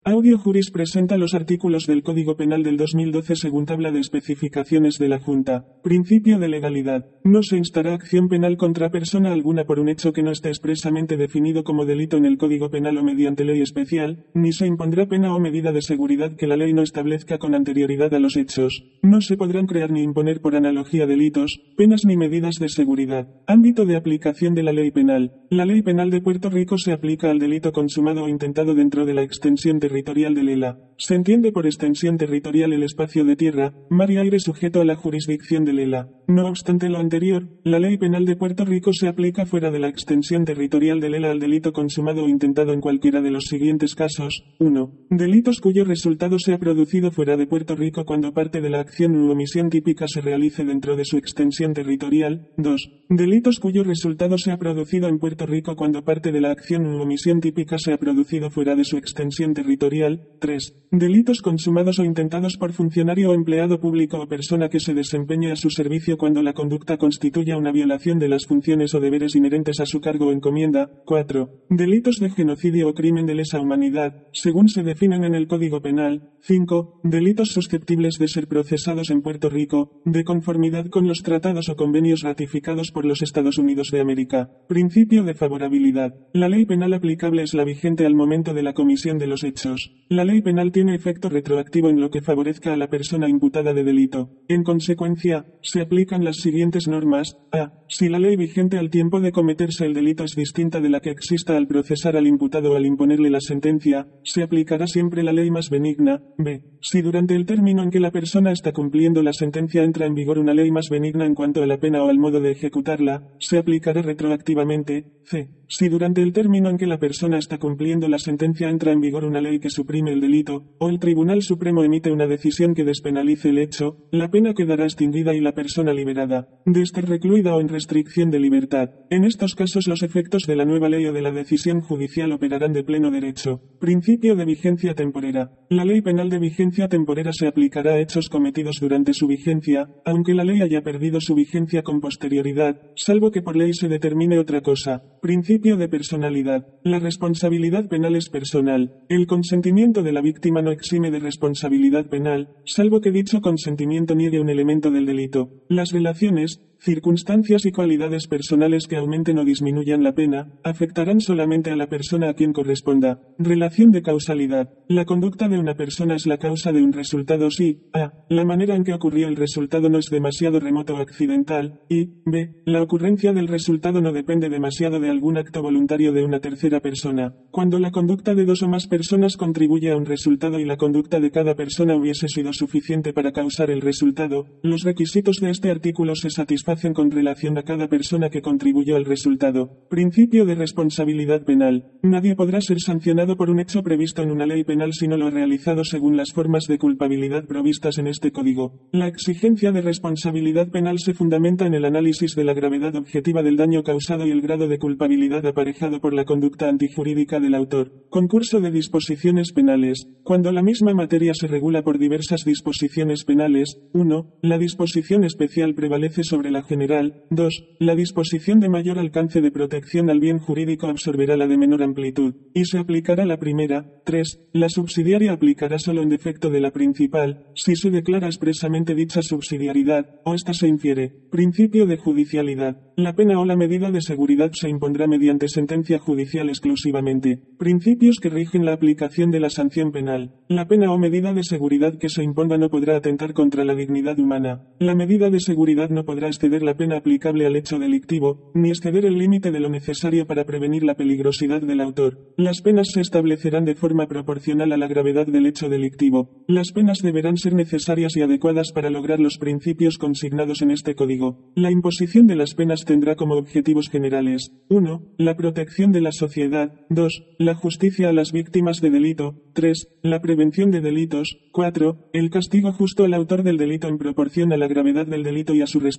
Audio Juris presenta los artículos del Código Penal del 2012 según tabla de especificaciones de la Junta. Principio de legalidad. No se instará acción penal contra persona alguna por un hecho que no esté expresamente definido como delito en el Código Penal o mediante ley especial, ni se impondrá pena o medida de seguridad que la ley no establezca con anterioridad a los hechos. No se podrán crear ni imponer por analogía delitos, penas ni medidas de seguridad. Ámbito de aplicación de la ley penal. La ley penal de Puerto Rico se aplica al delito consumado o intentado dentro de la extensión territorial del ELA. Se entiende por extensión territorial el espacio de tierra, mar y aire sujeto a la jurisdicción del ELA. No obstante lo anterior, la ley penal de Puerto Rico se aplica fuera de la extensión territorial del ELA al delito consumado o intentado en cualquiera de los siguientes casos. 1. Delitos cuyo resultado sea producido fuera de Puerto Rico cuando parte de la acción u omisión típica se realice dentro de su extensión territorial. 2. Delitos cuyo resultado sea producido en Puerto Rico cuando parte de la acción u omisión típica sea producido fuera de su extensión territorial. 3. Delitos consumados o intentados por funcionario o empleado público o persona que se desempeñe a su servicio cuando la conducta constituya una violación de las funciones o deberes inherentes a su cargo o encomienda. 4. Delitos de genocidio o crimen de lesa humanidad, según se definen en el Código Penal. 5. Delitos susceptibles de ser procesados en Puerto Rico, de conformidad con los tratados o convenios ratificados por los Estados Unidos de América. Principio de favorabilidad. La ley penal aplicable es la vigente al momento de la comisión de los hechos. La ley penal tiene efecto retroactivo en lo que favorezca a la persona imputada de delito. En consecuencia, se aplican las siguientes normas. A. Si la ley vigente al tiempo de cometerse el delito es distinta de la que exista al procesar al imputado o al imponerle la sentencia, se aplicará siempre la ley más benigna. B. Si durante el término en que la persona está cumpliendo la sentencia entra en vigor una ley más benigna en cuanto a la pena o al modo de ejecutarla, se aplicará retroactivamente. C. Si durante el término en que la persona está cumpliendo la sentencia entra en vigor una ley que suprime el delito, o el Tribunal Supremo emite una decisión que despenalice el hecho, la pena quedará extinguida y la persona liberada, de estar recluida o en restricción de libertad. En estos casos los efectos de la nueva ley o de la decisión judicial operarán de pleno derecho. Principio de vigencia temporera. La ley penal de vigencia temporera se aplicará a hechos cometidos durante su vigencia, aunque la ley haya perdido su vigencia con posterioridad, salvo que por ley se determine otra cosa. Principio de personalidad. La responsabilidad penal es personal. El consentimiento de la víctima no exime de responsabilidad penal, salvo que dicho consentimiento niegue un elemento del delito. Las relaciones, circunstancias y cualidades personales que aumenten o disminuyan la pena, afectarán solamente a la persona a quien corresponda. Relación de causalidad. La conducta de una persona es la causa de un resultado si a. La manera en que ocurrió el resultado no es demasiado remoto o accidental, y b. La ocurrencia del resultado no depende demasiado de algún acto voluntario de una tercera persona. Cuando la conducta de dos o más personas contribuye a un resultado y la conducta de cada persona hubiese sido suficiente para causar el resultado, los requisitos de este artículo se satisfacen con relación a cada persona que contribuyó al resultado. Principio de responsabilidad penal. Nadie podrá ser sancionado por un hecho previsto en una ley penal si no lo ha realizado según las formas de culpabilidad provistas en este código. La exigencia de responsabilidad penal se fundamenta en el análisis de la gravedad objetiva del daño causado y el grado de culpabilidad aparejado por la conducta antijurídica del autor. Concurso de disposiciones penales. Cuando la misma materia se regula por diversas disposiciones penales, 1. La disposición especial prevalece sobre la general. 2. La disposición de mayor alcance de protección al bien jurídico absorberá la de menor amplitud, y se aplicará la primera. 3. La subsidiaria aplicará solo en defecto de la principal, si se declara expresamente dicha subsidiariedad, o ésta se infiere. Principio de judicialidad. La pena o la medida de seguridad se impondrá mediante sentencia judicial exclusivamente. Principios que rigen la aplicación de la sanción penal. La pena o medida de seguridad que se imponga no podrá atentar contra la dignidad humana. La medida de seguridad no podrá exceder la pena aplicable al hecho delictivo, ni exceder el límite de lo necesario para prevenir la peligrosidad del autor. Las penas se establecerán de forma proporcional a la gravedad del hecho delictivo. Las penas deberán ser necesarias y adecuadas para lograr los principios consignados en este código. La imposición de las penas tendrá como objetivos generales: 1. La protección de la sociedad. 2. La justicia a las víctimas de delito. 3. La prevención de delitos. 4. El castigo justo al autor del delito en proporción a la gravedad del delito y a su responsabilidad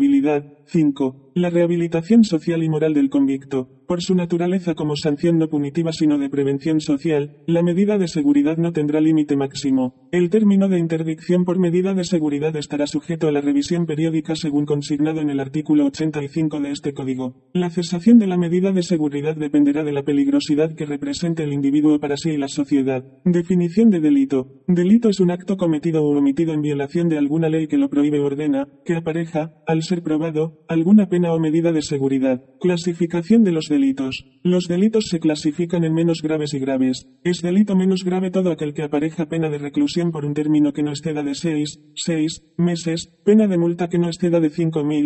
culpabilidad. 5. La rehabilitación social y moral del convicto. Por su naturaleza como sanción no punitiva sino de prevención social, la medida de seguridad no tendrá límite máximo. El término de interdicción por medida de seguridad estará sujeto a la revisión periódica según consignado en el artículo 85 de este código. La cesación de la medida de seguridad dependerá de la peligrosidad que represente el individuo para sí y la sociedad. Definición de delito. Delito es un acto cometido o omitido en violación de alguna ley que lo prohíbe o ordena, que apareja, al ser probado, alguna pena o medida de seguridad. Clasificación de los delitos. Los delitos se clasifican en menos graves y graves. Es delito menos grave todo aquel que apareja pena de reclusión por un término que no exceda de 6 meses, pena de multa que no exceda de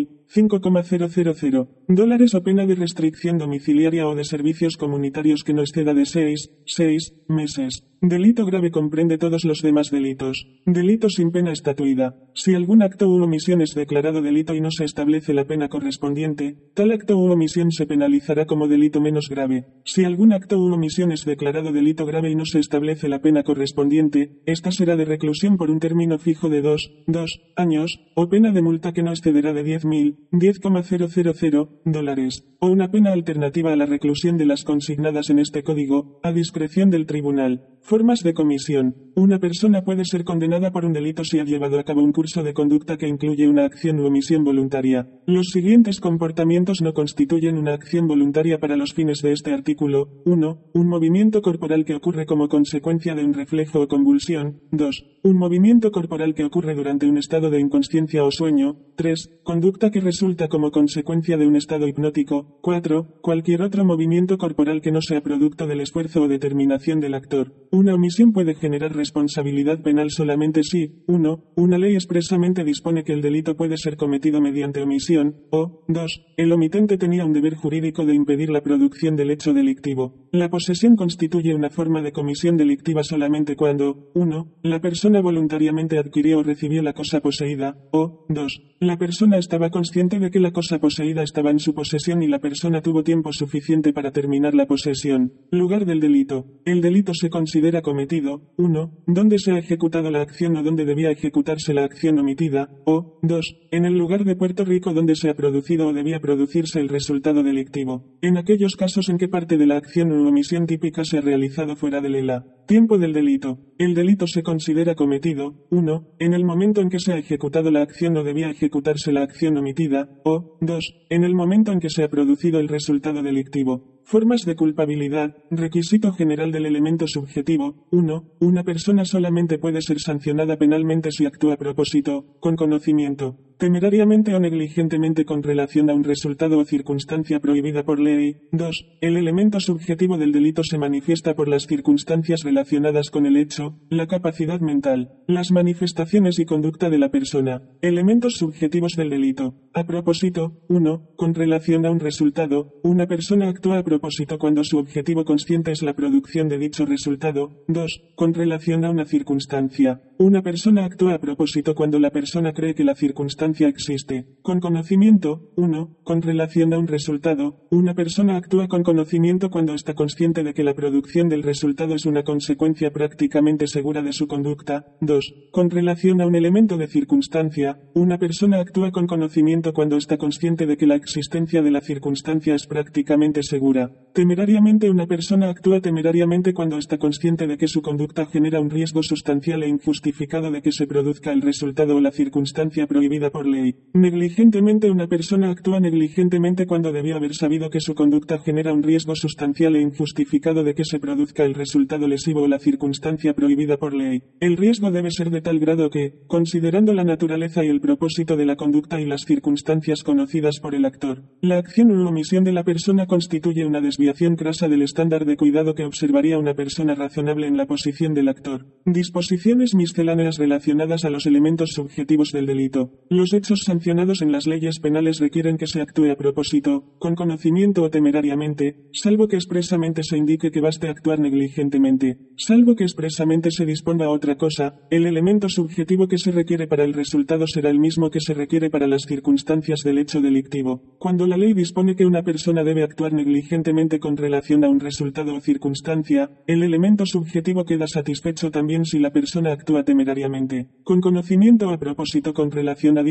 5.000 dólares o pena de restricción domiciliaria o de servicios comunitarios que no exceda de 6 meses. Delito grave comprende todos los demás delitos. Delito sin pena estatuida. Si algún acto u omisión es declarado delito y no se establece la pena correspondiente, tal acto u omisión se penalizará como delito menos grave. Si algún acto u omisión es declarado delito grave y no se establece la pena correspondiente, esta será de reclusión por un término fijo de 2 años, o pena de multa que no excederá de 10.000 dólares, o una pena alternativa a la reclusión de las consignadas en este código, a discreción del tribunal. Formas de comisión. Una persona puede ser condenada por un delito si ha llevado a cabo un curso de conducta que incluye una acción u omisión voluntaria. Los siguientes comportamientos no constituyen una acción voluntaria para los fines de este artículo. 1. Un movimiento corporal que ocurre como consecuencia de un reflejo o convulsión. 2. Un movimiento corporal que ocurre durante un estado de inconsciencia o sueño. 3. Conducta que resulta como consecuencia de un estado hipnótico. 4. Cualquier otro movimiento corporal que no sea producto del esfuerzo o determinación del actor. Una omisión puede generar responsabilidad penal solamente si, 1. Una ley expresamente dispone que el delito puede ser cometido mediante omisión, o, 2. El omitente tenía un deber jurídico de impedir la producción del hecho delictivo. La posesión constituye una forma de comisión delictiva solamente cuando, 1. La persona voluntariamente adquirió o recibió la cosa poseída, o, 2. La persona estaba consciente de que la cosa poseída estaba en su posesión y la persona tuvo tiempo suficiente para terminar la posesión. Lugar del delito. El delito se considera cometido, 1. Donde se ha ejecutado la acción o donde debía ejecutarse la acción omitida, o, 2. En el lugar de Puerto Rico donde se ha producido o debía producirse el resultado delictivo. En aquellos casos en que parte de la acción u omisión típica se ha realizado fuera del ELA. Tiempo del delito. El delito se considera cometido, 1. En el momento en que se ha ejecutado la acción o debía ejecutarse la acción omitida, o, 2. En el momento en que se ha producido el resultado delictivo. Formas de culpabilidad. Requisito general del elemento subjetivo. 1. Una persona solamente puede ser sancionada penalmente si actúa a propósito, con conocimiento, temerariamente o negligentemente con relación a un resultado o circunstancia prohibida por ley. 2. El elemento subjetivo del delito se manifiesta por las circunstancias relacionadas con el hecho, la capacidad mental, las manifestaciones y conducta de la persona. Elementos subjetivos del delito. A propósito. 1. Con relación a un resultado, una persona actúa a propósito cuando su objetivo consciente es la producción de dicho resultado. 2. Con relación a una circunstancia. Una persona actúa a propósito cuando la persona cree que la circunstancia existe. Con conocimiento. 1. Con relación a un resultado. Una persona actúa con conocimiento cuando está consciente de que la producción del resultado es una consecuencia prácticamente segura de su conducta. 2. Con relación a un elemento de circunstancia. Una persona actúa con conocimiento cuando está consciente de que la existencia de la circunstancia es prácticamente segura. Temerariamente. Una persona actúa temerariamente cuando está consciente de que su conducta genera un riesgo sustancial e injustificado de que se produzca el resultado o la circunstancia prohibida por ley. Negligentemente. Una persona actúa negligentemente cuando debió haber sabido que su conducta genera un riesgo sustancial e injustificado de que se produzca el resultado lesivo o la circunstancia prohibida por ley. El riesgo debe ser de tal grado que, considerando la naturaleza y el propósito de la conducta y las circunstancias conocidas por el actor, la acción u omisión de la persona constituye una desviación crasa del estándar de cuidado que observaría una persona razonable en la posición del actor. Disposiciones misceláneas relacionadas a los elementos subjetivos del delito. Los hechos sancionados en las leyes penales requieren que se actúe a propósito, con conocimiento o temerariamente, salvo que expresamente se indique que baste actuar negligentemente. Salvo que expresamente se disponga otra cosa, el elemento subjetivo que se requiere para el resultado será el mismo que se requiere para las circunstancias del hecho delictivo. Cuando la ley dispone que una persona debe actuar negligentemente con relación a un resultado o circunstancia, el elemento subjetivo queda satisfecho también si la persona actúa temerariamente, con conocimiento o a propósito con relación a dicho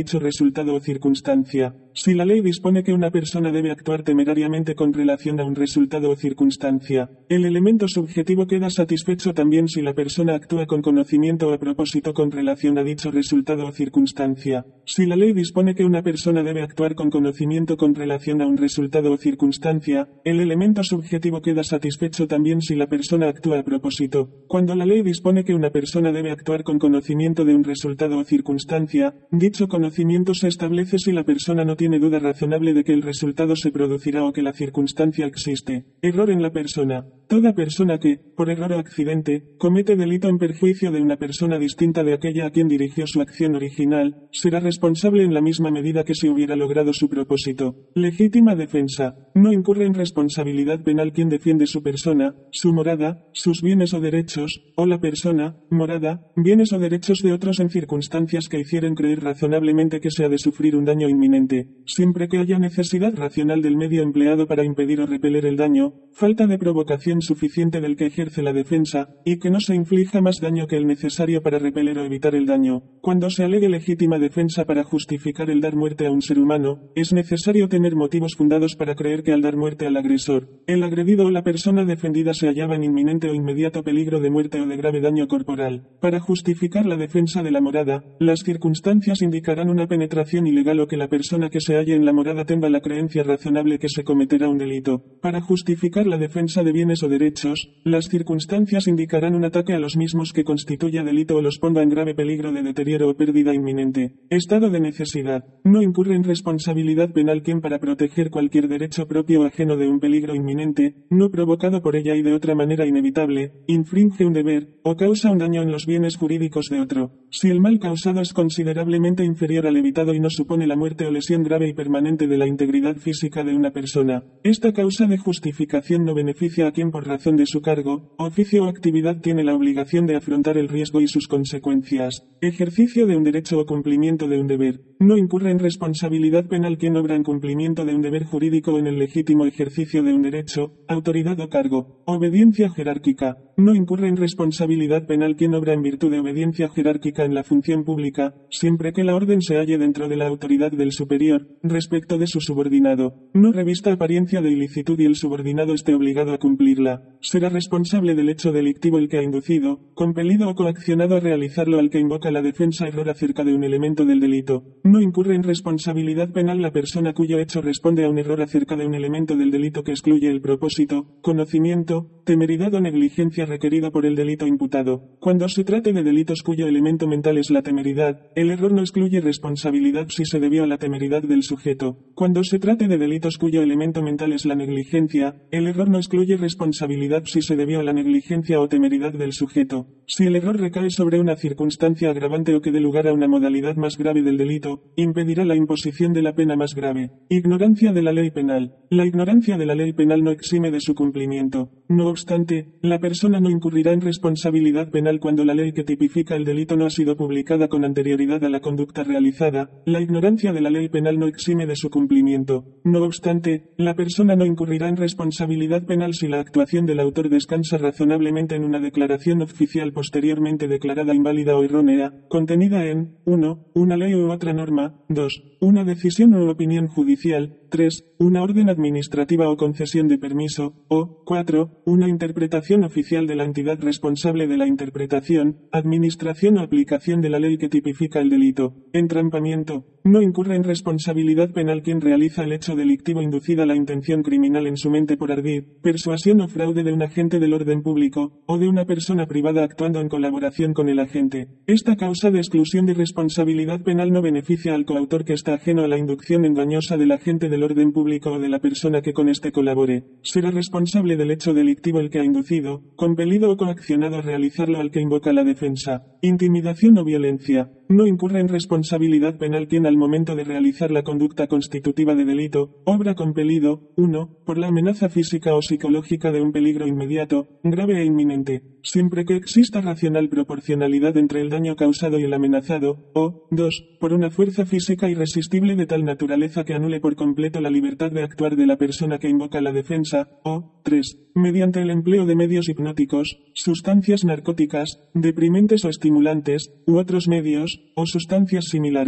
dicho resultado o circunstancia. Si la ley dispone que una persona debe actuar temerariamente con relación a un resultado o circunstancia, el elemento subjetivo queda satisfecho también si la persona actúa con conocimiento o a propósito con relación a dicho resultado o circunstancia. Si la ley dispone que una persona debe actuar con conocimiento con relación a un resultado o circunstancia, el elemento subjetivo queda satisfecho también si la persona actúa a propósito. Cuando la ley dispone que una persona debe actuar con conocimiento de un resultado o circunstancia, dicho conocimiento se establece si la persona no tiene duda razonable de que el resultado se producirá o que la circunstancia existe. Error en la persona. Toda persona que, por error o accidente, comete delito en perjuicio de una persona distinta de aquella a quien dirigió su acción original, será responsable en la misma medida que si hubiera logrado su propósito. Legítima defensa. No incurre en responsabilidad penal quien defiende su persona, su morada, sus bienes o derechos, o la persona, morada, bienes o derechos de otros en circunstancias que hicieren creer razonablemente que se ha de sufrir un daño inminente, siempre que haya necesidad racional del medio empleado para impedir o repeler el daño, falta de provocación suficiente del que ejerce la defensa, y que no se inflija más daño que el necesario para repeler o evitar el daño. Cuando se alegue legítima defensa para justificar el dar muerte a un ser humano, es necesario tener motivos fundados para creer que al dar muerte al agresor, el agredido o la persona defendida se hallaba en inminente o inmediato peligro de muerte o de grave daño corporal. Para justificar la defensa de la morada, las circunstancias indicarán una penetración ilegal o que la persona que se halle en la morada tenga la creencia razonable que se cometerá un delito. Para justificar la defensa de bienes o derechos, las circunstancias indicarán un ataque a los mismos que constituya delito o los ponga en grave peligro de deterioro o pérdida inminente. Estado de necesidad. No incurre en responsabilidad penal quien para proteger cualquier derecho propio o ajeno de un peligro inminente, no provocado por ella y de otra manera inevitable, infringe un deber, o causa un daño en los bienes jurídicos de otro. Si el mal causado es considerablemente inferior al evitado y no supone la muerte o lesión grave y permanente de la integridad física de una persona, esta causa de justificación no beneficia a quien por razón de su cargo, oficio o actividad tiene la obligación de afrontar el riesgo y sus consecuencias. Ejercicio de un derecho o cumplimiento de un deber. No incurre en responsabilidad penal quien obra en cumplimiento de un deber jurídico o en el legítimo ejercicio de un derecho, autoridad o cargo. Obediencia jerárquica. No incurre en responsabilidad penal quien obra en virtud de obediencia jerárquica en la función pública, siempre que la orden se halle dentro de la autoridad del superior, respecto de su subordinado. No revista apariencia de ilicitud y el subordinado esté obligado a cumplirla. Será responsable del hecho delictivo el que ha inducido, compelido o coaccionado a realizarlo al que invoca la defensa error acerca de un elemento del delito. No incurre en responsabilidad penal la persona cuyo hecho responde a un error acerca de un elemento del delito que excluye el propósito, conocimiento, temeridad o negligencia requerida por el delito imputado. Cuando se trate de delitos cuyo elemento mental es la temeridad, el error no excluye responsabilidad si se debió a la temeridad del sujeto. Cuando se trate de delitos cuyo elemento mental es la negligencia, el error no excluye responsabilidad si se debió a la negligencia o temeridad del sujeto. Si el error recae sobre una circunstancia agravante o que dé lugar a una modalidad más grave del delito, impedirá la imposición de la pena más grave. Ignorancia de la ley penal. La ignorancia de la ley penal no exime de su cumplimiento. No obstante, la persona no incurrirá en responsabilidad penal cuando la ley que tipifica el delito no ha sido publicada con anterioridad a la conducta realizada. La ignorancia de la ley penal no exime de su cumplimiento. No obstante, la persona no incurrirá en responsabilidad penal si la actuación del autor descansa razonablemente en una declaración oficial posteriormente declarada inválida o errónea, contenida en 1. Una ley u otra norma, 2. Una decisión u opinión judicial, 3. Una orden administrativa o concesión de permiso, o 4. Una interpretación oficial de la entidad responsable de la interpretación, administración o aplicación de la ley que tipifica el delito. Entrampamiento. No incurre en responsabilidad penal quien realiza el hecho delictivo inducida la intención criminal en su mente por ardid, persuasión o fraude de un agente del orden público, o de una persona privada actuando en colaboración con el agente. Esta causa de exclusión de responsabilidad penal no beneficia al coautor que está ajeno a la inducción engañosa del agente del orden público o de la persona que con éste colabore. Será responsable del hecho delictivo el que ha inducido, compelido o coaccionado a realizarlo al que invoca la defensa. Intimidación o violencia. No incurre en responsabilidad penal quien al momento de realizar la conducta constitutiva de delito, obra compelido, 1. Por la amenaza física o psicológica de un peligro inmediato, grave e inminente, siempre que exista racional proporcionalidad entre el daño causado y el amenazado, o 2. Por una fuerza física irresistible de tal naturaleza que anule por completo la libertad de actuar de la persona que invoca la defensa, o 3. Mediante el empleo de medios hipnóticos, sustancias narcóticas, deprimentes o estimulantes, u otros medios, o sustancias similares.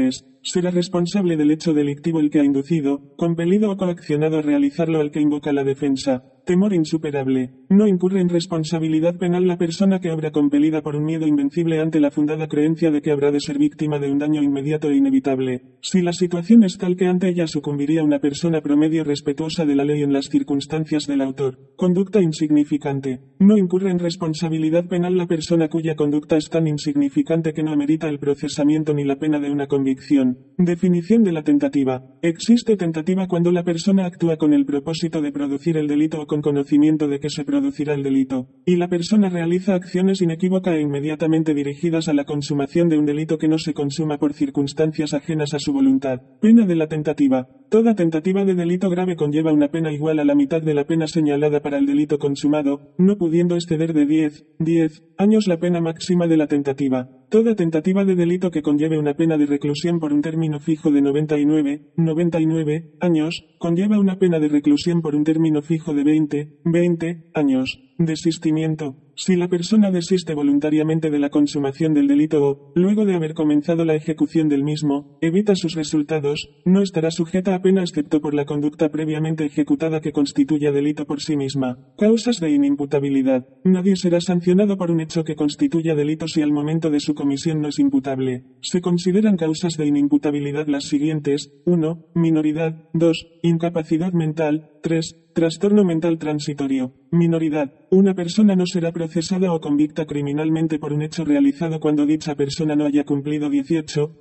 será responsable del hecho delictivo el que ha inducido, compelido o coaccionado a realizarlo al que invoca la defensa. Temor insuperable. No incurre en responsabilidad penal la persona que obra compelida por un miedo invencible ante la fundada creencia de que habrá de ser víctima de un daño inmediato e inevitable. Si la situación es tal que ante ella sucumbiría una persona promedio respetuosa de la ley en las circunstancias del autor. Conducta insignificante. No incurre en responsabilidad penal la persona cuya conducta es tan insignificante que no amerita el procesamiento ni la pena de una convicción. Definición de la tentativa. Existe tentativa cuando la persona actúa con el propósito de producir el delito o con conocimiento de que se producirá el delito, y la persona realiza acciones inequívocas e inmediatamente dirigidas a la consumación de un delito que no se consuma por circunstancias ajenas a su voluntad. Pena de la tentativa. Toda tentativa de delito grave conlleva una pena igual a la mitad de la pena señalada para el delito consumado, no pudiendo exceder de 10 años la pena máxima de la tentativa. Toda tentativa de delito que conlleve una pena de reclusión por un término fijo de 99 años, conlleva una pena de reclusión por un término fijo de 20 años. Desistimiento. Si la persona desiste voluntariamente de la consumación del delito o, luego de haber comenzado la ejecución del mismo, evita sus resultados, no estará sujeta a pena excepto por la conducta previamente ejecutada que constituya delito por sí misma. Causas de inimputabilidad. Nadie será sancionado por un hecho que constituya delito si al momento de su comisión no es imputable. Se consideran causas de inimputabilidad las siguientes: 1. Minoridad. 2. Incapacidad mental. 3. Trastorno mental transitorio. Minoridad. Una persona no será procesada o convicta criminalmente por un hecho realizado cuando dicha persona no haya cumplido 18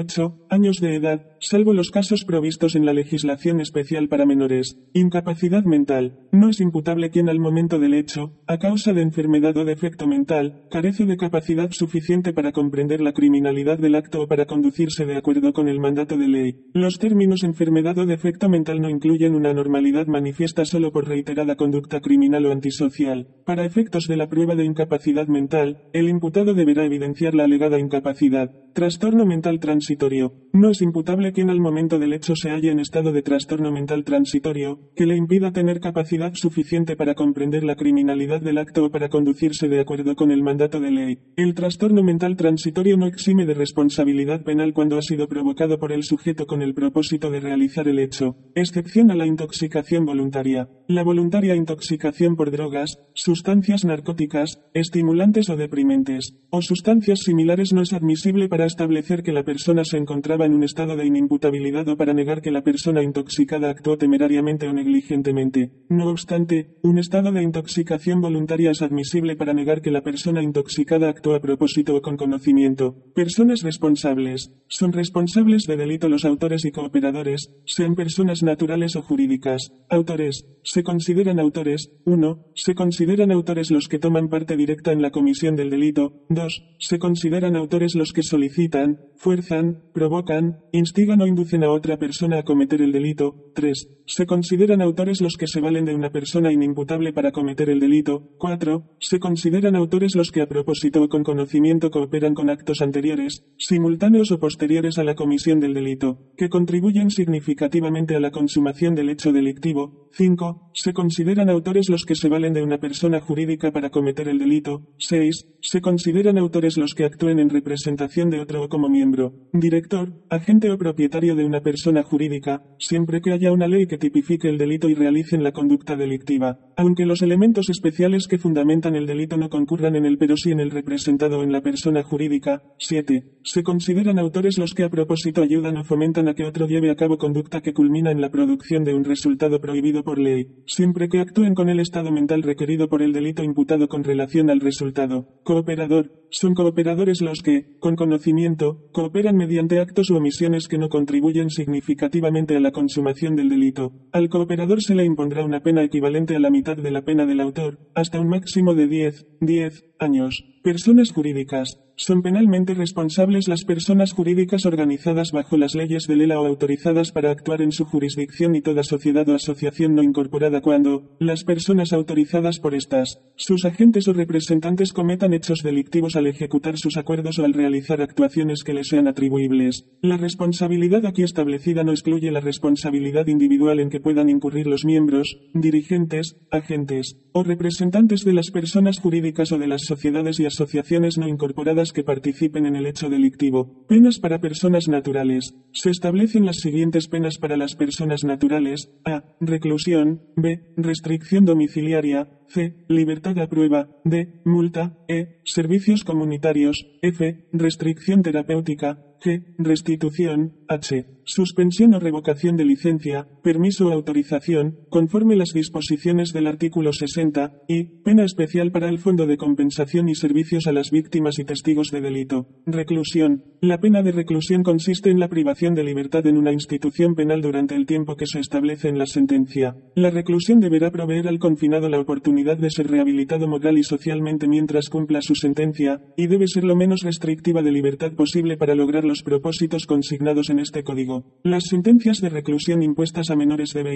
años de edad, salvo los casos provistos en la legislación especial para menores. Incapacidad mental. No es imputable quien al momento del hecho, a causa de enfermedad o defecto mental, carece de capacidad suficiente para comprender la criminalidad del acto o para conducirse de acuerdo con el mandato de ley. Los términos enfermedad o defecto mental no incluyen una anormalidad manifiesta solo por reiterada conducta criminal o antisocial. Para efectos de la prueba de incapacidad mental, el imputado deberá evidenciar la alegada incapacidad. Trastorno mental transitorio. No es imputable quien al momento del hecho se halle en estado de trastorno mental transitorio, que le impida tener capacidad suficiente para comprender la criminalidad del acto o para conducirse de acuerdo con el mandato de ley. El trastorno mental transitorio no exime de responsabilidad penal cuando ha sido provocado por el sujeto con el propósito de realizar el hecho, excepción a la intoxicación voluntaria. La voluntaria intoxicación por drogas, sustancias narcóticas, estimulantes o deprimentes, o sustancias similares no es admisible para establecer que la persona se encontraba en un estado de inimputabilidad o para negar que la persona intoxicada actuó temerariamente o negligentemente. No obstante, un estado de intoxicación voluntaria es admisible para negar que la persona intoxicada actuó a propósito o con conocimiento. Personas responsables. Son responsables de delito los autores y cooperadores, sean personas naturales o jurídicas. Autores. Se consideran autores: 1. Se consideran autores los que toman parte directa en la comisión del delito. 2. Se consideran autores los que solicitan, fuerzan, provocan, instigan o inducen a otra persona a cometer el delito. 3. Se consideran autores los que se valen de una persona inimputable para cometer el delito. 4. Se consideran autores los que a propósito o con conocimiento cooperan con actos anteriores, simultáneos o posteriores a la comisión del delito, que contribuyen significativamente a la consumación del hecho delictivo. 5. Se consideran autores los que se valen de una persona jurídica para cometer el delito. 6. Se consideran autores los que actúen en representación de otro o como miembro, director, agente o propietario de una persona jurídica, siempre que haya una ley que tipifique el delito y realicen la conducta delictiva, aunque los elementos especiales que fundamentan el delito no concurran en él pero sí en el representado o en la persona jurídica. 7. Se consideran autores los que a propósito ayudan o fomentan a que otro lleve a cabo conducta que culmina en la producción de un resultado prohibido por ley, siempre que actúen con el estado mental requerido por el delito imputado con relación al resultado. Cooperador. Son cooperadores los que, con conocimiento, cooperan mediante actos u omisiones que no contribuyen significativamente a la consumación del delito. Al cooperador se le impondrá una pena equivalente a la mitad de la pena del autor, hasta un máximo de 10 años. Personas jurídicas. Son penalmente responsables las personas jurídicas organizadas bajo las leyes del ELA o autorizadas para actuar en su jurisdicción y toda sociedad o asociación no incorporada cuando las personas autorizadas por estas, sus agentes o representantes cometan hechos delictivos al ejecutar sus acuerdos o al realizar actuaciones que les sean atribuibles. La responsabilidad aquí establecida no excluye la responsabilidad individual en que puedan incurrir los miembros, dirigentes, agentes o representantes de las personas jurídicas o de las sociedades y asociaciones no incorporadas que participen en el hecho delictivo. Penas para personas naturales. Se establecen las siguientes penas para las personas naturales: a. Reclusión; b. Restricción domiciliaria; c. Libertad a prueba; d. Multa; e. Servicios comunitarios; f. Restricción terapéutica; g. Restitución; h. Suspensión o revocación de licencia, permiso o autorización, conforme las disposiciones del artículo 60, y pena especial para el Fondo de Compensación y Servicios a las Víctimas y Testigos de Delito. Reclusión. La pena de reclusión consiste en la privación de libertad en una institución penal durante el tiempo que se establece en la sentencia. La reclusión deberá proveer al confinado la oportunidad de ser rehabilitado moral y socialmente mientras cumpla su sentencia, y debe ser lo menos restrictiva de libertad posible para lograr los propósitos consignados en este código. Las sentencias de reclusión impuestas a menores de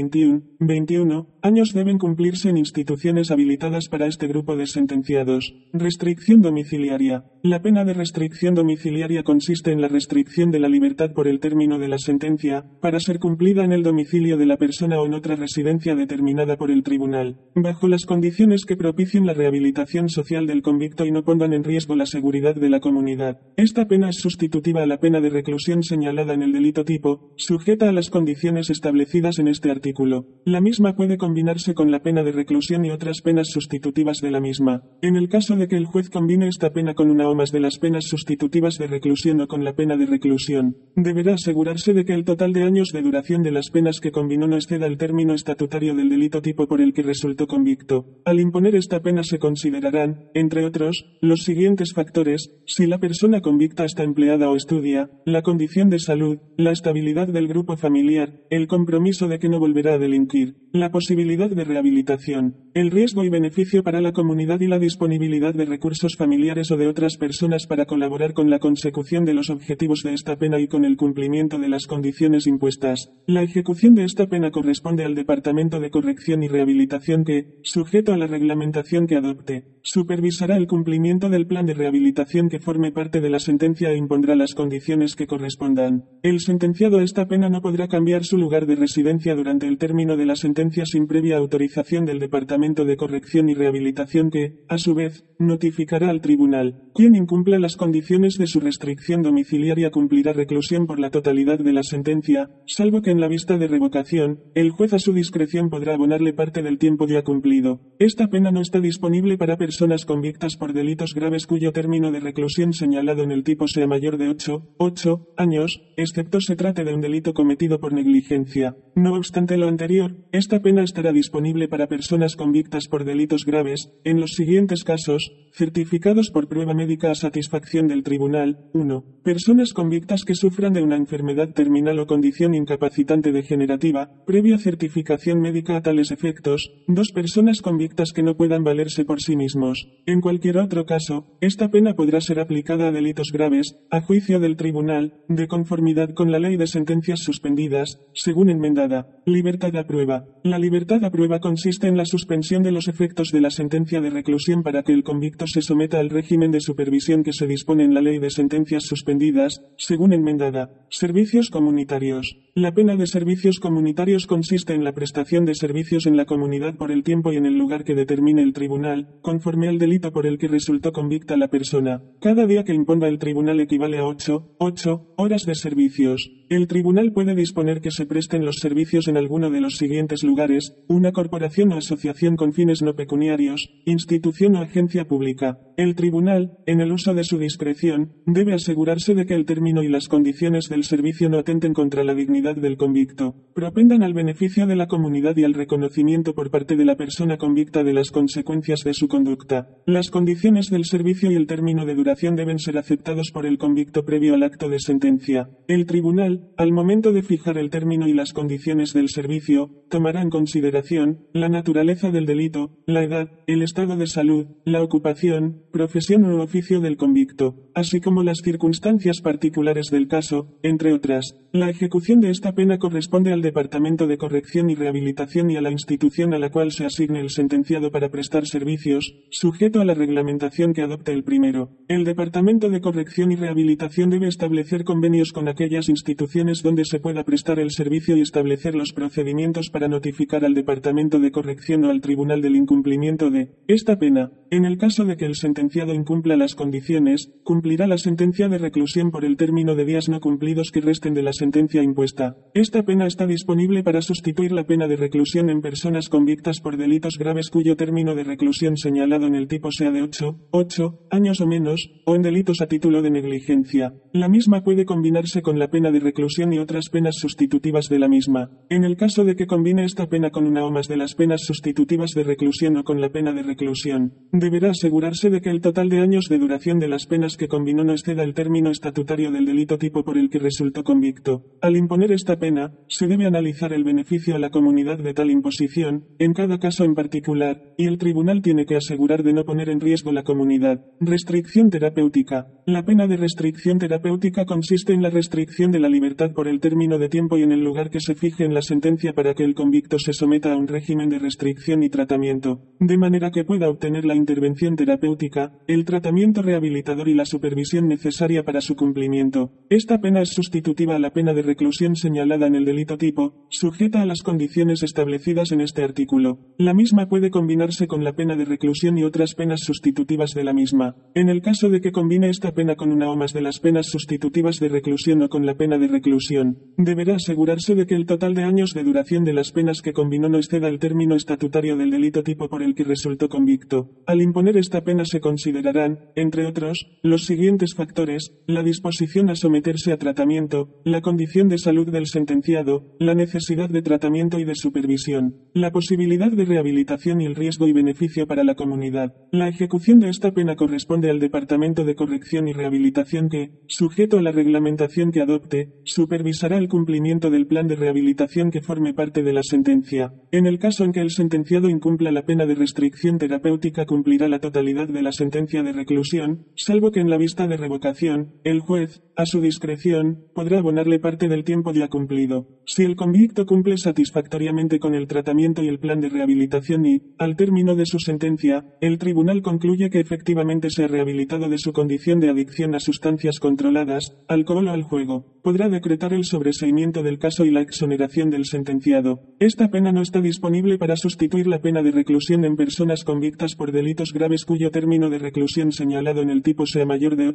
21 años deben cumplirse en instituciones habilitadas para este grupo de sentenciados. Restricción domiciliaria. La pena de restricción domiciliaria consiste en la restricción de la libertad por el término de la sentencia, para ser cumplida en el domicilio de la persona o en otra residencia determinada por el tribunal, bajo las condiciones que propicien la rehabilitación social del convicto y no pongan en riesgo la seguridad de la comunidad. Esta pena es sustitutiva a la pena de reclusión señalada en el delito tipo, sujeta a las condiciones establecidas en este artículo. La misma puede combinarse con la pena de reclusión y otras penas sustitutivas de la misma. En el caso de que el juez combine esta pena con una o más de las penas sustitutivas de reclusión o con la pena de reclusión, deberá asegurarse de que el total de años de duración de las penas que combinó no exceda el término estatutario del delito tipo por el que resultó convicto. Al imponer esta pena se considerarán, entre otros, los siguientes factores: si la persona convicta está empleada o estudia, la condición de salud, la estabilidad del grupo familiar, el compromiso de que no volverá a delinquir, la posibilidad de rehabilitación, el riesgo y beneficio para la comunidad y la disponibilidad de recursos familiares o de otras personas para colaborar con la consecución de los objetivos de esta pena y con el cumplimiento de las condiciones impuestas. La ejecución de esta pena corresponde al Departamento de Corrección y Rehabilitación que, sujeto a la reglamentación que adopte, supervisará el cumplimiento del plan de rehabilitación que forme parte de la sentencia e impondrá las condiciones que correspondan. El sentenciado a esta pena no podrá cambiar su lugar de residencia durante el término de la sentencia sin previa autorización del Departamento de Corrección y Rehabilitación que, a su vez, notificará al tribunal. Quien incumpla las condiciones de su restricción domiciliaria cumplirá reclusión por la totalidad de la sentencia, salvo que en la vista de revocación, el juez a su discreción podrá abonarle parte del tiempo ya cumplido. Esta pena no está disponible para personas convictas por delitos graves cuyo término de reclusión señalado en el tipo sea mayor de 8 años, excepto se trate de un delito cometido por negligencia. No obstante lo anterior, esta pena estará disponible para personas convictas por delitos graves, en los siguientes casos: certificados por prueba médica a satisfacción del tribunal. 1. Personas convictas que sufran de una enfermedad terminal o condición incapacitante degenerativa, previa certificación médica a tales efectos. 2. Personas convictas que no puedan valerse por sí mismos. En cualquier otro caso, esta pena podrá ser aplicada a delitos graves, a juicio del tribunal, de conformidad con la ley de sentencias suspendidas, según enmendada. Libertad a prueba. La libertad a prueba consiste en la suspensión de los efectos de la sentencia de reclusión para que el convicto se someta al régimen de supervisión que se dispone en la ley de sentencias suspendidas, según enmendada. Servicios comunitarios. La pena de servicios comunitarios consiste en la prestación de servicios en la comunidad por el tiempo y en el lugar que determine el tribunal, conforme al delito por el que resultó convicta la persona. Cada día que imponga el tribunal equivale a 8 horas de servicios. El tribunal puede disponer que se presten los servicios en alguno de los siguientes lugares: una corporación o asociación con fines no pecuniarios, institución o agencia pública. El tribunal, en el uso de su discreción, debe asegurarse de que el término y las condiciones del servicio no atenten contra la dignidad del convicto, propendan al beneficio de la comunidad y al reconocimiento por parte de la persona convicta de las consecuencias de su conducta. Las condiciones del servicio y el término de duración deben ser aceptados por el convicto previo al acto de sentencia. El tribunal, al momento de fijar el término y las condiciones del servicio, tomará en consideración la naturaleza del delito, la edad, el estado de salud, la ocupación, profesión u oficio del convicto, así como las circunstancias particulares del caso, entre otras. La ejecución de esta pena corresponde al Departamento de Corrección y Rehabilitación y a la institución a la cual se asigne el sentenciado para prestar servicios, sujeto a la reglamentación que adopte el primero. El Departamento de Corrección y Rehabilitación debe establecer convenios con aquellas instituciones donde se pueda prestar el servicio y establecer los procedimientos para notificar al Departamento de Corrección o al Tribunal del incumplimiento de esta pena. En el caso de que el sentenciado incumpla las condiciones, cumplirá la sentencia de reclusión por el término de días no cumplidos que resten de la sentencia impuesta. Esta pena está disponible para sustituir la pena de reclusión en personas convictas por delitos graves cuyo término de reclusión señalado en el tipo sea de 8 años o menos, o en delitos a título de negligencia. La misma puede combinarse con la pena de reclusión y otras penas sustitutivas de la misma. En el caso de que combine esta pena con una o más de las penas sustitutivas de reclusión o con la pena de reclusión, deberá asegurarse de que el total de años de duración de las penas que combinó no exceda el término estatutario del delito tipo por el que resultó convicto. Al imponer esta pena, se debe analizar el beneficio a la comunidad de tal imposición, en cada caso en particular, y el tribunal tiene que asegurar de no poner en riesgo la comunidad. Restricción terapéutica. La pena de restricción terapéutica consiste en la restricción de la libertad por el término de tiempo y en el lugar que se fije en la sentencia para que el convicto se someta a un régimen de restricción y tratamiento, de manera que pueda obtener la intervención terapéutica, el tratamiento rehabilitador y la supervisión necesaria para su cumplimiento. Esta pena es sustitutiva a la pena de reclusión señalada en el delito tipo, sujeta a las condiciones establecidas en este artículo. La misma puede combinarse con la pena de reclusión y otras penas sustitutivas de la misma. En el caso de que combine esta pena con una o más de las penas sustitutivas de reclusión o con la pena de reclusión, deberá asegurarse de que el total de años de duración de las penas que combinó no exceda el término estatutario del delito tipo por el que resultó convicto. Al imponer esta pena se considerarán, entre otros, los siguientes factores: la disposición a someterse a tratamiento, la condición de salud del sentenciado, la necesidad de tratamiento y de supervisión, la posibilidad de rehabilitación y el riesgo y beneficio para la comunidad. La ejecución de esta pena corresponde al Departamento de Corrección y Rehabilitación que, sujeto a la reglamentación que adopte, supervisará el cumplimiento del plan de rehabilitación que forme parte de la sentencia. En el caso en que el sentenciado incumpla la pena de restricción terapéutica, cumplirá la totalidad de la sentencia de reclusión, salvo que en la vista de revocación, el juez, a su discreción, podrá abonarle parte del tiempo ya cumplido. Si el convicto cumple satisfactoriamente con el tratamiento y el plan de rehabilitación y, al término de su sentencia, el tribunal concluye que efectivamente se ha rehabilitado de su condición de adicción a sustancias controladas, alcohol o al juego, podrá decretar el sobreseimiento del caso y la exoneración del sentenciado. Esta pena no está disponible para sustituir la pena de reclusión en personas convictas por delitos graves cuyo término de reclusión señalado en el tipo sea mayor de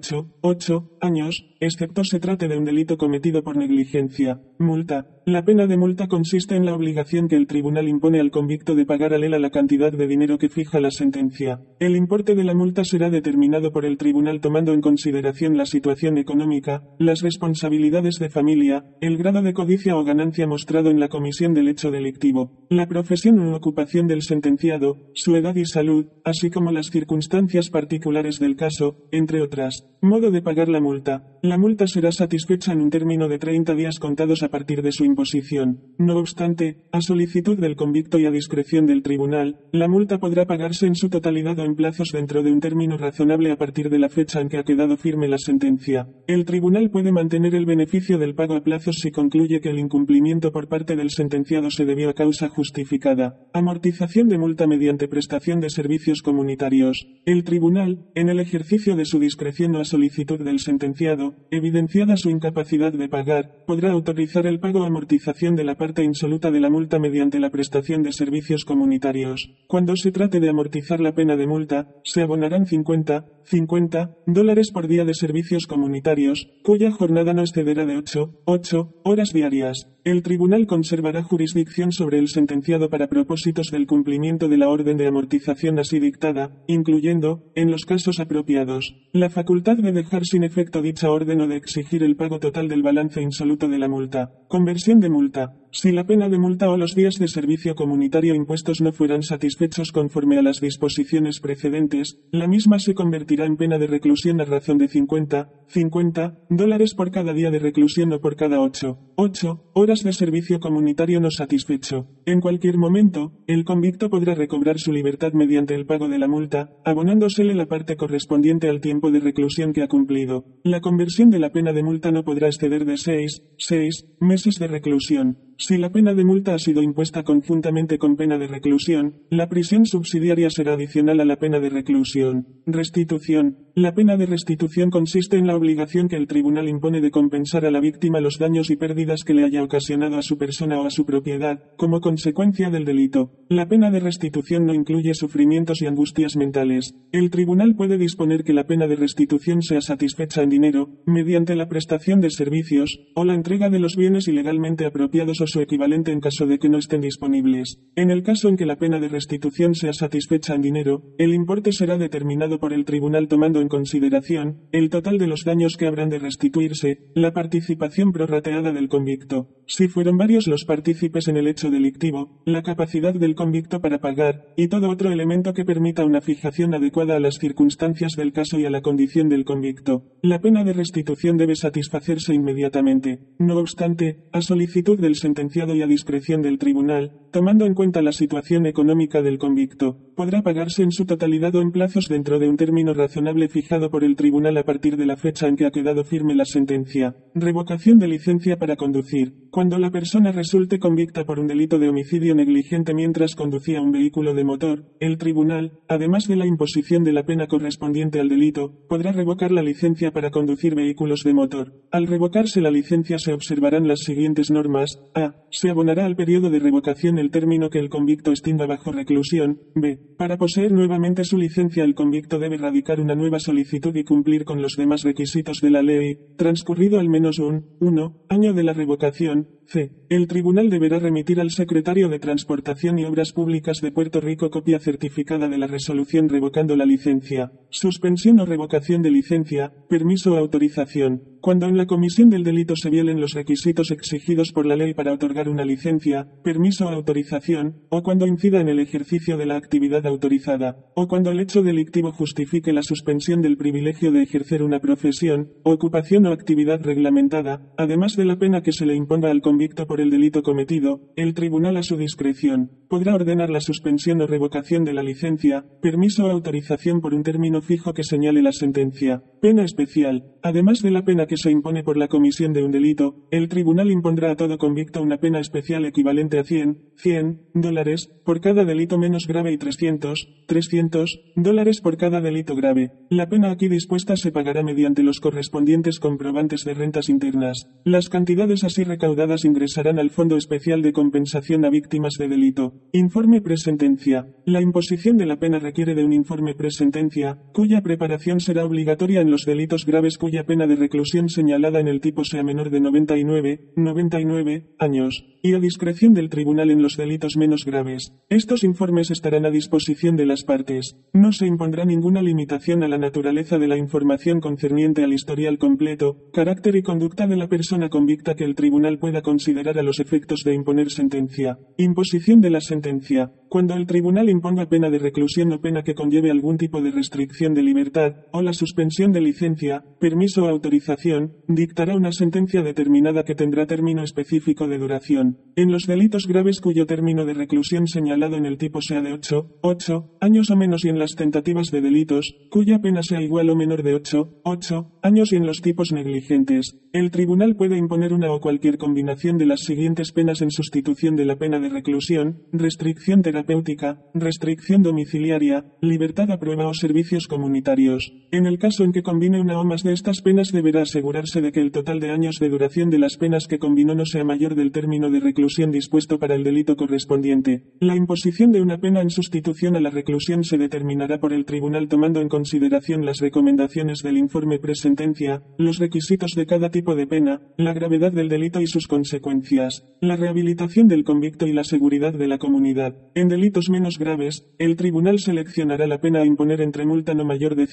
8 años, excepto se trate de un delito cometido por negligencia. Multa. La pena de multa consiste en la obligación que el tribunal impone al convicto de pagar a él la cantidad de dinero que fija la sentencia. El importe de la multa será determinado por el tribunal tomando en consideración la situación económica, las responsabilidades de familia, el grado de codicia o ganancia mostrado en la comisión del hecho delictivo, la profesión u ocupación del sentenciado, su edad y salud, así como las circunstancias particulares del caso, entre otras. Modo de pagar la multa. La multa será satisfecha en un término de 30 días contados a partir de su imposición. No obstante, a solicitud del convicto y a discreción del tribunal, la multa podrá pagarse en su totalidad o en plazos dentro de un término razonable a partir de la fecha en que ha quedado firme la sentencia. El tribunal puede mantener el beneficio del pago a plazos si concluye que el incumplimiento por parte del sentenciado se debió a causa justificada. Amortización de multa mediante prestación de servicios comunitarios. El tribunal, en el ejercicio de su discreción o a solicitud del sentenciado, evidenciada su incapacidad de pagar, podrá autorizar el pago o amortización de la parte insoluta de la multa mediante la prestación de servicios comunitarios. Cuando se trate de amortizar la pena de multa, se abonarán $50 por día de servicios comunitarios, cuya jornada no excederá de 8 horas diarias. El tribunal conservará jurisdicción sobre el sentenciado para propósitos del cumplimiento de la orden de amortización así dictada, incluyendo, en los casos apropiados, la facultad de dejar sin efecto dicha orden o de exigir el pago total del balance insoluto de la multa. Conversión de multa. Si la pena de multa o los días de servicio comunitario impuestos no fueran satisfechos conforme a las disposiciones precedentes, la misma se convertirá en pena de reclusión a razón de $50 por cada día de reclusión o por cada 8 horas de servicio comunitario no satisfecho. En cualquier momento, el convicto podrá recobrar su libertad mediante el pago de la multa, abonándosele la parte correspondiente al tiempo de reclusión que ha cumplido. La conversión de la pena de multa no podrá exceder de 6 meses de reclusión. Si la pena de multa ha sido impuesta conjuntamente con pena de reclusión, la prisión subsidiaria será adicional a la pena de reclusión. Restitución. La pena de restitución consiste en la obligación que el tribunal impone de compensar a la víctima los daños y pérdidas que le haya ocasionado a su persona o a su propiedad, como consecuencia del delito. La pena de restitución no incluye sufrimientos y angustias mentales. El tribunal puede disponer que la pena de restitución sea satisfecha en dinero, mediante la prestación de servicios, o la entrega de los bienes ilegalmente apropiados o su equivalente en caso de que no estén disponibles. En el caso en que la pena de restitución sea satisfecha en dinero, el importe será determinado por el tribunal tomando en consideración el total de los daños que habrán de restituirse, la participación prorrateada del convicto. Si fueron varios los partícipes en el hecho delictivo, la capacidad del convicto para pagar, y todo otro elemento que permita una fijación adecuada a las circunstancias del caso y a la condición del convicto. La pena de restitución debe satisfacerse inmediatamente. No obstante, a solicitud del sentenciado y a discreción del tribunal, tomando en cuenta la situación económica del convicto, podrá pagarse en su totalidad o en plazos dentro de un término razonable fijado por el tribunal a partir de la fecha en que ha quedado firme la sentencia. Revocación de licencia para conducir. Cuando la persona resulte convicta por un delito de homicidio negligente mientras conducía un vehículo de motor, el tribunal, además de la imposición de la pena correspondiente al delito, podrá revocar la licencia para conducir vehículos de motor. Al revocarse la licencia se observarán las siguientes normas: a. Se abonará al periodo de revocación el término que el convicto estima bajo reclusión. B. Para poseer nuevamente su licencia el convicto debe radicar una nueva solicitud y cumplir con los demás requisitos de la ley, transcurrido al menos un 1 año de la revocación. C. El tribunal deberá remitir al secretario de Transportación y Obras Públicas de Puerto Rico copia certificada de la resolución revocando la licencia. Suspensión o revocación de licencia, permiso o autorización. Cuando en la comisión del delito se violen los requisitos exigidos por la ley para otorgar una licencia, permiso o autorización, o cuando incida en el ejercicio de la actividad autorizada, o cuando el hecho delictivo justifique la suspensión del privilegio de ejercer una profesión, ocupación o actividad reglamentada, además de la pena que se le imponga al convicto por el delito cometido, el tribunal a su discreción podrá ordenar la suspensión o revocación de la licencia, permiso o autorización por un término fijo que señale la sentencia. Pena especial. Además de la pena que se impone por la comisión de un delito, el tribunal impondrá a todo convicto una pena especial equivalente a $100 por cada delito menos grave y $300 por cada delito grave. La pena aquí dispuesta se pagará mediante los correspondientes comprobantes de rentas internas. Las cantidades así recaudadas ingresarán al Fondo Especial de Compensación a Víctimas de Delito. Informe presentencia. La imposición de la pena requiere de un informe presentencia, cuya preparación será obligatoria en los delitos graves cuya pena de reclusión señalada en el tipo sea menor de 99 años, y a discreción del tribunal en los delitos menos graves. Estos informes estarán a disposición de las partes. No se impondrá ninguna limitación a la naturaleza de la información concerniente al historial completo, carácter y conducta de la persona convicta que el tribunal pueda considerar a los efectos de imponer sentencia. Imposición de la sentencia. Cuando el tribunal imponga pena de reclusión o pena que conlleve algún tipo de restricción de libertad, o la suspensión de licencia, permiso o autorización, dictará una sentencia determinada que tendrá término específico de duración. En los delitos graves cuyo término de reclusión señalado en el tipo sea de 8 años o menos y en las tentativas de delitos, cuya pena sea igual o menor de 8 años y en los tipos negligentes, el tribunal puede imponer una o cualquier combinación de las siguientes penas en sustitución de la pena de reclusión: restricción terapéutica, restricción domiciliaria, libertad a prueba o servicios comunitarios. En el caso en que combine una o más de estas penas deberá asegurarse de que el total de años de duración de las penas que combinó no sea mayor del término de reclusión dispuesto para el delito correspondiente. La imposición de una pena en sustitución a la reclusión se determinará por el tribunal tomando en consideración las recomendaciones del informe presentencia, los requisitos de cada tipo de pena, la gravedad del delito y sus consecuencias, la rehabilitación del convicto y la seguridad de la comunidad. En En delitos menos graves, el tribunal seleccionará la pena a imponer entre multa no mayor de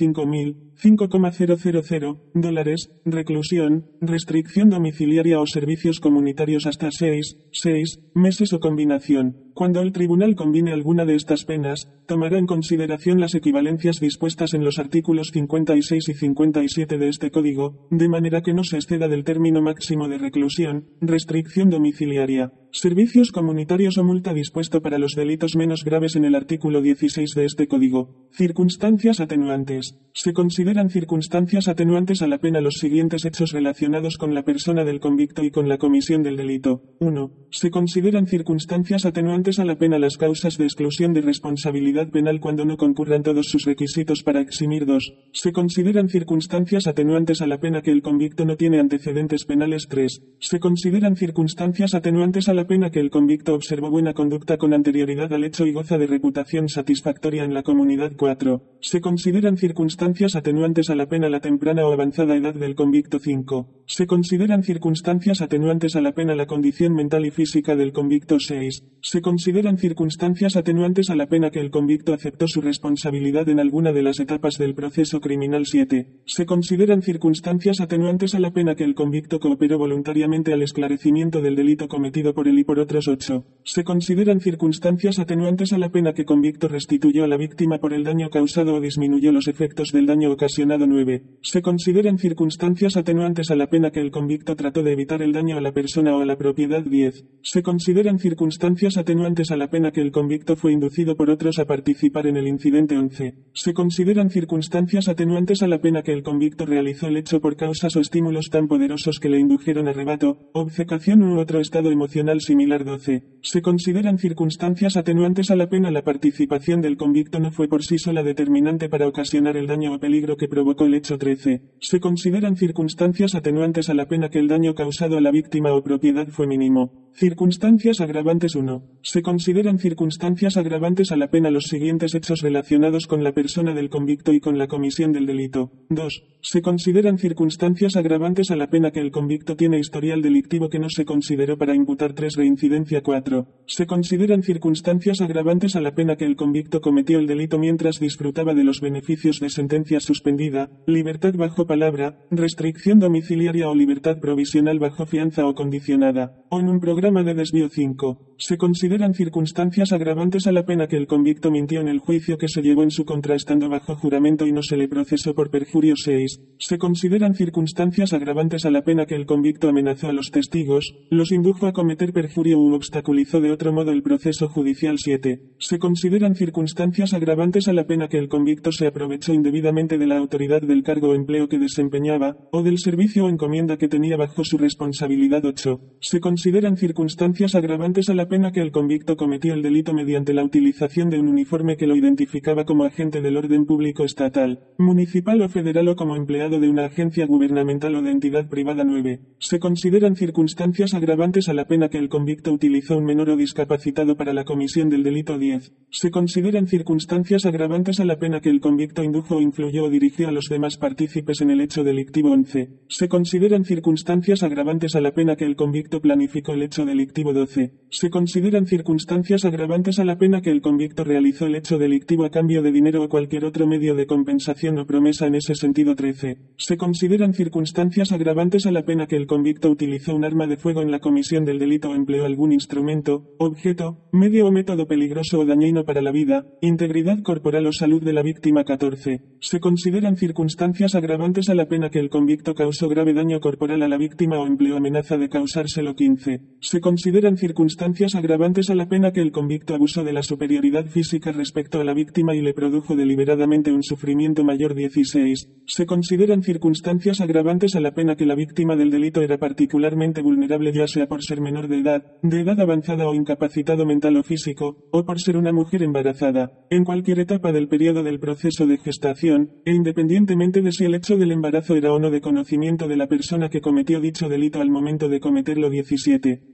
$5.000 reclusión, restricción domiciliaria o servicios comunitarios hasta 6 meses o combinación. Cuando el tribunal combine alguna de estas penas, tomará en consideración las equivalencias dispuestas en los artículos 56 y 57 de este código, de manera que no se exceda del término máximo de reclusión, restricción domiciliaria, servicios comunitarios o multa dispuesto para los delitos menos graves en el artículo 16 de este código. Circunstancias atenuantes. Se consideran circunstancias atenuantes a la pena los siguientes hechos relacionados con la persona del convicto y con la comisión del delito. 1. Se consideran circunstancias atenuantes a la pena las causas de exclusión de responsabilidad penal cuando no concurran todos sus requisitos para eximir. 2. Se consideran circunstancias atenuantes a la pena que el convicto no tiene antecedentes penales. 3. Se consideran circunstancias atenuantes a la pena que el convicto observó buena conducta con anterioridad al hecho y goza de reputación satisfactoria en la comunidad. 4. Se consideran circunstancias atenuantes a la pena la temprana o avanzada edad del convicto. 5. Se consideran circunstancias atenuantes a la pena la condición mental y física del convicto. 6. Se consideran circunstancias atenuantes a la pena que el convicto aceptó su responsabilidad en alguna de las etapas del proceso criminal. 7. Se consideran circunstancias atenuantes a la pena que el convicto cooperó voluntariamente al esclarecimiento del delito cometido por él y por otros. 8. Se consideran circunstancias atenuantes a la pena que convicto restituyó a la víctima por el daño causado o disminuyó los efectos del daño ocasionado. 9. Se consideran circunstancias atenuantes a la pena que el convicto trató de evitar el daño a la persona o a la propiedad. 10. Se consideran circunstancias atenuantes a la pena que el convicto fue inducido por otros a participar en el incidente. 11. Se consideran circunstancias atenuantes a la pena que el convicto realizó el hecho por causas o estímulos tan poderosos que le indujeron arrebato, obcecación u otro estado emocional similar. 12. Se consideran circunstancias atenuantes a la pena la participación del convicto no fue por sí sola determinante para ocasionar el daño o peligro que provocó el hecho. 13. Se consideran circunstancias atenuantes a la pena que el daño causado a la víctima o propiedad fue mínimo. Circunstancias agravantes. 1. Se consideran circunstancias agravantes a la pena los siguientes hechos relacionados con la persona del convicto y con la comisión del delito. 2. Se consideran circunstancias agravantes a la pena que el convicto tiene historial delictivo que no se consideró para imputar. 3. Reincidencia. 4. Se consideran circunstancias agravantes a la pena que el convicto cometió el delito mientras disfrutaba de los beneficios de sentencia suspendida, libertad bajo palabra, restricción domiciliaria o libertad provisional bajo fianza o condicionada, o en un programa de desvío. 5. Se consideran circunstancias agravantes a la pena que el convicto mintió en el juicio que se llevó en su contra estando bajo juramento y no se le procesó por perjurio. 6. Se consideran circunstancias agravantes a la pena que el convicto amenazó a los testigos, los indujo a cometer perjurio u obstaculizó de otro modo el proceso judicial. 7. Se consideran circunstancias agravantes a la pena que el convicto se aprovechó indebidamente de la autoridad del cargo o empleo que desempeñaba, o del servicio o encomienda que tenía bajo su responsabilidad. 8. Se consideran circunstancias agravantes a la pena que el convicto cometió el delito mediante la utilización de un uniforme que lo identificaba como agente del orden público estatal, municipal o federal o como empleado de una agencia gubernamental o de entidad privada. 9. Se consideran circunstancias agravantes a la pena que el convicto utilizó un menor o discapacitado para la comisión del delito. 10. Se consideran circunstancias agravantes a la pena que el convicto indujo o influyó o dirigió a los demás partícipes en el hecho delictivo. 11. Se consideran circunstancias agravantes a la pena que el convicto planificó el hecho delictivo. 12. Se consideran circunstancias agravantes a la pena que el convicto realizó el hecho delictivo a cambio de dinero o cualquier otro medio de compensación o promesa en ese sentido. 13. Se consideran circunstancias agravantes a la pena que el convicto utilizó un arma de fuego en la comisión del delito o empleó algún instrumento, objeto, medio o método peligroso o dañino para la vida, integridad corporal o salud de la víctima. 14. Se consideran circunstancias agravantes a la pena que el convicto causó grave daño corporal a la víctima o empleó amenaza de causárselo. 15. Se consideran circunstancias agravantes a la pena que el convicto abusó de la superioridad física respecto a la víctima y le produjo deliberadamente un sufrimiento mayor. 16. Se consideran circunstancias agravantes a la pena que la víctima del delito era particularmente vulnerable ya sea por ser menor de edad avanzada o incapacitado mental o físico, o por ser una mujer embarazada, en cualquier etapa del periodo del proceso de gestación, e independientemente de si el hecho del embarazo era o no de conocimiento de la persona que cometió dicho delito al momento de cometerlo. 17.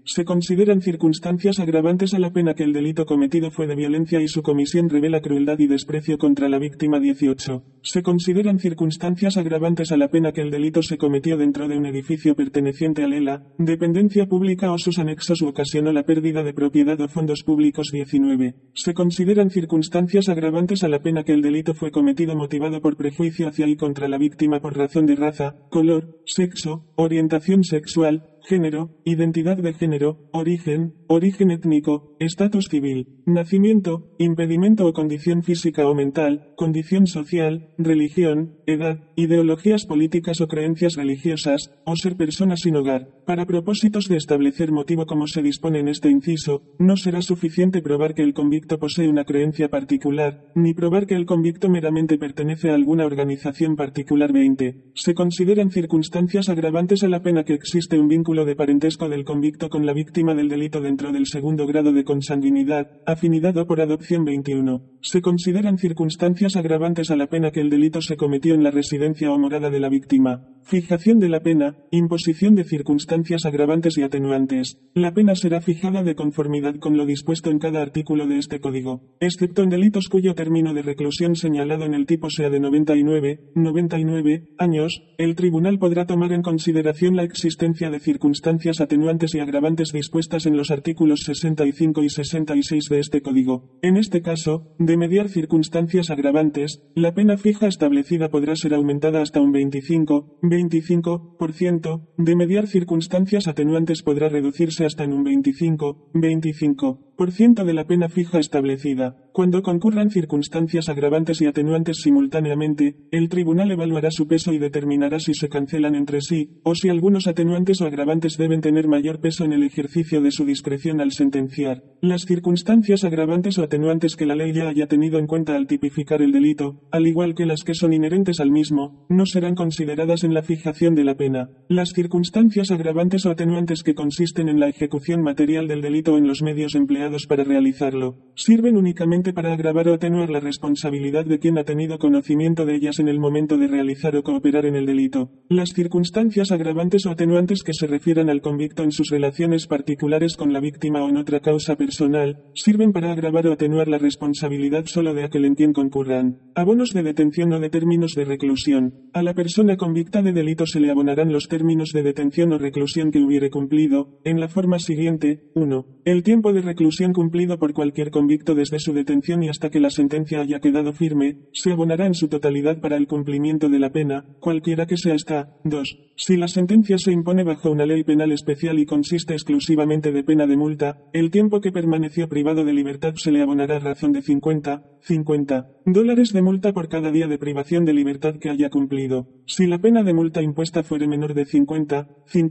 Se consideran circunstancias agravantes a la pena que el delito cometido fue de violencia y su comisión revela crueldad y desprecio contra la víctima. 18. Se consideran circunstancias agravantes a la pena que el delito se cometió dentro de un edificio perteneciente al ELA, dependencia pública o sus anexos u ocasionó la pérdida de propiedad o fondos públicos. 19. Se consideran circunstancias agravantes a la pena que el delito fue cometido motivado por prejuicio hacia y contra la víctima por razón de raza, color, sexo, orientación sexual, género, identidad de género, origen étnico, estatus civil, nacimiento, impedimento o condición física o mental, condición social, religión, edad, ideologías políticas o creencias religiosas, o ser persona sin hogar. Para propósitos de establecer motivo como se dispone en este inciso, no será suficiente probar que el convicto posee una creencia particular, ni probar que el convicto meramente pertenece a alguna organización particular. 20. Se consideran circunstancias agravantes a la pena que existe un vínculo de parentesco del convicto con la víctima del delito dentro del segundo grado de consanguinidad, afinidad o por adopción. 21. Se consideran circunstancias agravantes a la pena que el delito se cometió en la residencia o morada de la víctima. Fijación de la pena, imposición de circunstancias agravantes y atenuantes. La pena será fijada de conformidad con lo dispuesto en cada artículo de este código, excepto en delitos cuyo término de reclusión señalado en el tipo sea de 99 años. El tribunal podrá tomar en consideración la existencia de circunstancias atenuantes y agravantes dispuestas en los artículos 65 y 66 de este código. En este caso, de mediar circunstancias agravantes, la pena fija establecida podrá ser aumentada hasta un 25%, de mediar circunstancias atenuantes podrá reducirse hasta en un 25% de la pena fija establecida. Cuando concurran circunstancias agravantes y atenuantes simultáneamente, el tribunal evaluará su peso y determinará si se cancelan entre sí, o si algunos atenuantes o agravantes deben tener mayor peso en el ejercicio de su discreción al sentenciar. Las circunstancias agravantes o atenuantes que la ley ya haya tenido en cuenta al tipificar el delito, al igual que las que son inherentes al mismo, no serán consideradas en la fijación de la pena. Las circunstancias agravantes o atenuantes que consisten en la ejecución material del delito o en los medios empleados para realizarlo, sirven únicamente para agravar o atenuar la responsabilidad de quien ha tenido conocimiento de ellas en el momento de realizar o cooperar en el delito. Las circunstancias agravantes o atenuantes que se refieran al convicto en sus relaciones particulares con la víctima o en otra causa personal, sirven para agravar o atenuar la responsabilidad solo de aquel en quien concurran. Abonos de detención o de términos de reclusión. A la persona convicta de delito se le abonarán los términos de detención o reclusión que hubiere cumplido, en la forma siguiente: 1. El tiempo de reclusión cumplido por cualquier convicto desde su detención y hasta que la sentencia haya quedado firme, se abonará en su totalidad para el cumplimiento de la pena, cualquiera que sea esta. 2. Si la sentencia se impone bajo una ley penal especial y consiste exclusivamente de pena de multa, el tiempo que permaneció privado de libertad se le abonará a razón de $50 de multa por cada día de privación de libertad que haya cumplido. Si la pena de multa impuesta fuere menor de $50,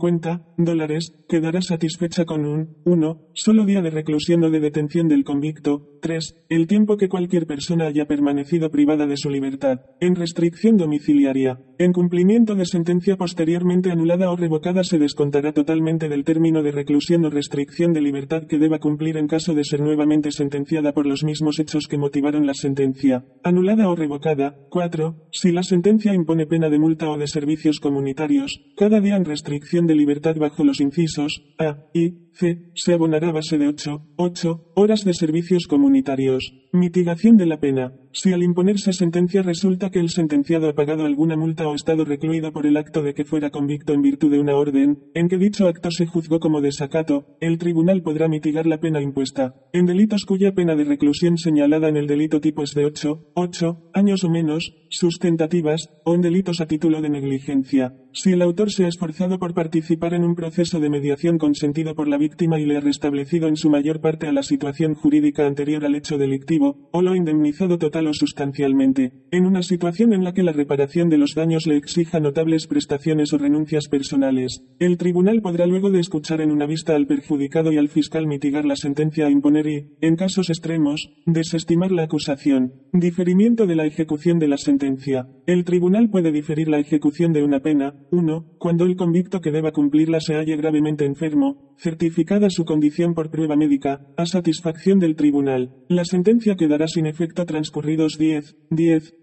quedará satisfecha con un 1. Solo día de reclusión o de detención del convicto. 3. El tiempo que cualquier persona haya permanecido privada de su libertad, en restricción domiciliaria. En cumplimiento de sentencia posteriormente anulada o revocada se descontará totalmente del término de reclusión o restricción de libertad que deba cumplir en caso de ser nuevamente sentenciada por los mismos hechos que motivaron la sentencia, anulada o revocada. 4. Si la sentencia impone pena de multa o de servicios comunitarios, cada día en restricción de libertad bajo los incisos A y C, se abonará a base de 8 horas de servicios comunitarios. Mitigación de la pena. Si al imponerse sentencia resulta que el sentenciado ha pagado alguna multa o estado recluido por el acto de que fuera convicto en virtud de una orden, en que dicho acto se juzgó como desacato, el tribunal podrá mitigar la pena impuesta. En delitos cuya pena de reclusión señalada en el delito tipo es de 8 años o menos, sustentativas, o en delitos a título de negligencia. Si el autor se ha esforzado por participar en un proceso de mediación consentido por la víctima y le ha restablecido en su mayor parte a la situación jurídica anterior al hecho delictivo, o lo ha indemnizado total o sustancialmente, en una situación en la que la reparación de los daños le exija notables prestaciones o renuncias personales, el tribunal podrá luego de escuchar en una vista al perjudicado y al fiscal mitigar la sentencia a imponer y, en casos extremos, desestimar la acusación. Diferimiento de la ejecución de la sentencia. El tribunal puede diferir la ejecución de una pena, 1. Cuando el convicto que deba cumplirla se halle gravemente enfermo, certificada su condición por prueba médica, a satisfacción del tribunal. La sentencia quedará sin efecto transcurridos 10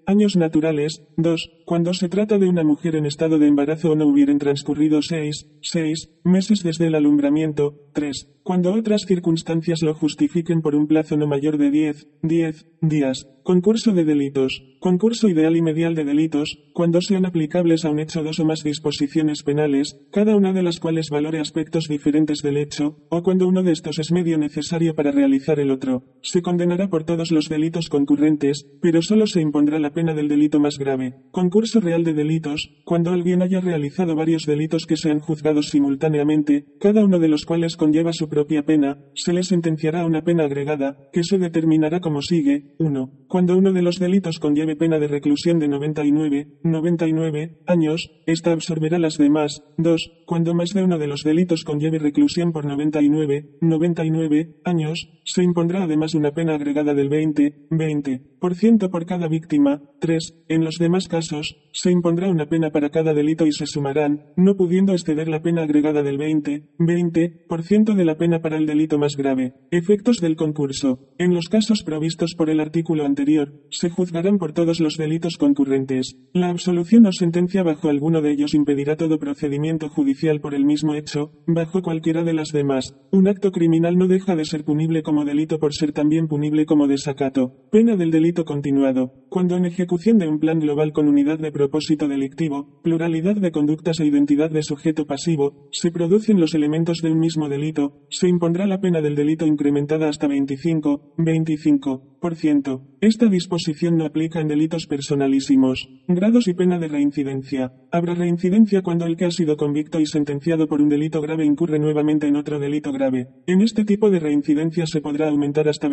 años naturales. 2. Cuando se trata de una mujer en estado de embarazo o no hubieran transcurrido 6 meses desde el alumbramiento. 3. Cuando otras circunstancias lo justifiquen por un plazo no mayor de 10 días. Concurso de delitos. Concurso ideal y medial de delitos, cuando sean aplicables a un hecho dos o más disposiciones penales, cada una de las cuales valore aspectos diferentes del hecho, o cuando uno de estos es medio necesario para realizar el otro. Se condenará por todos los delitos concurrentes, pero solo se impondrá la pena del delito más grave. Concurso real de delitos, cuando alguien haya realizado varios delitos que sean juzgados simultáneamente, cada uno de los cuales conlleva su propia pena, se le sentenciará a una pena agregada, que se determinará como sigue. 1. Cuando uno de los delitos conlleve pena de reclusión de 99 años, esta absorberá las demás. 2. Cuando más de uno de los delitos conlleve reclusión por 99 años, se impondrá además una pena agregada del 20% por cada víctima. 3. En los demás casos, se impondrá una pena para cada delito y se sumarán, no pudiendo exceder la pena agregada del 20% de la pena para el delito más grave. Efectos del concurso. En los casos provistos por el artículo anterior, se juzgarán por todos los delitos concurrentes. La absolución o sentencia bajo alguno de ellos impedirá todo procedimiento judicial por el mismo hecho, bajo cualquiera de las demás. Un acto criminal no deja de ser punible como delito por ser también punible como desacato. Pena del delito continuado. Cuando en ejecución de un plan global con unidad de propósito delictivo, pluralidad de conductas e identidad de sujeto pasivo, se producen los elementos de un mismo delito, se impondrá la pena del delito incrementada hasta 25%. Esta disposición no aplica en delitos personalísimos. Grados y pena de reincidencia. Habrá reincidencia cuando el que ha sido convicto y sentenciado por un delito grave incurre nuevamente en otro delito grave. En este tipo de reincidencia se podrá aumentar hasta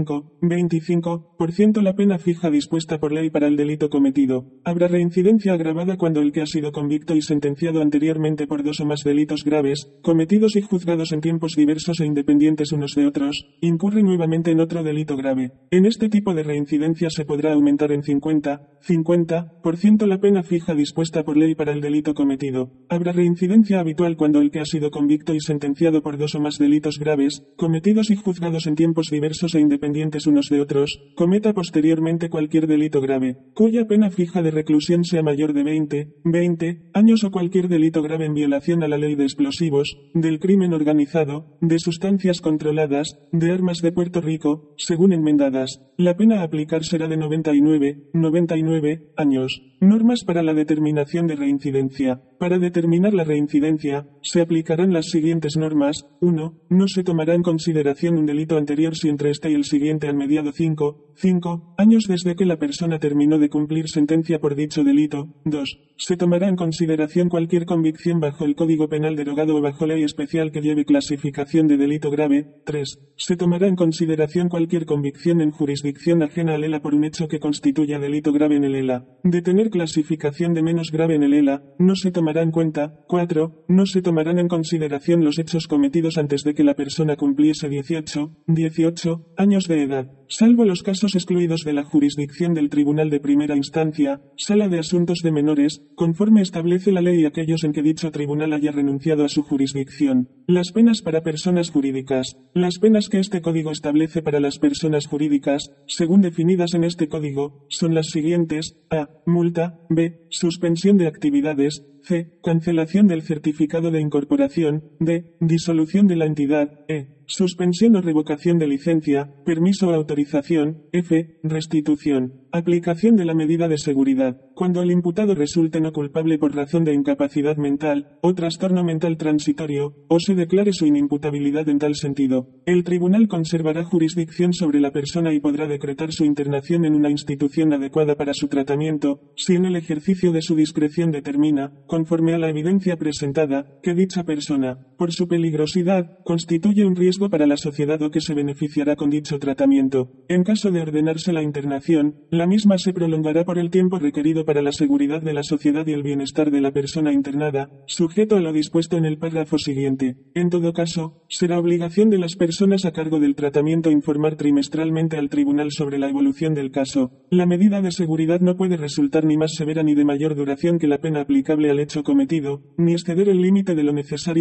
25% la pena fija dispuesta por ley para el delito cometido. Habrá reincidencia agravada cuando el que ha sido convicto y sentenciado anteriormente por dos o más delitos graves, cometidos y juzgados en tiempos diversos e independientes unos de otros, incurre nuevamente en otro delito grave. En este tipo de reincidencia se podrá aumentar en 50% la pena fija dispuesta por ley para el delito cometido. Habrá reincidencia habitual cuando el que ha sido convicto y sentenciado por dos o más delitos graves, cometidos y juzgados en tiempos diversos e independientes unos de otros, cometa posteriormente cualquier delito grave, cuya pena fija de reclusión sea mayor de 20 años o cualquier delito grave en violación a la ley de explosivos, del crimen organizado, de sustancias controladas, de armas de Puerto Rico, según enmendadas. La pena a aplicar será de 99 años. Normas para la determinación de reincidencia. Para determinar la reincidencia, se aplicarán las siguientes normas. 1. No se tomará en consideración un delito anterior si entre este y el siguiente han mediado 5 años desde que la persona terminó de cumplir sentencia por dicho delito. 2. Se tomará en consideración cualquier convicción bajo el Código Penal derogado o bajo ley especial que lleve clasificación de delito grave. 3. Se tomará en consideración cualquier convicción en jurisdicción ajena al ELA por un hecho que constituya delito grave en el ELA. De tener clasificación de menos grave en el ELA, no se tomará en cuenta. 4. No se tomarán en consideración los hechos cometidos antes de que la persona cumpliese 18 años de edad, salvo los casos excluidos de la jurisdicción del Tribunal de Primera Instancia, Sala de Asuntos de Menores, conforme establece la ley y aquellos en que dicho tribunal haya renunciado a su jurisdicción. Las penas para personas jurídicas. Las penas que este código establece para las personas jurídicas, según definidas en este código, son las siguientes: a. Multa. b. Suspensión de actividades. C. Cancelación del certificado de incorporación. D. Disolución de la entidad. E. Suspensión o revocación de licencia, permiso o autorización. F. Restitución. Aplicación de la medida de seguridad. Cuando el imputado resulte no culpable por razón de incapacidad mental, o trastorno mental transitorio, o se declare su inimputabilidad en tal sentido, el tribunal conservará jurisdicción sobre la persona y podrá decretar su internación en una institución adecuada para su tratamiento, si en el ejercicio de su discreción determina, conforme a la evidencia presentada, que dicha persona, por su peligrosidad, constituye un riesgo para la sociedad o que se beneficiará con dicho tratamiento. En caso de ordenarse la internación, la misma se prolongará por el tiempo requerido para la seguridad de la sociedad y el bienestar de la persona internada, sujeto a lo dispuesto en el párrafo siguiente. En todo caso, será obligación de las personas a cargo del tratamiento informar trimestralmente al tribunal sobre la evolución del caso. La medida de seguridad no puede resultar ni más severa ni de mayor duración que la pena aplicable al hecho cometido, ni exceder el límite de lo necesario para prevenir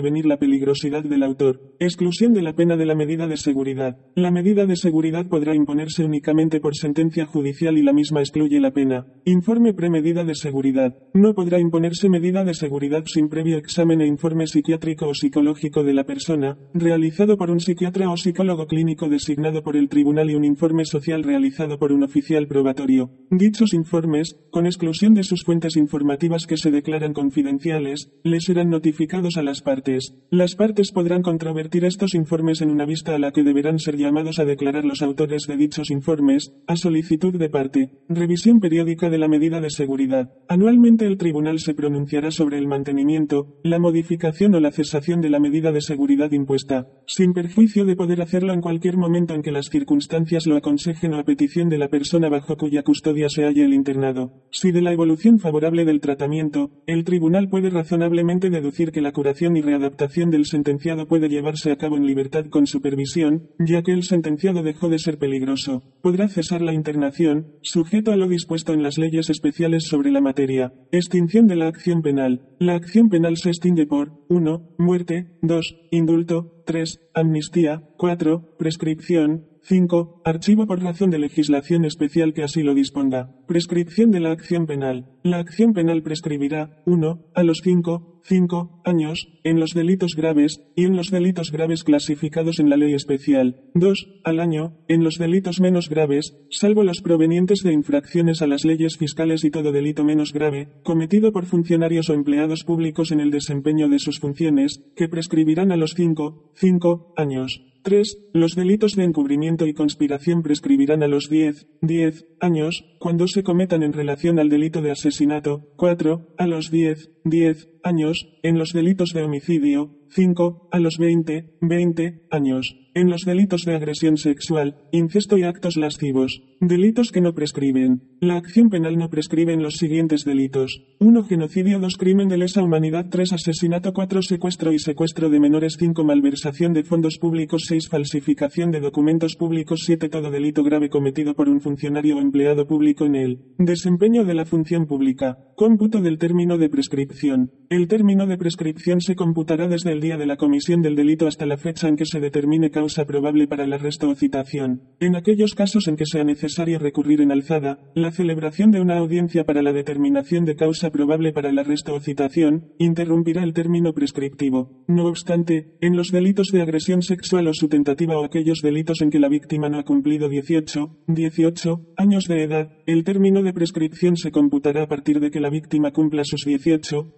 prevenir la peligrosidad del autor. Exclusión de la pena de la medida de seguridad. La medida de seguridad podrá imponerse únicamente por sentencia judicial y la misma excluye la pena. Informe premedida de seguridad. No podrá imponerse medida de seguridad sin previo examen e informe psiquiátrico o psicológico de la persona, realizado por un psiquiatra o psicólogo clínico designado por el tribunal y un informe social realizado por un oficial probatorio. Dichos informes, con exclusión de sus fuentes informativas que se declaran confidenciales, les serán notificados a las partes. Las partes podrán controvertir estos informes en una vista a la que deberán ser llamados a declarar los autores de dichos informes, a solicitud de parte. Revisión periódica de la medida de seguridad. Anualmente el tribunal se pronunciará sobre el mantenimiento, la modificación o la cesación de la medida de seguridad impuesta, sin perjuicio de poder hacerlo en cualquier momento en que las circunstancias lo aconsejen o a petición de la persona bajo cuya custodia se halle el internado. Si de la evolución favorable del tratamiento, el tribunal puede razonablemente deducir que la curación y readaptación del sentenciado puede llevarse a cabo en libertad con supervisión, ya que el sentenciado dejó de ser peligroso, podrá cesar la internación, sujeto a lo dispuesto en las leyes especiales sobre la materia. Extinción de la acción penal. La acción penal se extingue por 1. Muerte, 2. Indulto, 3. Amnistía, 4. Prescripción, 5. Archivo por razón de legislación especial que así lo disponga. Prescripción de la acción penal. La acción penal prescribirá, 1. A los 5 años, en los delitos graves, y en los delitos graves clasificados en la ley especial. 2. Al año, en los delitos menos graves, salvo los provenientes de infracciones a las leyes fiscales y todo delito menos grave, cometido por funcionarios o empleados públicos en el desempeño de sus funciones, que prescribirán a los 5 años. 3. Los delitos de encubrimiento y conspiración prescribirán a los 10 años, cuando se cometan en relación al delito de asesinato. 4. A los 10 años, en los delitos de homicidio. 5. A los 20 años, en los delitos de agresión sexual, incesto y actos lascivos. Delitos que no prescriben. La acción penal no prescribe en los siguientes delitos. 1. Genocidio. 2. Crimen de lesa humanidad. 3. Asesinato. 4. Secuestro y secuestro de menores. 5. Malversación de fondos públicos. 6. Falsificación de documentos públicos. 7. Todo delito grave cometido por un funcionario o empleado público en el desempeño de la función pública. Cómputo del término de prescripción. El término de prescripción se computará desde el día de la comisión del delito hasta la fecha en que se determine causa probable para el arresto o citación. En aquellos casos en que sea necesario recurrir en alzada, la celebración de una audiencia para la determinación de causa probable para el arresto o citación, interrumpirá el término prescriptivo. No obstante, en los delitos de agresión sexual o su tentativa o aquellos delitos en que la víctima no ha cumplido 18 años de edad, el término de prescripción se computará a partir de que la víctima cumpla sus 18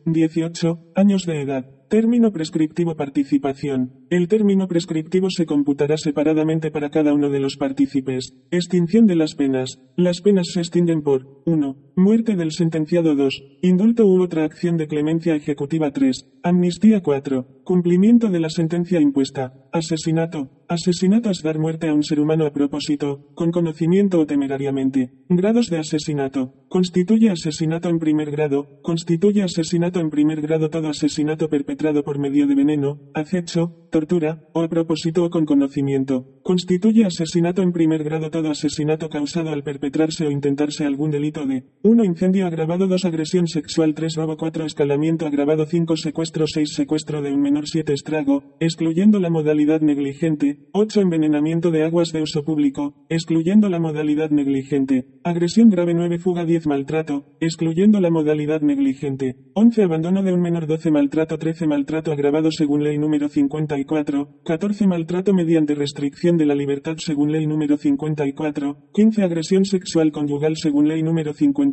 años de edad. Término prescriptivo. Participación. El término prescriptivo se computará separadamente para cada uno de los partícipes. Extinción de las penas. Las penas se extinguen por 1. Muerte del sentenciado. 2. Indulto u otra acción de clemencia ejecutiva. 3. Amnistía. 4. Cumplimiento de la sentencia impuesta. Asesinato. Asesinato es dar muerte a un ser humano a propósito, con conocimiento o temerariamente. Grados de asesinato. Constituye asesinato en primer grado. Constituye asesinato en primer grado todo asesinato perpetrado por medio de veneno, acecho, tortura, o a propósito o con conocimiento. Constituye asesinato en primer grado todo asesinato causado al perpetrarse o intentarse algún delito de 1. Incendio agravado. 2. Agresión sexual. 3. Robo. 4. Escalamiento agravado. 5. Secuestro. 6. Secuestro de un menor. 7. Estrago, excluyendo la modalidad negligente. 8. Envenenamiento de aguas de uso público, excluyendo la modalidad negligente. Agresión grave. 9. Fuga. 10. Maltrato, excluyendo la modalidad negligente. 11. Abandono de un menor. 12. Maltrato. 13. Maltrato agravado según ley número 54. 14. Maltrato mediante restricción de la libertad según ley número 54. 15. Agresión sexual conyugal según ley número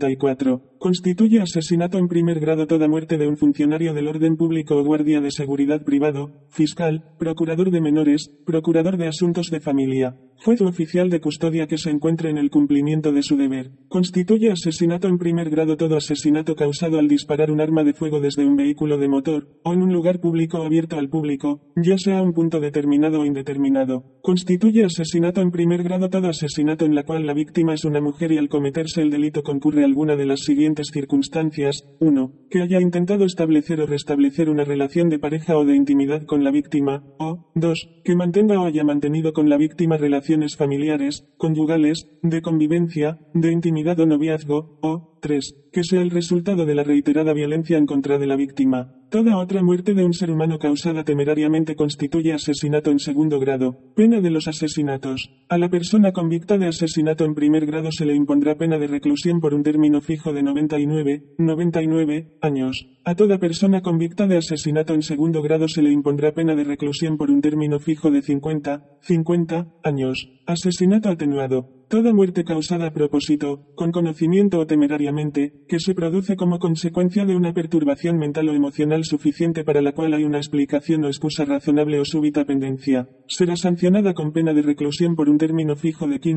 54. Constituye asesinato en primer grado toda muerte de un funcionario del orden público o guardia de seguridad privado, fiscal, procurador de menores, procurador de asuntos de familia, juez o oficial de custodia que se encuentre en el cumplimiento de su deber. Constituye asesinato en primer grado todo asesinato causado al disparar un arma de fuego desde un vehículo de motor, o en un lugar público o abierto al público, ya sea a un punto determinado o indeterminado. Constituye asesinato en primer grado todo asesinato en la cual la víctima es una mujer y al cometerse el delito concurre alguna de las siguientes circunstancias. 1. Que haya intentado establecer o restablecer una relación de pareja o de intimidad con la víctima, o 2. Que mantenga o haya mantenido con la víctima relaciones familiares, conyugales, de convivencia, de intimidad o noviazgo, o 3. Que sea el resultado de la reiterada violencia en contra de la víctima. Toda otra muerte de un ser humano causada temerariamente constituye asesinato en segundo grado. Pena de los asesinatos. A la persona convicta de asesinato en primer grado se le impondrá pena de reclusión por un término fijo de 99 años. A toda persona convicta de asesinato en segundo grado se le impondrá pena de reclusión por un término fijo de 50 años. Asesinato atenuado. Toda muerte causada a propósito, con conocimiento o temerariamente, que se produce como consecuencia de una perturbación mental o emocional suficiente para la cual hay una explicación o excusa razonable o súbita pendencia, será sancionada con pena de reclusión por un término fijo de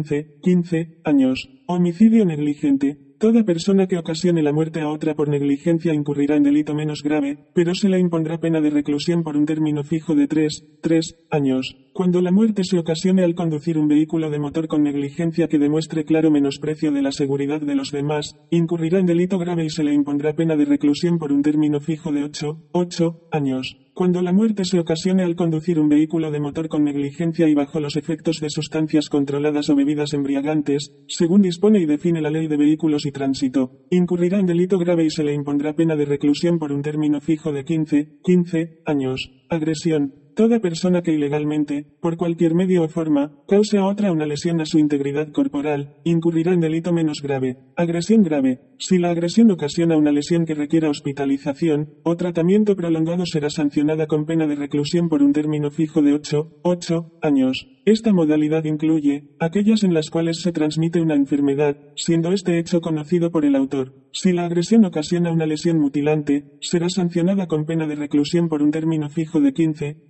15 años. Homicidio negligente. Toda persona que ocasione la muerte a otra por negligencia incurrirá en delito menos grave, pero se le impondrá pena de reclusión por un término fijo de 3 años. Cuando la muerte se ocasione al conducir un vehículo de motor con negligencia que demuestre claro menosprecio de la seguridad de los demás, incurrirá en delito grave y se le impondrá pena de reclusión por un término fijo de 8 años. Cuando la muerte se ocasione al conducir un vehículo de motor con negligencia y bajo los efectos de sustancias controladas o bebidas embriagantes, según dispone y define la Ley de Vehículos y Tránsito, incurrirá en delito grave y se le impondrá pena de reclusión por un término fijo de 15 años. Agresión. Toda persona que ilegalmente, por cualquier medio o forma, cause a otra una lesión a su integridad corporal, incurrirá en delito menos grave. Agresión grave. Si la agresión ocasiona una lesión que requiera hospitalización o tratamiento prolongado será sancionada con pena de reclusión por un término fijo de 8 años. Esta modalidad incluye aquellas en las cuales se transmite una enfermedad, siendo este hecho conocido por el autor. Si la agresión ocasiona una lesión mutilante, será sancionada con pena de reclusión por un término fijo de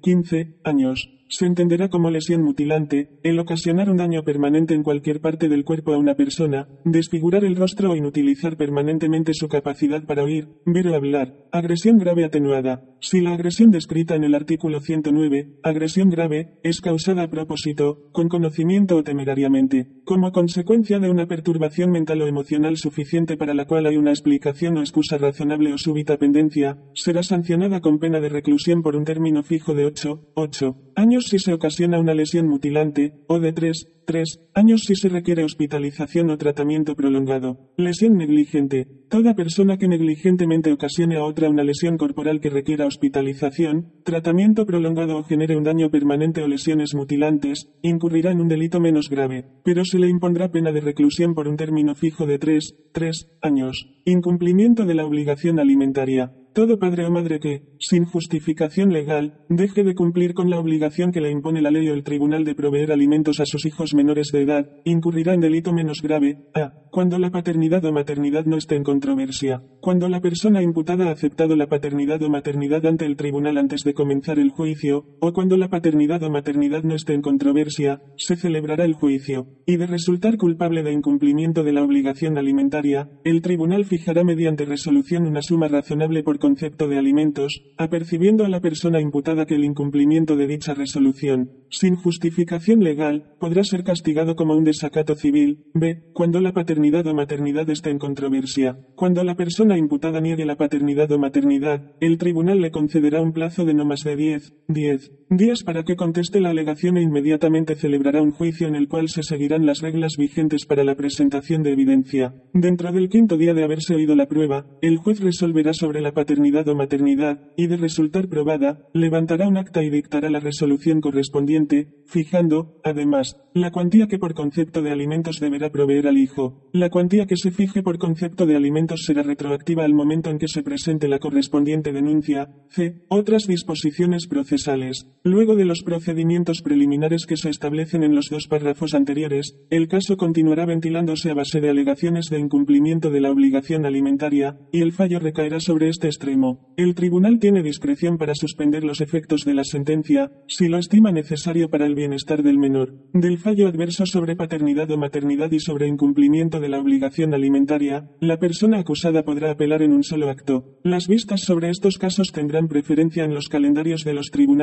15 años. Se entenderá como lesión mutilante el ocasionar un daño permanente en cualquier parte del cuerpo a una persona, desfigurar el rostro o inutilizar permanentemente su capacidad para oír, ver o hablar. Agresión grave atenuada. Si la agresión descrita en el artículo 109, agresión grave, es causada a propósito, con conocimiento o temerariamente, como consecuencia de una perturbación mental o emocional suficiente para la cual hay una explicación o excusa razonable o súbita pendencia, será sancionada con pena de reclusión por un término fijo de 8 años si se ocasiona una lesión mutilante, o de 3 años si se requiere hospitalización o tratamiento prolongado. Lesión negligente. Toda persona que negligentemente ocasione a otra una lesión corporal que requiera hospitalización, tratamiento prolongado o genere un daño permanente o lesiones mutilantes, incurrirá en un delito menos grave, pero se le impondrá pena de reclusión por un término fijo de 3 años. Incumplimiento de la obligación alimentaria. Todo padre o madre que, sin justificación legal, deje de cumplir con la obligación que le impone la ley o el tribunal de proveer alimentos a sus hijos menores de edad, incurrirá en delito menos grave, a. Cuando la paternidad o maternidad no esté en controversia. Cuando la persona imputada ha aceptado la paternidad o maternidad ante el tribunal antes de comenzar el juicio, o cuando la paternidad o maternidad no esté en controversia, se celebrará el juicio. Y de resultar culpable de incumplimiento de la obligación alimentaria, el tribunal fijará mediante resolución una suma razonable por concepto de alimentos, apercibiendo a la persona imputada que el incumplimiento de dicha resolución, sin justificación legal, podrá ser castigado como un desacato civil. B. Cuando la paternidad o maternidad esté en controversia. Cuando la persona imputada niegue la paternidad o maternidad, el tribunal le concederá un plazo de no más de 10 días para que conteste la alegación e inmediatamente celebrará un juicio en el cual se seguirán las reglas vigentes para la presentación de evidencia. Dentro del quinto día de haberse oído la prueba, el juez resolverá sobre la paternidad o maternidad, y de resultar probada, levantará un acta y dictará la resolución correspondiente, fijando, además, la cuantía que por concepto de alimentos deberá proveer al hijo. La cuantía que se fije por concepto de alimentos será retroactiva al momento en que se presente la correspondiente denuncia. C. Otras disposiciones procesales. Luego de los procedimientos preliminares que se establecen en los dos párrafos anteriores, el caso continuará ventilándose a base de alegaciones de incumplimiento de la obligación alimentaria, y el fallo recaerá sobre este extremo. El tribunal tiene discreción para suspender los efectos de la sentencia, si lo estima necesario para el bienestar del menor. Del fallo adverso sobre paternidad o maternidad y sobre incumplimiento de la obligación alimentaria, la persona acusada podrá apelar en un solo acto. Las vistas sobre estos casos tendrán preferencia en los calendarios de los tribunales de apelación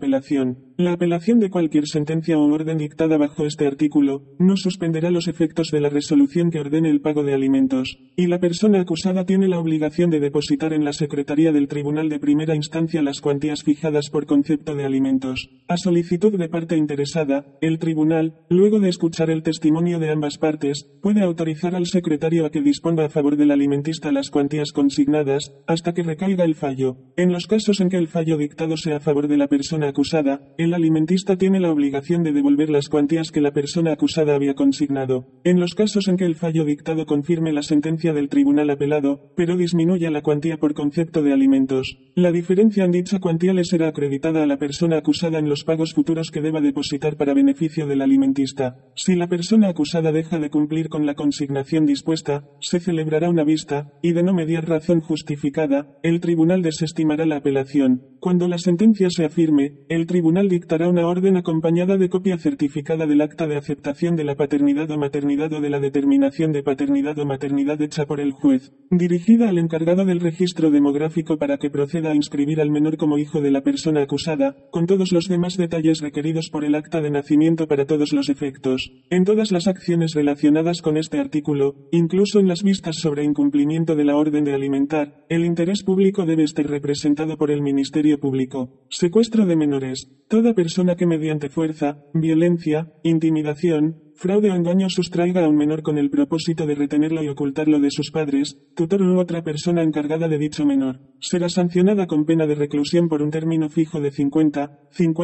apelación. La apelación de cualquier sentencia o orden dictada bajo este artículo no suspenderá los efectos de la resolución que ordene el pago de alimentos, y la persona acusada tiene la obligación de depositar en la Secretaría del Tribunal de Primera Instancia las cuantías fijadas por concepto de alimentos. A solicitud de parte interesada, el tribunal, luego de escuchar el testimonio de ambas partes, puede autorizar al secretario a que disponga a favor del alimentista las cuantías consignadas, hasta que recaiga el fallo. En los casos en que el fallo dictado sea a favor de la persona acusada, el alimentista tiene la obligación de devolver las cuantías que la persona acusada había consignado. En los casos en que el fallo dictado confirme la sentencia del tribunal apelado, pero disminuya la cuantía por concepto de alimentos, la diferencia en dicha cuantía le será acreditada a la persona acusada en los pagos futuros que deba depositar para beneficio del alimentista. Si la persona acusada deja de cumplir con la consignación dispuesta, se celebrará una vista, y de no mediar razón justificada, el tribunal desestimará la apelación. Cuando la sentencia sea firme, el tribunal dictará una orden acompañada de copia certificada del acta de aceptación de la paternidad o maternidad o de la determinación de paternidad o maternidad hecha por el juez, dirigida al encargado del registro demográfico para que proceda a inscribir al menor como hijo de la persona acusada, con todos los demás detalles requeridos por el acta de nacimiento para todos los efectos. En todas las acciones relacionadas con este artículo, incluso en las vistas sobre incumplimiento de la orden de alimentar, el interés público debe estar representado por el Ministerio Público. Secuestro de menores. Toda persona que mediante fuerza, violencia, intimidación, fraude o engaño sustraiga a un menor con el propósito de retenerlo y ocultarlo de sus padres, tutor u otra persona encargada de dicho menor, será sancionada con pena de reclusión por un término fijo de 50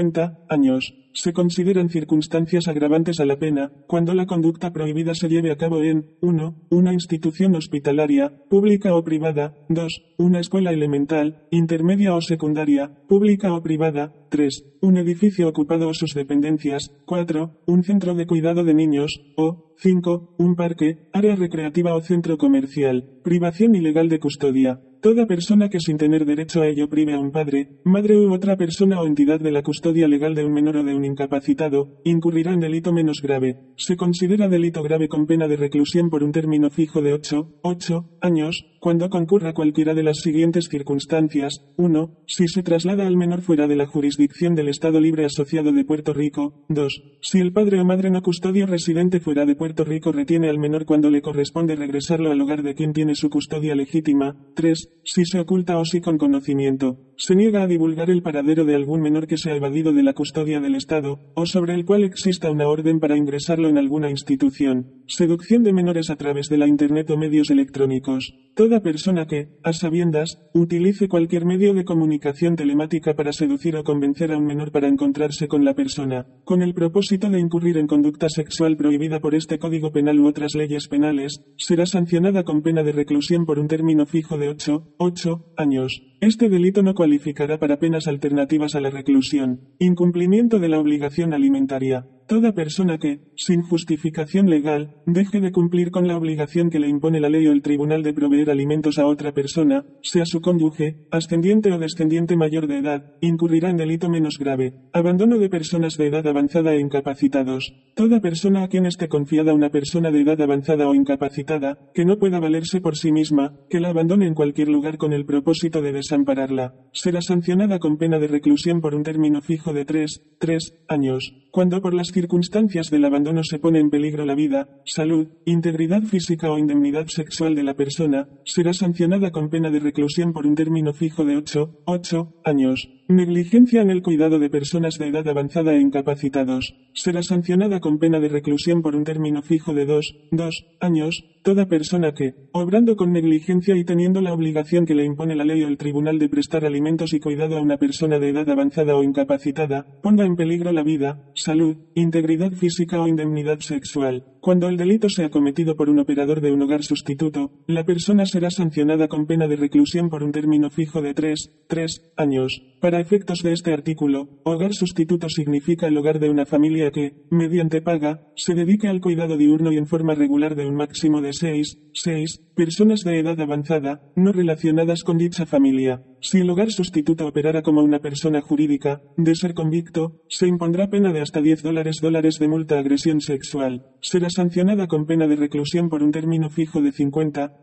años. Se consideran circunstancias agravantes a la pena, cuando la conducta prohibida se lleve a cabo en 1. Una institución hospitalaria, pública o privada, 2. Una escuela elemental, intermedia o secundaria, pública o privada, 3. Un edificio ocupado o sus dependencias, 4. Un centro de cuidado de niños, o 5. Un parque, área recreativa o centro comercial. Privación ilegal de custodia. Toda persona que sin tener derecho a ello prive a un padre, madre u otra persona o entidad de la custodia legal de un menor o de un incapacitado, incurrirá en delito menos grave. Se considera delito grave con pena de reclusión por un término fijo de 8 años, cuando concurra cualquiera de las siguientes circunstancias. 1. Si se traslada al menor fuera de la jurisdicción del Estado Libre Asociado de Puerto Rico. 2. Si el padre o madre no custodio residente fuera de Puerto Rico retiene al menor cuando le corresponde regresarlo al hogar de quien tiene su custodia legítima. 3. Si se oculta o si con conocimiento se niega a divulgar el paradero de algún menor que se ha evadido de la custodia del Estado, o sobre el cual exista una orden para ingresarlo en alguna institución. Seducción de menores a través de la Internet o medios electrónicos. Toda persona que, a sabiendas, utilice cualquier medio de comunicación telemática para seducir o convencer a un menor para encontrarse con la persona, con el propósito de incurrir en conducta sexual prohibida por este Código Penal u otras leyes penales, será sancionada con pena de reclusión por un término fijo de 8 años. Este delito no cualificará para penas alternativas a la reclusión. Incumplimiento de la obligación alimentaria. Toda persona que, sin justificación legal, deje de cumplir con la obligación que le impone la ley o el tribunal de proveer alimentos a otra persona, sea su cónyuge, ascendiente o descendiente mayor de edad, incurrirá en delito menos grave. Abandono de personas de edad avanzada e incapacitados. Toda persona a quien esté confiada una persona de edad avanzada o incapacitada, que no pueda valerse por sí misma, que la abandone en cualquier lugar con el propósito de desampararla, será sancionada con pena de reclusión por un término fijo de 3 años. Cuando por las circunstancias del abandono se pone en peligro la vida, salud, integridad física o indemnidad sexual de la persona, será sancionada con pena de reclusión por un término fijo de 8 años. Negligencia en el cuidado de personas de edad avanzada e incapacitados. Será sancionada con pena de reclusión por un término fijo de 2 años. Toda persona que, obrando con negligencia y teniendo la obligación que le impone la ley o el tribunal de prestar alimentos y cuidado a una persona de edad avanzada o incapacitada, ponga en peligro la vida, salud, integridad física o indemnidad sexual. Cuando el delito sea cometido por un operador de un hogar sustituto, la persona será sancionada con pena de reclusión por un término fijo de 3 años. Para efectos de este artículo, hogar sustituto significa el hogar de una familia que, mediante paga, se dedique al cuidado diurno y en forma regular de un máximo de 6 personas de edad avanzada, no relacionadas con dicha familia. Si el hogar sustituto operara como una persona jurídica, de ser convicto, se impondrá pena de hasta $10 de multa agresión sexual. Será sancionada con pena de reclusión por un término fijo de 50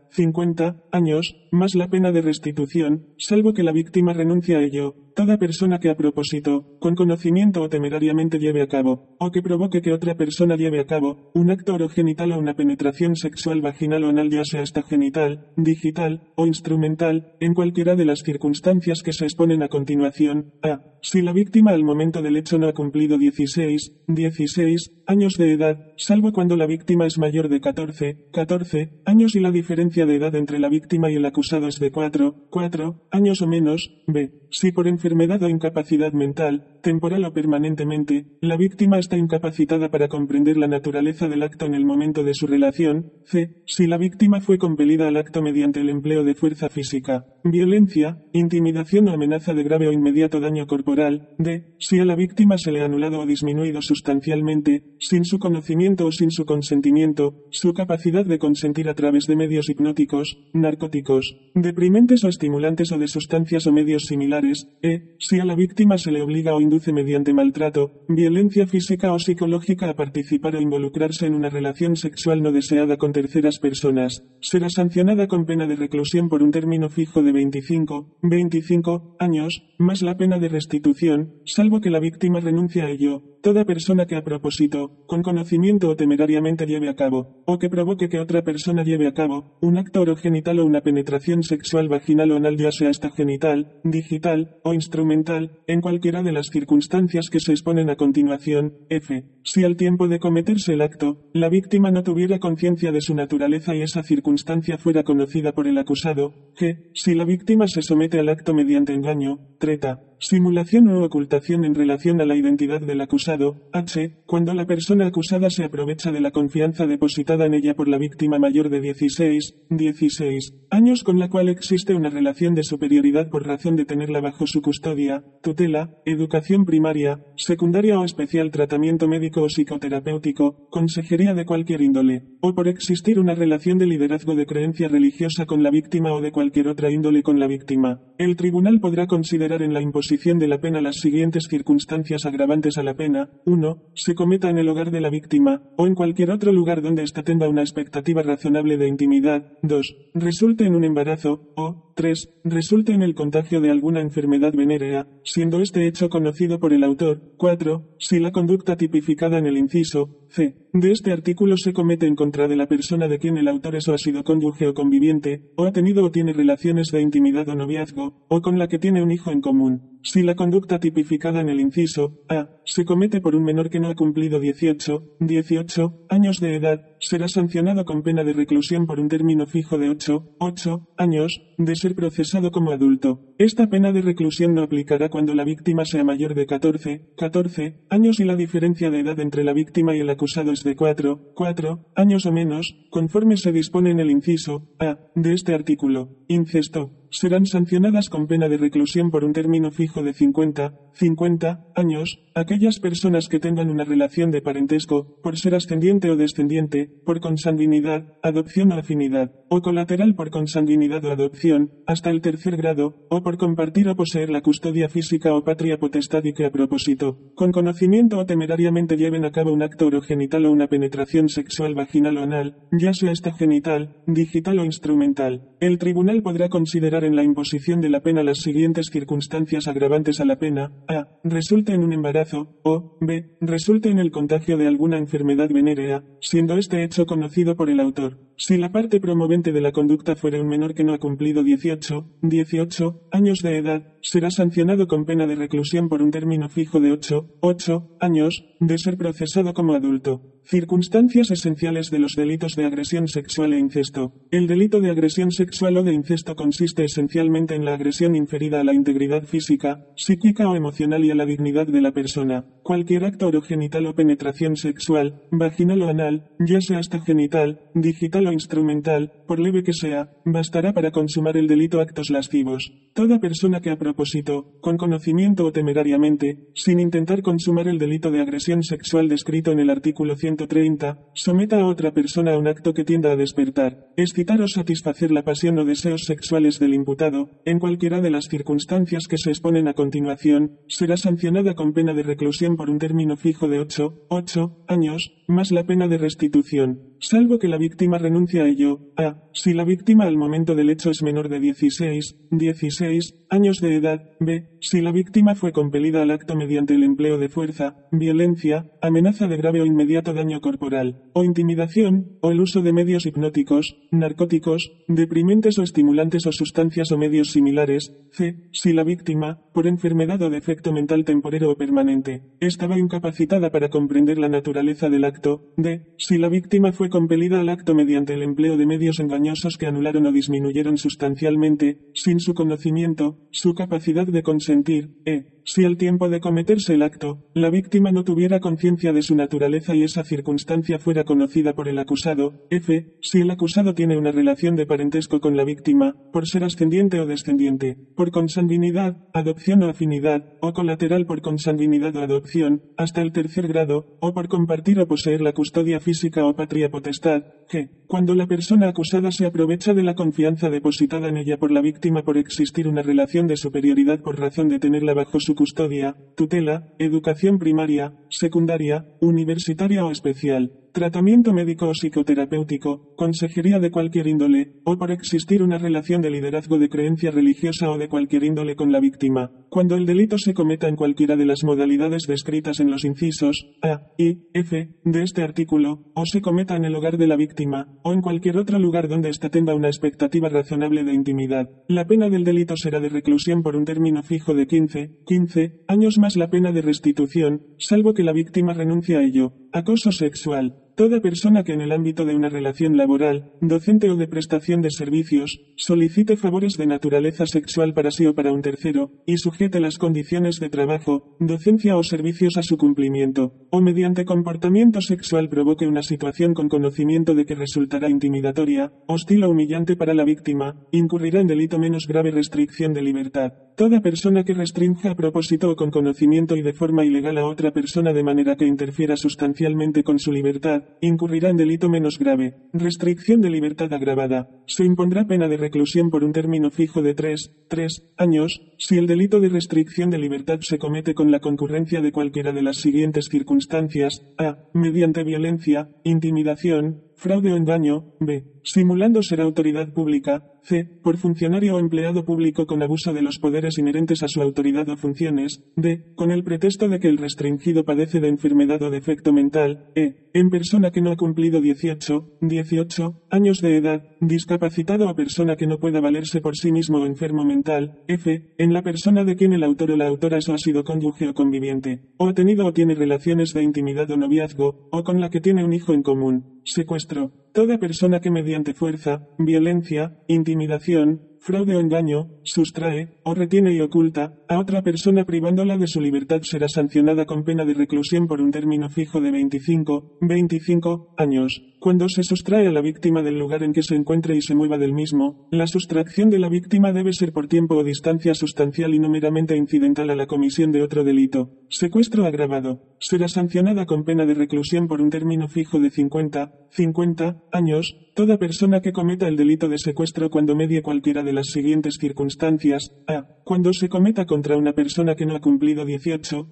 años, más la pena de restitución, salvo que la víctima renuncie a ello. Toda persona que a propósito, con conocimiento o temerariamente lleve a cabo, o que provoque que otra persona lleve a cabo, un acto orogenital o una penetración sexual vaginal o anal, ya sea esta genital, digital o instrumental, en cualquiera de las circunstancias que se exponen a continuación. A. Si la víctima al momento del hecho no ha cumplido 16 años de edad, salvo cuando la víctima es mayor de 14 años y la diferencia de edad entre la víctima y el acusado es de 4 años o menos. B. Si por enfermedad o incapacidad mental, temporal o permanentemente, la víctima está incapacitada para comprender la naturaleza del acto en el momento de su relación. C. Si la víctima fue compelida al acto mediante el empleo de fuerza física, violencia, intimidación o amenaza de grave o inmediato daño corporal. D. Si a la víctima se le ha anulado o disminuido sustancialmente, sin su conocimiento o sin su consentimiento, su capacidad de consentir a través de medios hipnóticos, narcóticos, deprimentes o estimulantes o de sustancias o medios similares. E. Si a la víctima se le obliga o induce mediante maltrato, violencia física o psicológica a participar o involucrarse en una relación sexual no deseada con terceras personas, será sancionada con pena de reclusión por un término fijo de 25 años, más la pena de restitución, salvo que la víctima renuncie a ello. Toda persona que a propósito, con conocimiento o temerariamente lleve a cabo, o que provoque que otra persona lleve a cabo, un acto orogenital o una penetración sexual vaginal o anal, ya sea esta genital, digital o instrumental, en cualquiera de las circunstancias que se exponen a continuación. F. Si al tiempo de cometerse el acto, la víctima no tuviera conciencia de su naturaleza y esa circunstancia fuera conocida por el acusado. G. Si la víctima se somete al acto mediante engaño, treta, simulación u ocultación en relación a la identidad del acusado. H. Cuando la persona acusada se aprovecha de la confianza depositada en ella por la víctima mayor de 16 años con la cual existe una relación de superioridad por razón de tenerla bajo su custodia, tutela, educación primaria, secundaria o especial tratamiento médico o psicoterapéutico, consejería de cualquier índole, o por existir una relación de liderazgo de creencia religiosa con la víctima o de cualquier otra índole con la víctima. El tribunal podrá considerar en la imposición de la pena las siguientes circunstancias agravantes a la pena. 1. Se cometa en el hogar de la víctima, o en cualquier otro lugar donde ésta tenga una expectativa razonable de intimidad. 2. Resulte en un embarazo, o 3. Resulte en el contagio de alguna enfermedad venérea, siendo este hecho conocido por el autor. 4. Si la conducta tipificada en el inciso C de este artículo se comete en contra de la persona de quien el autor es o ha sido cónyuge o conviviente, o ha tenido o tiene relaciones de intimidad o noviazgo, o con la que tiene un hijo en común. Si la conducta tipificada en el inciso A se comete por un menor que no ha cumplido 18 años de edad, será sancionado con pena de reclusión por un término fijo de 8 años, de ser procesado como adulto. Esta pena de reclusión no aplicará cuando la víctima sea mayor de 14 años y la diferencia de edad entre la víctima y el acusado es de 4 años o menos, conforme se dispone en el inciso A de este artículo. Incesto. Serán sancionadas con pena de reclusión por un término fijo de 50 años, aquellas personas que tengan una relación de parentesco, por ser ascendiente o descendiente, por consanguinidad, adopción o afinidad, o colateral por consanguinidad o adopción, hasta el tercer grado, o por compartir o poseer la custodia física o patria potestad y que a propósito, con conocimiento o temerariamente lleven a cabo un acto orogenital o una penetración sexual vaginal o anal, ya sea esta genital, digital o instrumental. El tribunal podrá considerar en la imposición de la pena las siguientes circunstancias agravantes a la pena. A. Resulte en un embarazo, o B. Resulte en el contagio de alguna enfermedad venérea, siendo este hecho conocido por el autor. Si la parte promovente de la conducta fuera un menor que no ha cumplido 18 años de edad, será sancionado con pena de reclusión por un término fijo de 8 años, de ser procesado como adulto. Circunstancias esenciales de los delitos de agresión sexual e incesto. El delito de agresión sexual o de incesto consiste esencialmente en la agresión inferida a la integridad física, psíquica o emocional y a la dignidad de la persona. Cualquier acto orogenital o penetración sexual, vaginal o anal, ya sea hasta genital, digital o instrumental, por leve que sea, bastará para consumar el delito actos lascivos. Toda persona que a propósito, con conocimiento o temerariamente, sin intentar consumar el delito de agresión sexual descrito en el artículo 130, someta a otra persona a un acto que tienda a despertar, excitar o satisfacer la pasión o deseos sexuales del imputado, en cualquiera de las circunstancias que se exponen a continuación, será sancionada con pena de reclusión por un término fijo de 8 años, más la pena de restitución, salvo que la víctima renuncie a ello. A. Si la víctima al momento del hecho es menor de 16 años de edad. B. Si la víctima fue compelida al acto mediante el empleo de fuerza, violencia, amenaza de grave o inmediato daño corporal, o intimidación, o el uso de medios hipnóticos, narcóticos, deprimentes o estimulantes o sustancias o medios similares. C. Si la víctima, por enfermedad o defecto mental temporero o permanente, estaba incapacitada para comprender la naturaleza del acto. D. Si la víctima fue compelida al acto mediante el empleo de medios engañosos que anularon o disminuyeron sustancialmente, sin su conocimiento, su capacidad de consentir. Si al tiempo de cometerse el acto, la víctima no tuviera conciencia de su naturaleza y esa circunstancia fuera conocida por el acusado. F. Si el acusado tiene una relación de parentesco con la víctima, por ser ascendiente o descendiente, por consanguinidad, adopción o afinidad, o colateral por consanguinidad o adopción, hasta el tercer grado, o por compartir o poseer la custodia física o patria potestad. G. Cuando la persona acusada se aprovecha de la confianza depositada en ella por la víctima por existir una relación de superioridad por razón de tenerla bajo su custodia, tutela, educación primaria, secundaria, universitaria o especial, tratamiento médico o psicoterapéutico, consejería de cualquier índole, o por existir una relación de liderazgo de creencia religiosa o de cualquier índole con la víctima. Cuando el delito se cometa en cualquiera de las modalidades descritas en los incisos A, I, F de este artículo, o se cometa en el hogar de la víctima, o en cualquier otro lugar donde ésta tenga una expectativa razonable de intimidad, la pena del delito será de reclusión por un término fijo de 15 años más la pena de restitución, salvo que la víctima renuncie a ello. Acoso sexual. Toda persona que en el ámbito de una relación laboral, docente o de prestación de servicios, solicite favores de naturaleza sexual para sí o para un tercero, y sujete las condiciones de trabajo, docencia o servicios a su cumplimiento, o mediante comportamiento sexual provoque una situación con conocimiento de que resultará intimidatoria, hostil o humillante para la víctima, incurrirá en delito menos grave restricción de libertad. Toda persona que restrinja a propósito o con conocimiento y de forma ilegal a otra persona de manera que interfiera sustancialmente con su libertad, incurrirá en delito menos grave, restricción de libertad agravada. Se impondrá pena de reclusión por un término fijo de 3 años, si el delito de restricción de libertad se comete con la concurrencia de cualquiera de las siguientes circunstancias: A. Mediante violencia, intimidación, fraude o engaño. B. Simulando ser autoridad pública. C. Por funcionario o empleado público con abuso de los poderes inherentes a su autoridad o funciones. D. Con el pretexto de que el restringido padece de enfermedad o defecto mental. En persona que no ha cumplido 18 años de edad, discapacitado o persona que no pueda valerse por sí mismo o enfermo mental. F. En la persona de quien el autor o la autora ha sido cónyuge o conviviente, o ha tenido o tiene relaciones de intimidad o noviazgo, o con la que tiene un hijo en común. Secuestro. Toda persona que mediante fuerza, violencia, intimidación, fraude o engaño, sustrae, o retiene y oculta, a otra persona privándola de su libertad será sancionada con pena de reclusión por un término fijo de 25 años. Cuando se sustrae a la víctima del lugar en que se encuentre y se mueva del mismo, la sustracción de la víctima debe ser por tiempo o distancia sustancial y no meramente incidental a la comisión de otro delito. Secuestro agravado. Será sancionada con pena de reclusión por un término fijo de 50 años, toda persona que cometa el delito de secuestro cuando medie cualquiera de las siguientes circunstancias. A. Cuando se cometa contra una persona que no ha cumplido 18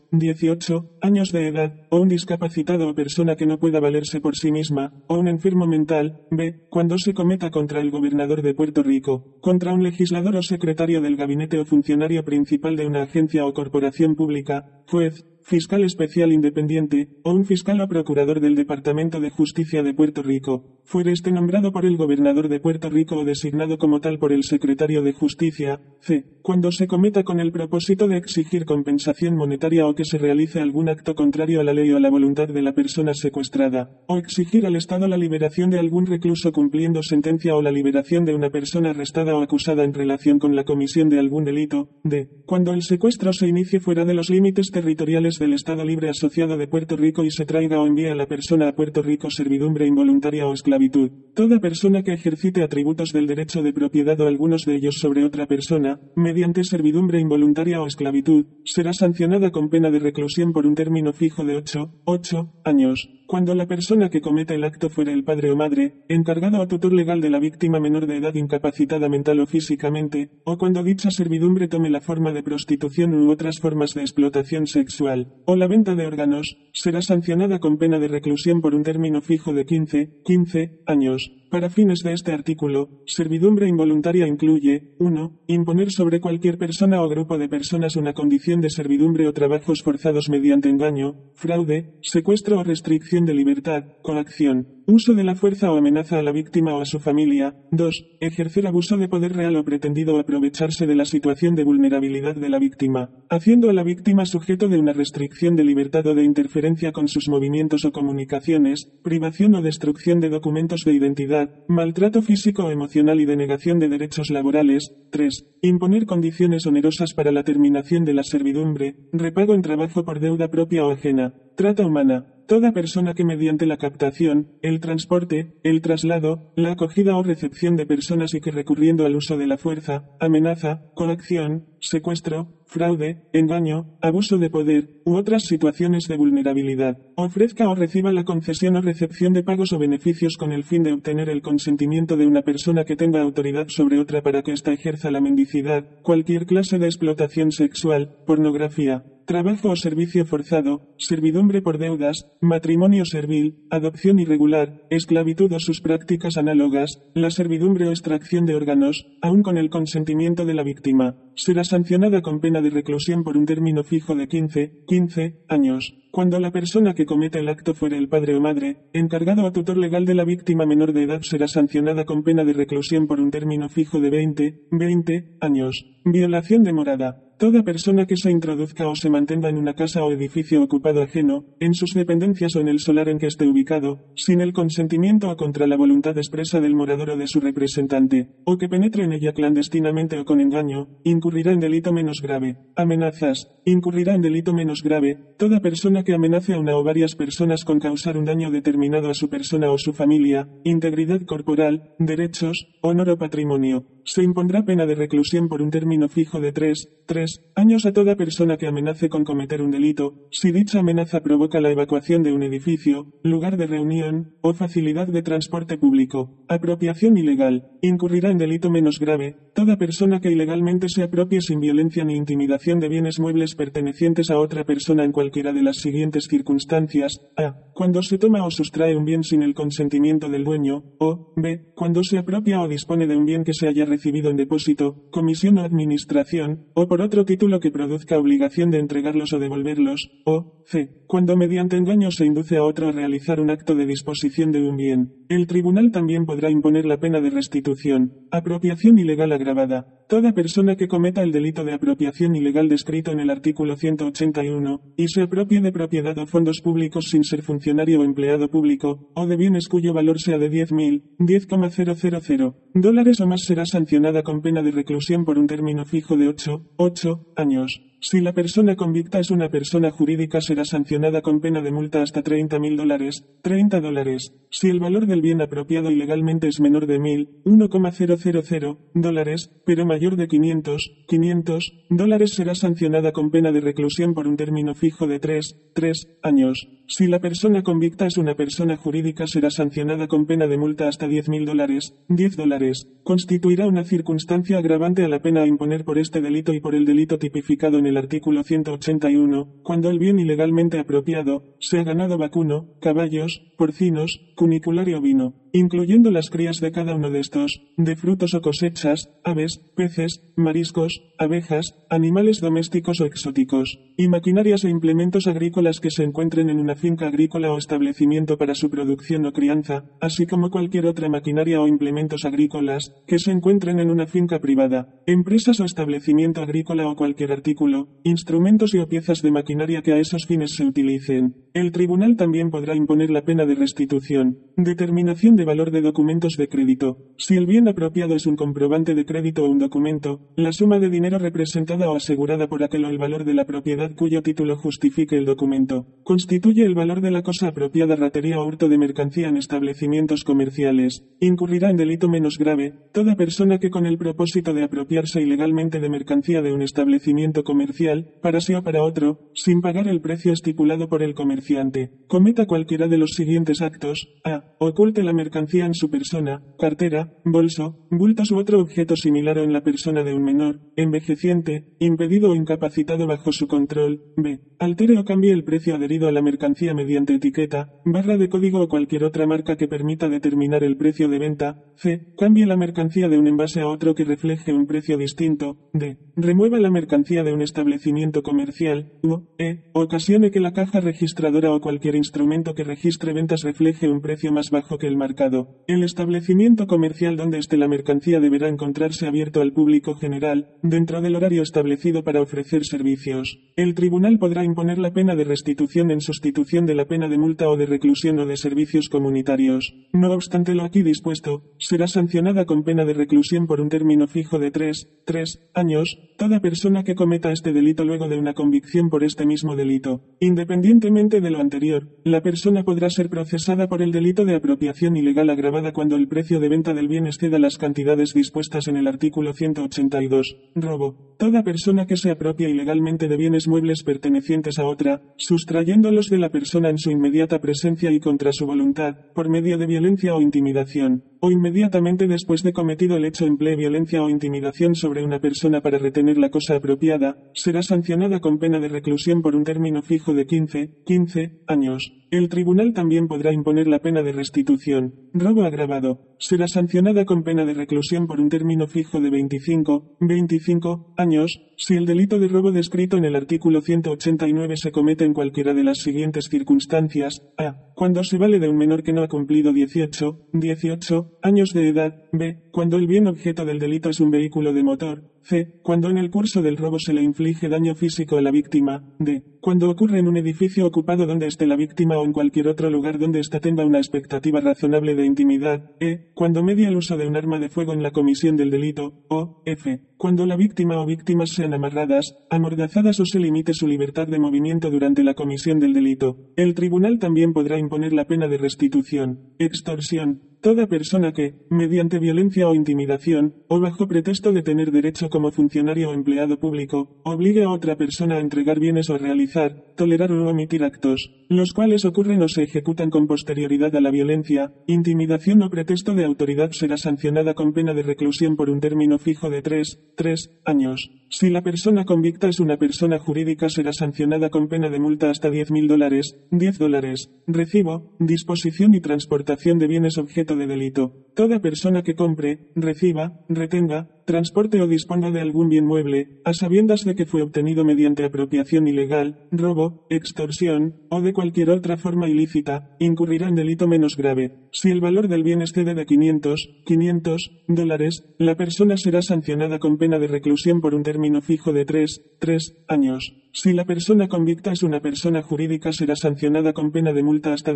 años de edad, o un discapacitado o persona que no pueda valerse por sí misma, o un enfermo mental. B. Cuando se cometa contra el gobernador de Puerto Rico, contra un legislador o secretario del gabinete o funcionario principal de una agencia o corporación pública, juez, fiscal especial independiente, o un fiscal o procurador del Departamento de Justicia de Puerto Rico, fuere este nombrado por el gobernador de Puerto Rico o designado como tal por el secretario de Justicia. C. Cuando se cometa con el propósito de exigir compensación monetaria o que se realice algún acto contrario a la ley o a la voluntad de la persona secuestrada, o exigir al Estado la liberación de algún recluso cumpliendo sentencia o la liberación de una persona arrestada o acusada en relación con la comisión de algún delito. D. Cuando el secuestro se inicie fuera de los límites territoriales del Estado Libre Asociado de Puerto Rico y se traiga o envíe a la persona a Puerto Rico servidumbre involuntaria o esclavitud. Toda persona que ejercite atributos del derecho de propiedad o algunos de ellos sobre otra persona, mediante servidumbre involuntaria o esclavitud, será sancionada con pena de reclusión por un término fijo de 8 años. Cuando la persona que cometa el acto fuera el padre o madre, encargado o tutor legal de la víctima menor de edad incapacitada mental o físicamente, o cuando dicha servidumbre tome la forma de prostitución u otras formas de explotación sexual, o la venta de órganos, será sancionada con pena de reclusión por un término fijo de 15 años. Para fines de este artículo, servidumbre involuntaria incluye 1. Imponer sobre cualquier persona o grupo de personas una condición de servidumbre o trabajos forzados mediante engaño, fraude, secuestro o restricción de libertad, coacción, uso de la fuerza o amenaza a la víctima o a su familia. 2. Ejercer abuso de poder real o pretendido o aprovecharse de la situación de vulnerabilidad de la víctima, haciendo a la víctima sujeto de una restricción de libertad o de interferencia con sus movimientos o comunicaciones, privación o destrucción de documentos de identidad, maltrato físico o emocional y denegación de derechos laborales. 3. Imponer condiciones onerosas para la terminación de la servidumbre, repago en trabajo por deuda propia o ajena, trata humana. Toda persona que mediante la captación, el transporte, el traslado, la acogida o recepción de personas y que recurriendo al uso de la fuerza, amenaza, coacción, secuestro, fraude, engaño, abuso de poder, u otras situaciones de vulnerabilidad, ofrezca o reciba la concesión o recepción de pagos o beneficios con el fin de obtener el consentimiento de una persona que tenga autoridad sobre otra para que ésta ejerza la mendicidad, cualquier clase de explotación sexual, pornografía, trabajo o servicio forzado, servidumbre por deudas, matrimonio servil, adopción irregular, esclavitud o sus prácticas análogas, la servidumbre o extracción de órganos, aun con el consentimiento de la víctima, será sancionada con pena de reclusión por un término fijo de 15 años. Cuando la persona que cometa el acto fuera el padre o madre, encargado o tutor legal de la víctima menor de edad será sancionada con pena de reclusión por un término fijo de 20 años. Violación de morada. Toda persona que se introduzca o se mantenga en una casa o edificio ocupado ajeno, en sus dependencias o en el solar en que esté ubicado, sin el consentimiento o contra la voluntad expresa del morador o de su representante, o que penetre en ella clandestinamente o con engaño, incurrirá en delito menos grave. Amenazas. Incurrirá en delito menos grave toda persona que amenace a una o varias personas con causar un daño determinado a su persona o su familia, integridad corporal, derechos, honor o patrimonio. Se impondrá pena de reclusión por un término fijo de 3 años a toda persona que amenace con cometer un delito, si dicha amenaza provoca la evacuación de un edificio, lugar de reunión, o facilidad de transporte público. Apropiación ilegal. Incurrirá en delito menos grave toda persona que ilegalmente se apropie sin violencia ni intimidación de bienes muebles pertenecientes a otra persona en cualquiera de las siguientes circunstancias: a. Cuando se toma o sustrae un bien sin el consentimiento del dueño, o b. Cuando se apropia o dispone de un bien que se haya recibido en depósito, comisión o administración, o por otro título que produzca obligación de entregarlos o devolverlos, o c. Cuando mediante engaño se induce a otro a realizar un acto de disposición de un bien. El tribunal también podrá imponer la pena de restitución. Apropiación ilegal agravada. Toda persona que cometa el delito de apropiación ilegal descrito en el artículo 181, y se apropie de propiedad o fondos públicos sin ser funcionario o empleado público, o de bienes cuyo valor sea de $10.000 o más será sancionada con pena de reclusión por un término fijo de 8 años. Si la persona convicta es una persona jurídica será sancionada con pena de multa hasta $30.000. Si el valor del bien apropiado ilegalmente es menor de $1.000, pero mayor de $500 será sancionada con pena de reclusión por un término fijo de 3 años. Si la persona convicta es una persona jurídica será sancionada con pena de multa hasta $10.000. Constituirá una circunstancia agravante a la pena a imponer por este delito y por el delito tipificado en el artículo 181, cuando el bien ilegalmente apropiado sea ganado vacuno, caballos, porcinos, cunicular y ovino, incluyendo las crías de cada uno de estos, de frutos o cosechas, aves, peces, mariscos, abejas, animales domésticos o exóticos, y maquinarias e implementos agrícolas que se encuentren en una finca agrícola o establecimiento para su producción o crianza, así como cualquier otra maquinaria o implementos agrícolas que se encuentren en una finca privada, empresas o establecimiento agrícola o cualquier artículo, instrumentos y o piezas de maquinaria que a esos fines se utilicen. El tribunal también podrá imponer la pena de restitución, determinación de valor de documentos de crédito. Si el bien apropiado es un comprobante de crédito o un documento, la suma de dinero representada o asegurada por aquel o el valor de la propiedad cuyo título justifique el documento, constituye el valor de la cosa apropiada. Ratería o hurto de mercancía en establecimientos comerciales. Incurrirá en delito menos grave toda persona que con el propósito de apropiarse ilegalmente de mercancía de un establecimiento comercial, para sí o para otro, sin pagar el precio estipulado por el comerciante, cometa cualquiera de los siguientes actos: a. Oculte la mercancía en su persona, cartera, bolso, bultos u otro objeto similar o en la persona de un menor, envejeciente, impedido o incapacitado bajo su control. B. Altere o cambie el precio adherido a la mercancía mediante etiqueta, barra de código o cualquier otra marca que permita determinar el precio de venta. C. Cambie la mercancía de un envase a otro que refleje un precio distinto. D. Remueva la mercancía de un establecimiento comercial. U. E. Ocasione que la caja registradora o cualquier instrumento que registre ventas refleje un precio más bajo que el marcado. El establecimiento comercial donde esté la mercancía deberá encontrarse abierto al público general, dentro del horario establecido para ofrecer servicios. El tribunal podrá imponer la pena de restitución en sustitución de la pena de multa o de reclusión o de servicios comunitarios. No obstante lo aquí dispuesto, será sancionada con pena de reclusión por un término fijo de 3 años, toda persona que cometa este delito luego de una convicción por este mismo delito. Independientemente de lo anterior, la persona podrá ser procesada por el delito de apropiación ilegal agravada cuando el precio de venta del bien exceda las cantidades dispuestas en el artículo 182. Robo. Toda persona que se apropia ilegalmente de bienes muebles pertenecientes a otra, sustrayéndolos de la persona en su inmediata presencia y contra su voluntad, por medio de violencia o intimidación, o inmediatamente después de cometido el hecho emplee violencia o intimidación sobre una persona para retener la cosa apropiada, será sancionada con pena de reclusión por un término fijo de 15 años. El tribunal también podrá imponer la pena de restitución. Robo agravado. Será sancionada con pena de reclusión por un término fijo de 25 años, si el delito de robo descrito en el artículo 189 se comete en cualquiera de las siguientes circunstancias: a. Cuando se vale de un menor que no ha cumplido 18 años de edad. B. Cuando el bien objeto del delito es un vehículo de motor. C. Cuando en el curso del robo se le inflige daño físico a la víctima. D. Cuando ocurre en un edificio ocupado donde esté la víctima o en cualquier otro lugar donde ésta tenga una expectativa razonable de intimidad. E. Cuando media el uso de un arma de fuego en la comisión del delito. O. F. Cuando la víctima o víctimas sean amarradas, amordazadas o se limite su libertad de movimiento durante la comisión del delito. El tribunal también podrá imponer la pena de restitución. Extorsión. Toda persona que, mediante violencia o intimidación, o bajo pretexto de tener derecho como funcionario o empleado público, obligue a otra persona a entregar bienes o a realizar, tolerar o omitir actos, los cuales ocurren o se ejecutan con posterioridad a la violencia, intimidación o pretexto de autoridad, será sancionada con pena de reclusión por un término fijo de 3 años. Si la persona convicta es una persona jurídica, será sancionada con pena de multa hasta $10. Recibo, disposición y transportación de bienes objeto de delito. Toda persona que compre, reciba, retenga, transporte o disponga de algún bien mueble, a sabiendas de que fue obtenido mediante apropiación ilegal, robo, extorsión, o de cualquier otra forma ilícita, incurrirá en delito menos grave. Si el valor del bien excede de $500, la persona será sancionada con pena de reclusión por un término fijo de 3 años. Si la persona convicta es una persona jurídica, será sancionada con pena de multa hasta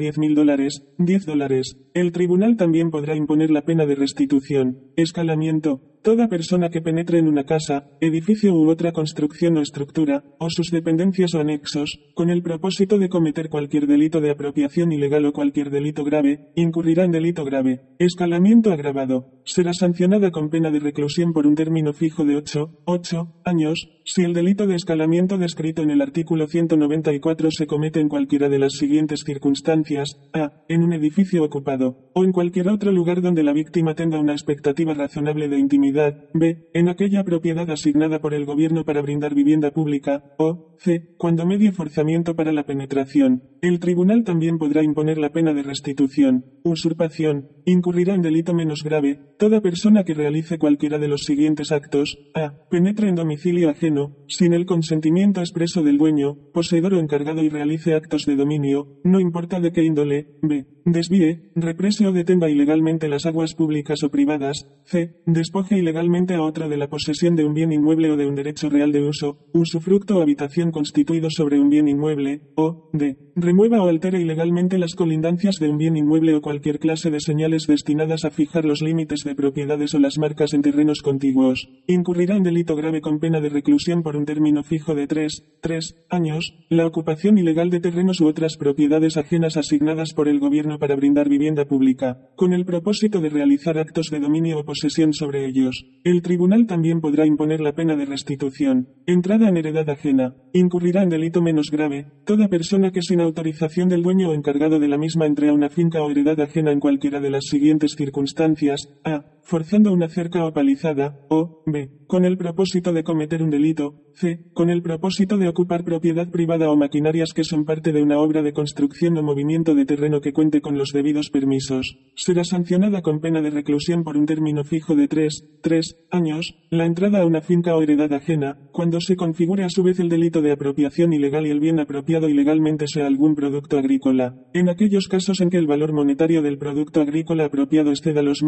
$10. El tribunal también podrá imponer la pena de restitución. Escalamiento. Toda persona que penetre en una casa, edificio u otra construcción o estructura, o sus dependencias o anexos, con el propósito de cometer cualquier delito de apropiación ilegal o cualquier delito grave, incurrirá en delito grave. Escalamiento agravado. Será sancionada con pena de reclusión por un término fijo de 8 años, si el delito de escalamiento descrito en el artículo 194 se comete en cualquiera de las siguientes circunstancias: a. En un edificio ocupado, o en cualquier otro lugar donde la víctima tenga una expectativa razonable de intimidad. B. En aquella propiedad asignada por el gobierno para brindar vivienda pública. O. C. Cuando medie forzamiento para la penetración. El tribunal también podrá imponer la pena de restitución. Usurpación. Incurrirá en delito menos grave toda persona que realice cualquiera de los siguientes actos: a. Penetre en domicilio ajeno, sin el consentimiento expreso del dueño, poseedor o encargado, y realice actos de dominio, no importa de qué índole. B. Desvíe, represe o detenga ilegalmente las aguas públicas o privadas. C. Despoje ilegalmente a otro de la posesión de un bien inmueble o de un derecho real de uso, usufructo o habitación constituido sobre un bien inmueble. O. D. Remueva o altere ilegalmente las colindancias de un bien inmueble o cualquier clase de señales legales destinadas a fijar los límites de propiedades o las marcas en terrenos contiguos. Incurrirá en delito grave con pena de reclusión por un término fijo de 3 años, la ocupación ilegal de terrenos u otras propiedades ajenas asignadas por el gobierno para brindar vivienda pública, con el propósito de realizar actos de dominio o posesión sobre ellos. El tribunal también podrá imponer la pena de restitución. Entrada en heredad ajena. Incurrirá en delito menos grave toda persona que sin autorización del dueño o encargado de la misma entre a una finca o heredad ajena en cualquiera de las siguientes circunstancias: a. forzando una cerca o palizada, o b. con el propósito de cometer un delito, c. con el propósito de ocupar propiedad privada o maquinarias que son parte de una obra de construcción o movimiento de terreno que cuente con los debidos permisos. Será sancionada con pena de reclusión por un término fijo de 3 años, la entrada a una finca o heredad ajena, cuando se configure a su vez el delito de apropiación ilegal y el bien apropiado ilegalmente sea algún producto agrícola. En aquellos casos en que el valor monetario del producto agrícola apropiado exceda los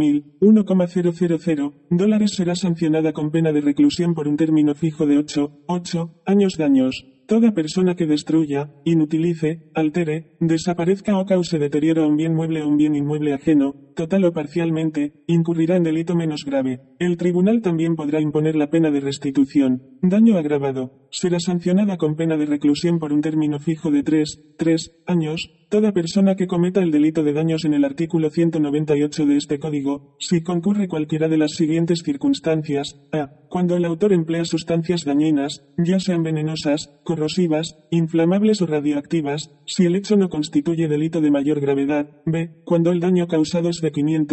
$1,000 será sancionada con pena de reclusión por un término fijo de 8 años. Daños. Toda persona que destruya, inutilice, altere, desaparezca o cause deterioro a un bien mueble o un bien inmueble ajeno, total o parcialmente, incurrirá en delito menos grave. El tribunal también podrá imponer la pena de restitución. Daño agravado. Será sancionada con pena de reclusión por un término fijo de 3 años, toda persona que cometa el delito de daños en el artículo 198 de este código, si concurre cualquiera de las siguientes circunstancias: a. cuando el autor emplea sustancias dañinas, ya sean venenosas, corrosivas, inflamables o radioactivas, si el hecho no constituye delito de mayor gravedad; b. cuando el daño causado es de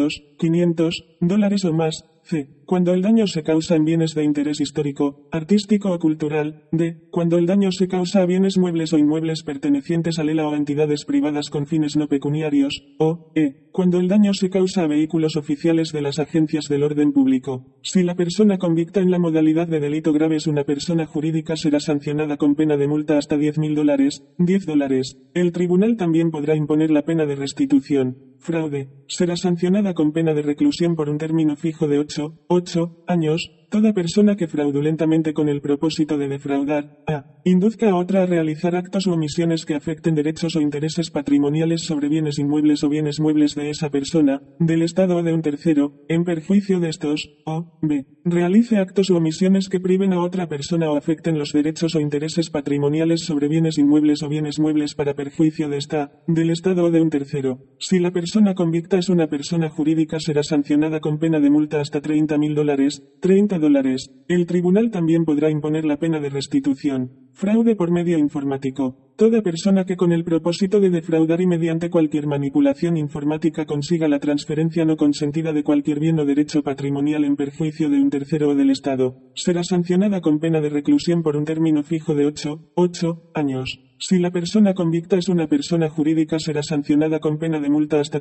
$500 o más; c. cuando el daño se causa en bienes de interés histórico, artístico o cultural; d. cuando el daño se causa a bienes muebles o inmuebles pertenecientes a ELA o a entidades privadas con fines no pecuniarios; o e. cuando el daño se causa a vehículos oficiales de las agencias del orden público. Si la persona convicta en la modalidad de delito grave es una persona jurídica, será sancionada con pena de multa hasta $10.000. El tribunal también podrá imponer la pena de restitución. Fraude. Será sancionada con pena de reclusión por un término fijo de 8 años, toda persona que fraudulentamente con el propósito de defraudar, a. induzca a otra a realizar actos u omisiones que afecten derechos o intereses patrimoniales sobre bienes inmuebles o bienes muebles de esa persona, del Estado o de un tercero, en perjuicio de estos, o b. realice actos u omisiones que priven a otra persona o afecten los derechos o intereses patrimoniales sobre bienes inmuebles o bienes muebles para perjuicio de esta, del Estado o de un tercero. Si la persona convicta es una persona jurídica, será sancionada con pena de multa hasta $30.000. El tribunal también podrá imponer la pena de restitución. Fraude por medio informático. Toda persona que con el propósito de defraudar y mediante cualquier manipulación informática consiga la transferencia no consentida de cualquier bien o derecho patrimonial en perjuicio de un tercero o del Estado, será sancionada con pena de reclusión por un término fijo de 8 años. Si la persona convicta es una persona jurídica, será sancionada con pena de multa hasta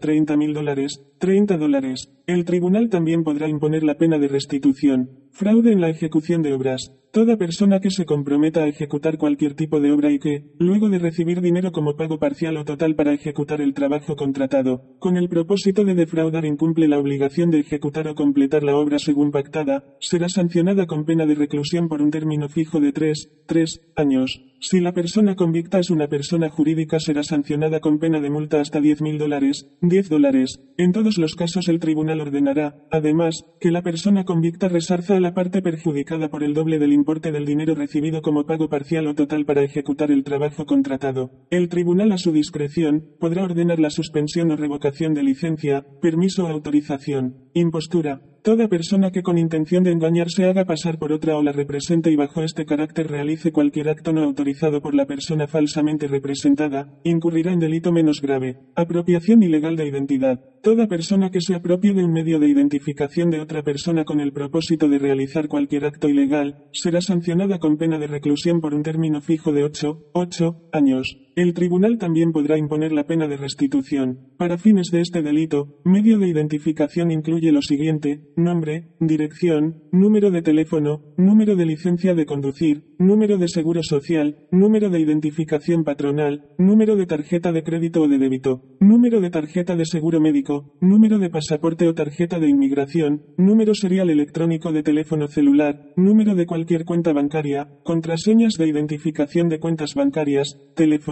$30.000. El tribunal también podrá imponer la pena de restitución. Fraude en la ejecución de obras. Toda persona que se comprometa a ejecutar cualquier tipo de obra y que, luego de recibir dinero como pago parcial o total para ejecutar el trabajo contratado, con el propósito de defraudar incumple la obligación de ejecutar o completar la obra según pactada, será sancionada con pena de reclusión por un término fijo de 3 años. Si la persona convicta es una persona jurídica, será sancionada con pena de multa hasta $10.000. En todos los casos el tribunal ordenará, además, que la persona convicta resarza a la parte perjudicada por el doble del importe del dinero recibido como pago parcial o total para ejecutar el trabajo contratado. El tribunal, a su discreción, podrá ordenar la suspensión o revocación de licencia, permiso o autorización. Impostura. Toda persona que con intención de engañar se haga pasar por otra o la represente y bajo este carácter realice cualquier acto no autorizado por la persona falsamente representada, incurrirá en delito menos grave. Apropiación ilegal de identidad. Toda persona que se apropie de un medio de identificación de otra persona con el propósito de realizar cualquier acto ilegal, será sancionada con pena de reclusión por un término fijo de 8 años. El tribunal también podrá imponer la pena de restitución. Para fines de este delito, medio de identificación incluye lo siguiente: nombre, dirección, número de teléfono, número de licencia de conducir, número de seguro social, número de identificación patronal, número de tarjeta de crédito o de débito, número de tarjeta de seguro médico, número de pasaporte o tarjeta de inmigración, número serial electrónico de teléfono celular, número de cualquier cuenta bancaria, contraseñas de identificación de cuentas bancarias, telefonía.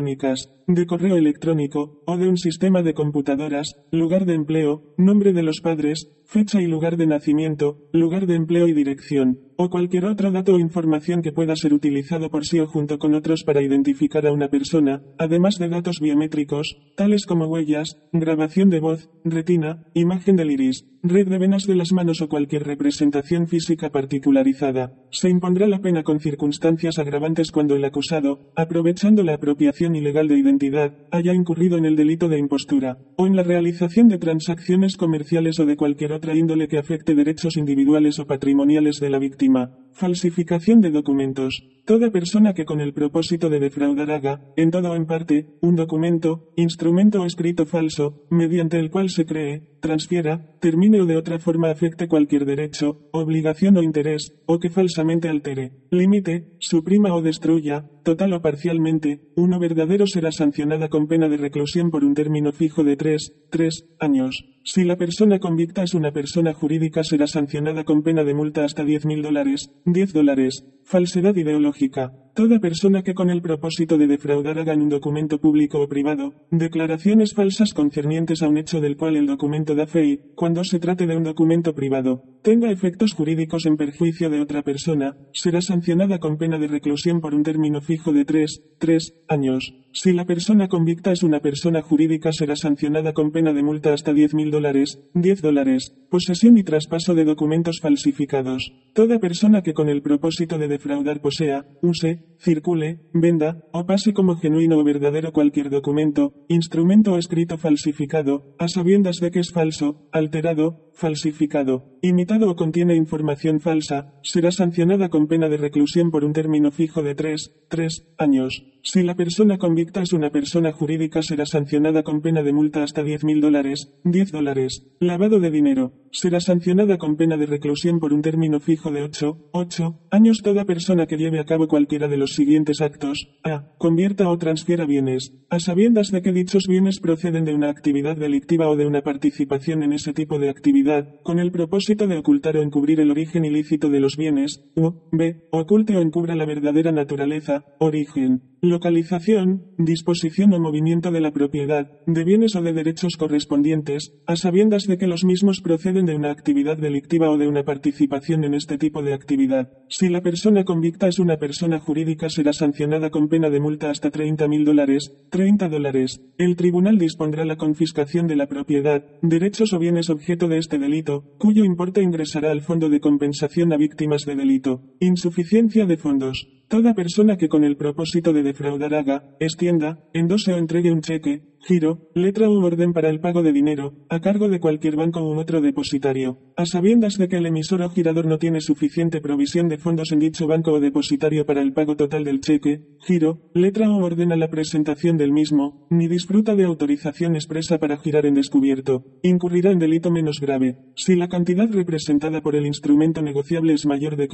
electrónicas, de correo electrónico, o de un sistema de computadoras, lugar de empleo, nombre de los padres, fecha y lugar de nacimiento, lugar de empleo y dirección, o cualquier otro dato o información que pueda ser utilizado por sí o junto con otros para identificar a una persona, además de datos biométricos, tales como huellas, grabación de voz, retina, imagen del iris, red de venas de las manos o cualquier representación física particularizada. Se impondrá la pena con circunstancias agravantes cuando el acusado, aprovechando la apropiación ilegal de identidad, haya incurrido en el delito de impostura, o en la realización de transacciones comerciales o de cualquier otra índole que afecte derechos individuales o patrimoniales de la víctima. Falsificación de documentos. Toda persona que con el propósito de defraudar haga, en todo o en parte, un documento, instrumento o escrito falso, mediante el cual se cree, transfiera, termine o de otra forma afecte cualquier derecho, obligación o interés, o que falsamente altere, limite, suprima o destruya, total o parcialmente, uno verdadero será sancionada con pena de reclusión por un término fijo de 3 años. Si la persona convicta es una persona jurídica será sancionada con pena de multa hasta $10.000, $10. Falsedad ideológica. Toda persona que con el propósito de defraudar haga en un documento público o privado, declaraciones falsas concernientes a un hecho del cual el documento da fe y, cuando se trate de un documento privado, tenga efectos jurídicos en perjuicio de otra persona, será sancionada con pena de reclusión por un término fijo de 3 años. Si la persona convicta es una persona jurídica será sancionada con pena de multa hasta $10.000, $10. Posesión y traspaso de documentos falsificados. Toda persona que con el propósito de defraudar posea, use, circule, venda, o pase como genuino o verdadero cualquier documento, instrumento o escrito falsificado, a sabiendas de que es falso, alterado, falsificado, imitado o contiene información falsa, será sancionada con pena de reclusión por un término fijo de 3 años. Si la persona convicta es una persona jurídica será sancionada con pena de multa hasta $10.000, $10. Lavado de dinero. Será sancionada con pena de reclusión por un término fijo de 8 años toda persona que lleve a cabo cualquiera de los siguientes actos: a. Convierta o transfiera bienes, a sabiendas de que dichos bienes proceden de una actividad delictiva o de una participación en ese tipo de actividad, con el propósito de ocultar o encubrir el origen ilícito de los bienes, u. b. Oculte o encubra la verdadera naturaleza, origen, localización, disposición o movimiento de la propiedad, de bienes o de derechos correspondientes, a sabiendas de que los mismos proceden de una actividad delictiva o de una participación en este tipo de actividad. Si la persona convicta es una persona jurídica será sancionada con pena de multa hasta $30.000, $30. El tribunal dispondrá la confiscación de la propiedad, derechos o bienes objeto de este delito, cuyo importe ingresará al Fondo de Compensación a Víctimas de Delito. Insuficiencia de fondos. Toda persona que con el propósito de defraudar haga, extienda, endose o entregue un cheque, giro, letra u orden para el pago de dinero, a cargo de cualquier banco u otro depositario, a sabiendas de que el emisor o girador no tiene suficiente provisión de fondos en dicho banco o depositario para el pago total del cheque, giro, letra u orden a la presentación del mismo, ni disfruta de autorización expresa para girar en descubierto, incurrirá en delito menos grave. Si la cantidad representada por el instrumento negociable es mayor de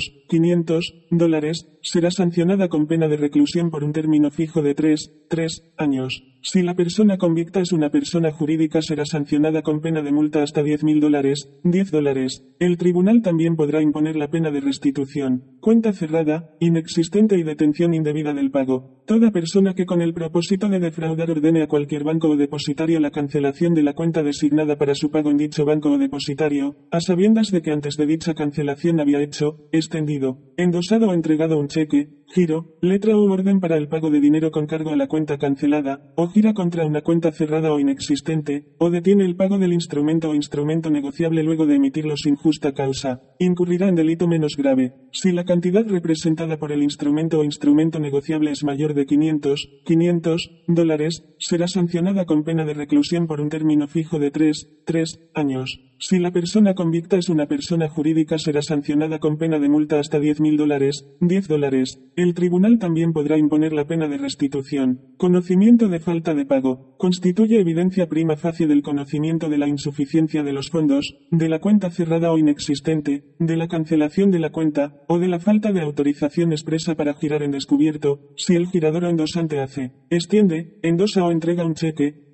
$500, será sancionada con pena de reclusión por un término fijo de 3 años. Si la persona convicta es una persona jurídica será sancionada con pena de multa hasta $10.000, $10. El tribunal también podrá imponer la pena de restitución, cuenta cerrada, inexistente y detención indebida del pago. Toda persona que con el propósito de defraudar ordene a cualquier banco o depositario la cancelación de la cuenta designada para su pago en dicho banco o depositario, a sabiendas de que antes de dicha cancelación había hecho, extendido, endosado o entregado un cheque, giro, letra u orden para el pago de dinero con cargo a la cuenta cancelada, o gira contra una cuenta cerrada o inexistente, o detiene el pago del instrumento o instrumento negociable luego de emitirlo sin justa causa, incurrirá en delito menos grave. Si la cantidad representada por el instrumento o instrumento negociable es mayor de $500, será sancionada con pena de reclusión por un término fijo de 3 años. Si la persona convicta es una persona jurídica será sancionada con pena de multa hasta $10.000, $10. El tribunal también podrá imponer la pena de restitución. Conocimiento de falta de pago. Constituye evidencia prima facie del conocimiento de la insuficiencia de los fondos, de la cuenta cerrada o inexistente, de la cancelación de la cuenta, o de la falta de autorización expresa para girar en descubierto, si el girador o endosante hace, extiende, endosa o entrega un cheque,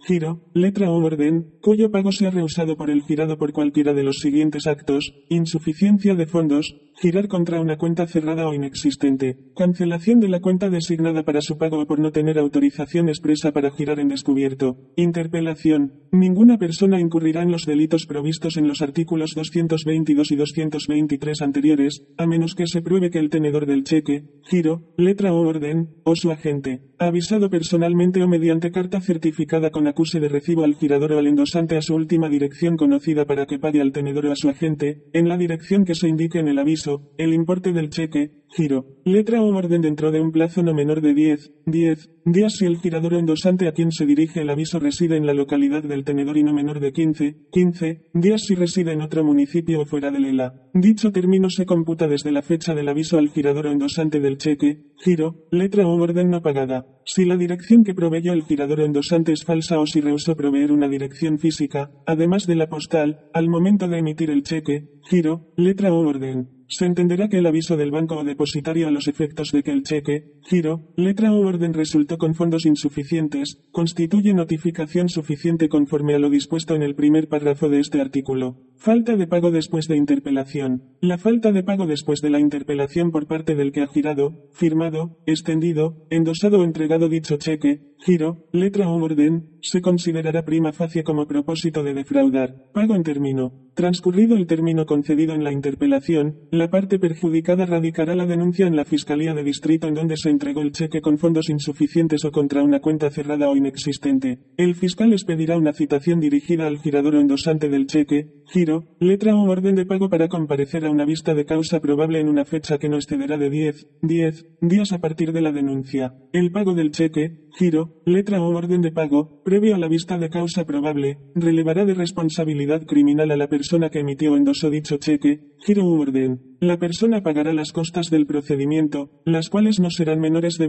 giro, letra o orden, cuyo pago sea rehusado por el girado por cualquiera de los siguientes actos: insuficiencia de fondos, girar contra una cuenta cerrada o inexistente, cancelación de la cuenta designada para su pago o por no tener autorización expresa para girar en descubierto, interpelación. Ninguna persona incurrirá en los delitos provistos en los artículos 222 y 223 anteriores, a menos que se pruebe que el tenedor del cheque, giro, letra o orden, o su agente, ha avisado personalmente o mediante carta certificada con acuse de recibo al girador o al endosante a su última dirección conocida para que pague al tenedor o a su agente, en la dirección que se indique en el aviso, el importe del cheque, giro, letra o orden dentro de un plazo no menor de 10 días si el girador o endosante a quien se dirige el aviso reside en la localidad del tenedor y no menor de 15 días si reside en otro municipio o fuera del ELA. Dicho término se computa desde la fecha del aviso al girador o endosante del cheque, giro, letra o orden no pagada. Si la dirección que proveyó el girador o endosante es falsa o si rehusó proveer una dirección física, además de la postal, al momento de emitir el cheque, giro, letra o orden, se entenderá que el aviso del banco o depositario a los efectos de que el cheque, giro, letra o orden resultó con fondos insuficientes, constituye notificación suficiente conforme a lo dispuesto en el primer párrafo de este artículo. Falta de pago después de interpelación. La falta de pago después de la interpelación por parte del que ha girado, firmado, extendido, endosado o entregado dicho cheque, giro, letra o orden, se considerará prima facie como propósito de defraudar. Pago en término. Transcurrido el término concedido en la interpelación, la parte perjudicada radicará la denuncia en la Fiscalía de Distrito en donde se entregó el cheque con fondos insuficientes o contra una cuenta cerrada o inexistente. El fiscal expedirá una citación dirigida al girador o endosante del cheque, giro, letra o orden de pago para comparecer a una vista de causa probable en una fecha que no excederá de 10 días a partir de la denuncia. El pago del cheque, giro, letra o orden de pago, previo a la vista de causa probable, relevará de responsabilidad criminal a la persona que emitió o endosó dicho cheque, giro u orden. La persona pagará las costas del procedimiento, las cuales no serán menores de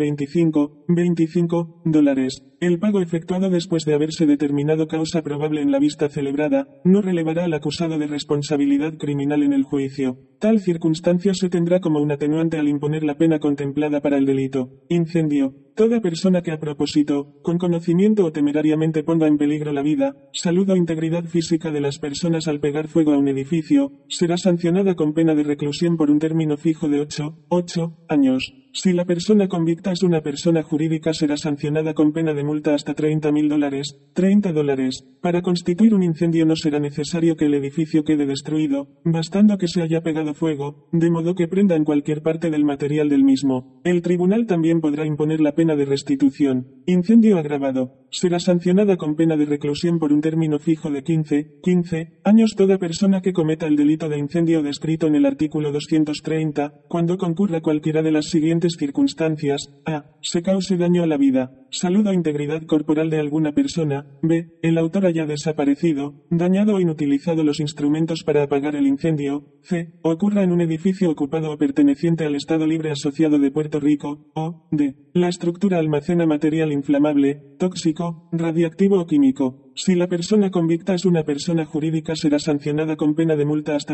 $25. El pago efectuado después de haberse determinado causa probable en la vista celebrada, no relevará al acusado de responsabilidad criminal en el juicio. Tal circunstancia se tendrá como un atenuante al imponer la pena contemplada para el delito. Incendio. Toda persona que a propósito, con conocimiento o temerariamente ponga en peligro la vida, salud o integridad física de las personas al pegar fuego a un edificio, será sancionada con pena de reclusión por un término fijo de 8 años. Si la persona convicta es una persona jurídica será sancionada con pena de multa hasta $30.000. Para constituir un incendio no será necesario que el edificio quede destruido, bastando que se haya pegado fuego, de modo que prenda en cualquier parte del material del mismo. El tribunal también podrá imponer la pena de restitución. Incendio agravado. Será sancionada con pena de reclusión por un término fijo de 15 años toda persona que cometa el delito de incendio descrito en el artículo 230, cuando concurra cualquiera de las siguientes circunstancias: a. Se cause daño a la vida, salud o integridad corporal de alguna persona; b. El autor haya desaparecido, dañado o inutilizado los instrumentos para apagar el incendio; c. Ocurra en un edificio ocupado o perteneciente al Estado Libre Asociado de Puerto Rico; o d. La estructura almacena material inflamable, tóxico, radiactivo o químico. Si la persona convicta es una persona jurídica será sancionada con pena de multa hasta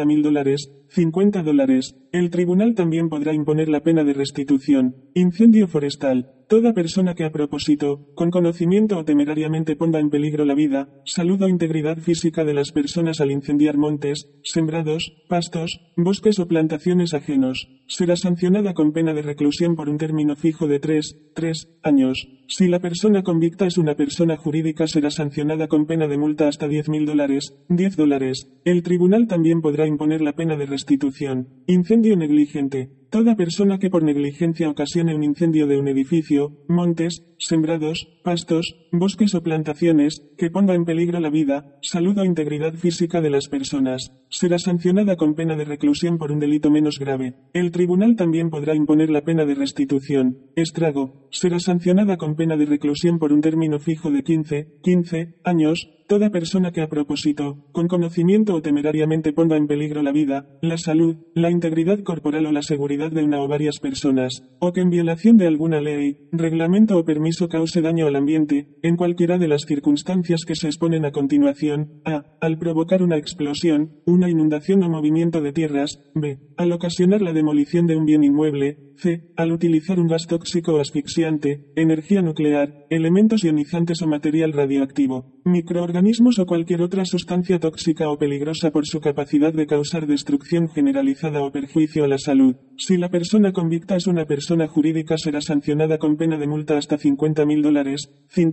$50.000. El tribunal también podrá imponer la pena de restitución. Incendio forestal. Toda persona que a propósito, con conocimiento o temerariamente ponga en peligro la vida, salud o integridad física de las personas al incendiar montes, sembrados, pastos, bosques o plantaciones ajenos, será sancionada con pena de reclusión por un término fijo de 3 años. Si la persona convicta es una persona jurídica será sancionada con pena de multa hasta $10.000. El tribunal también podrá imponer la pena de restitución. Incendio negligente. Toda persona que por negligencia ocasione un incendio de un edificio, montes, sembrados, pastos, bosques o plantaciones, que ponga en peligro la vida, salud o integridad física de las personas, será sancionada con pena de reclusión por un delito menos grave. El tribunal también podrá imponer la pena de restitución. Estrago. Será sancionada con pena de reclusión por un término fijo de 15 años, toda persona que a propósito, con conocimiento o temerariamente ponga en peligro la vida, la salud, la integridad corporal o la seguridad de una o varias personas, o que en violación de alguna ley, reglamento o permiso cause daño al ambiente, en cualquiera de las circunstancias que se exponen a continuación: a. Al provocar una explosión, una inundación o movimiento de tierras; b. Al ocasionar la demolición de un bien inmueble. C. Al utilizar un gas tóxico o asfixiante, energía nuclear, elementos ionizantes o material radioactivo, microorganismos o cualquier otra sustancia tóxica o peligrosa por su capacidad de causar destrucción generalizada o perjuicio a la salud. Si la persona convicta es una persona jurídica, será sancionada con pena de multa hasta $50.000,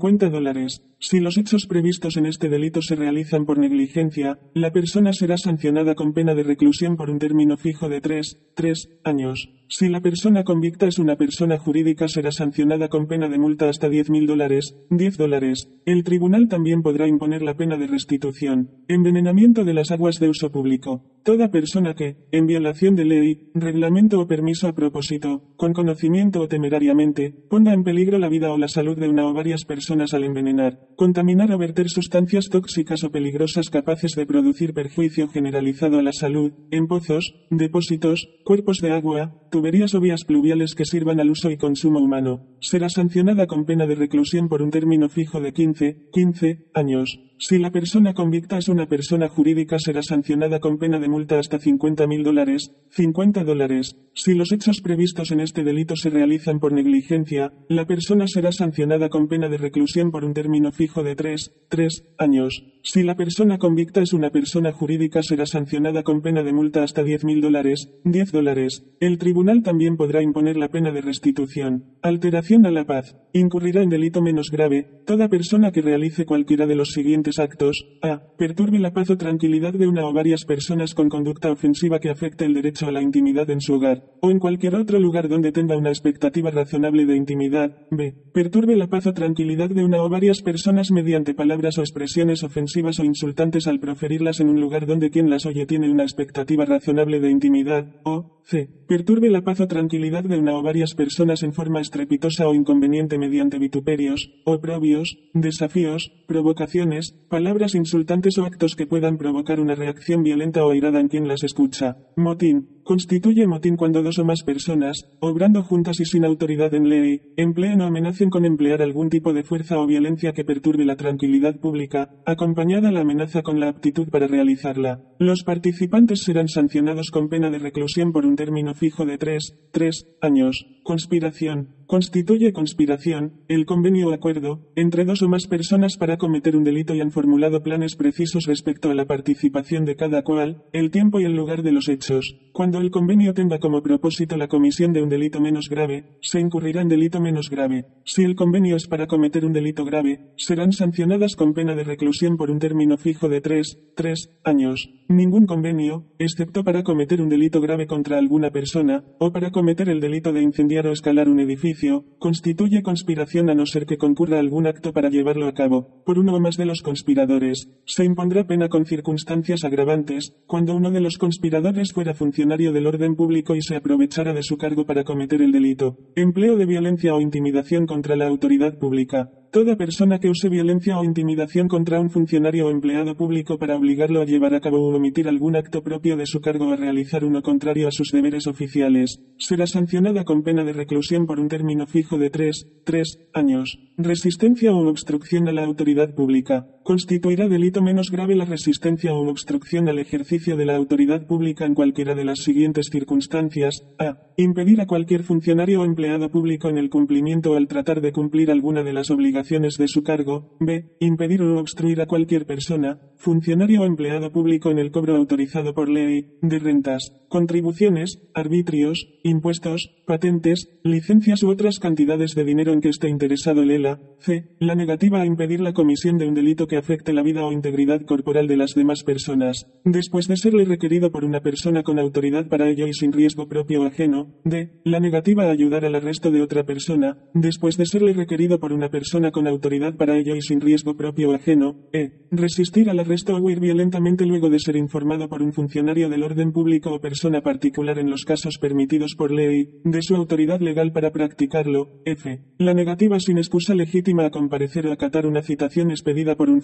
$50. Si los hechos previstos en este delito se realizan por negligencia, la persona será sancionada con pena de reclusión por un término fijo de 3 años. Si la persona convicta es una persona jurídica, será sancionada con pena de multa hasta $10.000, $10. El tribunal también podrá imponer la pena de restitución. Envenenamiento de las aguas de uso público. Toda persona que, en violación de ley, reglamento o permiso a propósito, con conocimiento o temerariamente, ponga en peligro la vida o la salud de una o varias personas al envenenar, contaminar o verter sustancias tóxicas o peligrosas capaces de producir perjuicio generalizado a la salud, en pozos, depósitos, cuerpos de agua, tuberías o vías pluviales que sirvan al uso y consumo humano, será sancionada con pena de reclusión por un término fijo de 15 años. Si la persona convicta es una persona jurídica, será sancionada con pena de multa hasta $50.000, $50. Si los hechos previstos en este delito se realizan por negligencia, la persona será sancionada con pena de reclusión por un término fijo de 3 años. Si la persona convicta es una persona jurídica, será sancionada con pena de multa hasta $10.000, $10. El tribunal también podrá imponer la pena de restitución. Alteración a la paz. Incurrirá en delito menos grave toda persona que realice cualquiera de los siguientes actos: a. Perturbe la paz o tranquilidad de una o varias personas con conducta ofensiva que afecte el derecho a la intimidad en su hogar, o en cualquier otro lugar donde tenga una expectativa razonable de intimidad. B. Perturbe la paz o tranquilidad de una o varias personas mediante palabras o expresiones ofensivas o insultantes al proferirlas en un lugar donde quien las oye tiene una expectativa razonable de intimidad. O C. Perturbe la paz o tranquilidad de una o varias personas en forma estrepitosa o inconveniente mediante vituperios, oprobios, desafíos, provocaciones, palabras insultantes o actos que puedan provocar una reacción violenta o airada en quien las escucha. Motín. Constituye motín cuando dos o más personas, obrando juntas y sin autoridad en ley, empleen o amenacen con emplear algún tipo de fuerza o violencia que perturbe la tranquilidad pública, acompañada la amenaza con la aptitud para realizarla. Los participantes serán sancionados con pena de reclusión por un término fijo de 3 años. Conspiración. Constituye conspiración, el convenio o acuerdo, entre dos o más personas para cometer un delito y han formulado planes precisos respecto a la participación de cada cual, el tiempo y el lugar de los hechos. Cuando el convenio tenga como propósito la comisión de un delito menos grave, se incurrirá en delito menos grave. Si el convenio es para cometer un delito grave, serán sancionadas con pena de reclusión por un término fijo de 3 años. Ningún convenio, excepto para cometer un delito grave contra alguna persona, o para cometer el delito de incendiar o escalar un edificio, constituye conspiración a no ser que concurra algún acto para llevarlo a cabo, por uno o más de los conspiradores. Se impondrá pena con circunstancias agravantes, cuando uno de los conspiradores fuera funcionario del orden público y se aprovechara de su cargo para cometer el delito. Empleo de violencia o intimidación contra la autoridad pública. Toda persona que use violencia o intimidación contra un funcionario o empleado público para obligarlo a llevar a cabo o omitir algún acto propio de su cargo o a realizar uno contrario a sus deberes oficiales, será sancionada con pena de reclusión por un término fijo de 3 años. Resistencia o obstrucción a la autoridad pública. Constituirá delito menos grave la resistencia o obstrucción al ejercicio de la autoridad pública en cualquiera de las siguientes circunstancias: a. Impedir a cualquier funcionario o empleado público en el cumplimiento o al tratar de cumplir alguna de las obligaciones de su cargo. B. Impedir o obstruir a cualquier persona, funcionario o empleado público en el cobro autorizado por ley, de rentas, contribuciones, arbitrios, impuestos, patentes, licencias u otras cantidades de dinero en que esté interesado el ELA. C. La negativa a impedir la comisión de un delito que afecte la vida o integridad corporal de las demás personas, después de serle requerido por una persona con autoridad para ello y sin riesgo propio o ajeno. D. La negativa a ayudar al arresto de otra persona, después de serle requerido por una persona con autoridad para ello y sin riesgo propio o ajeno. E. Resistir al arresto o huir violentamente luego de ser informado por un funcionario del orden público o persona particular en los casos permitidos por ley, de su autoridad legal para practicarlo. F. La negativa sin excusa legítima a comparecer o acatar una citación expedida por un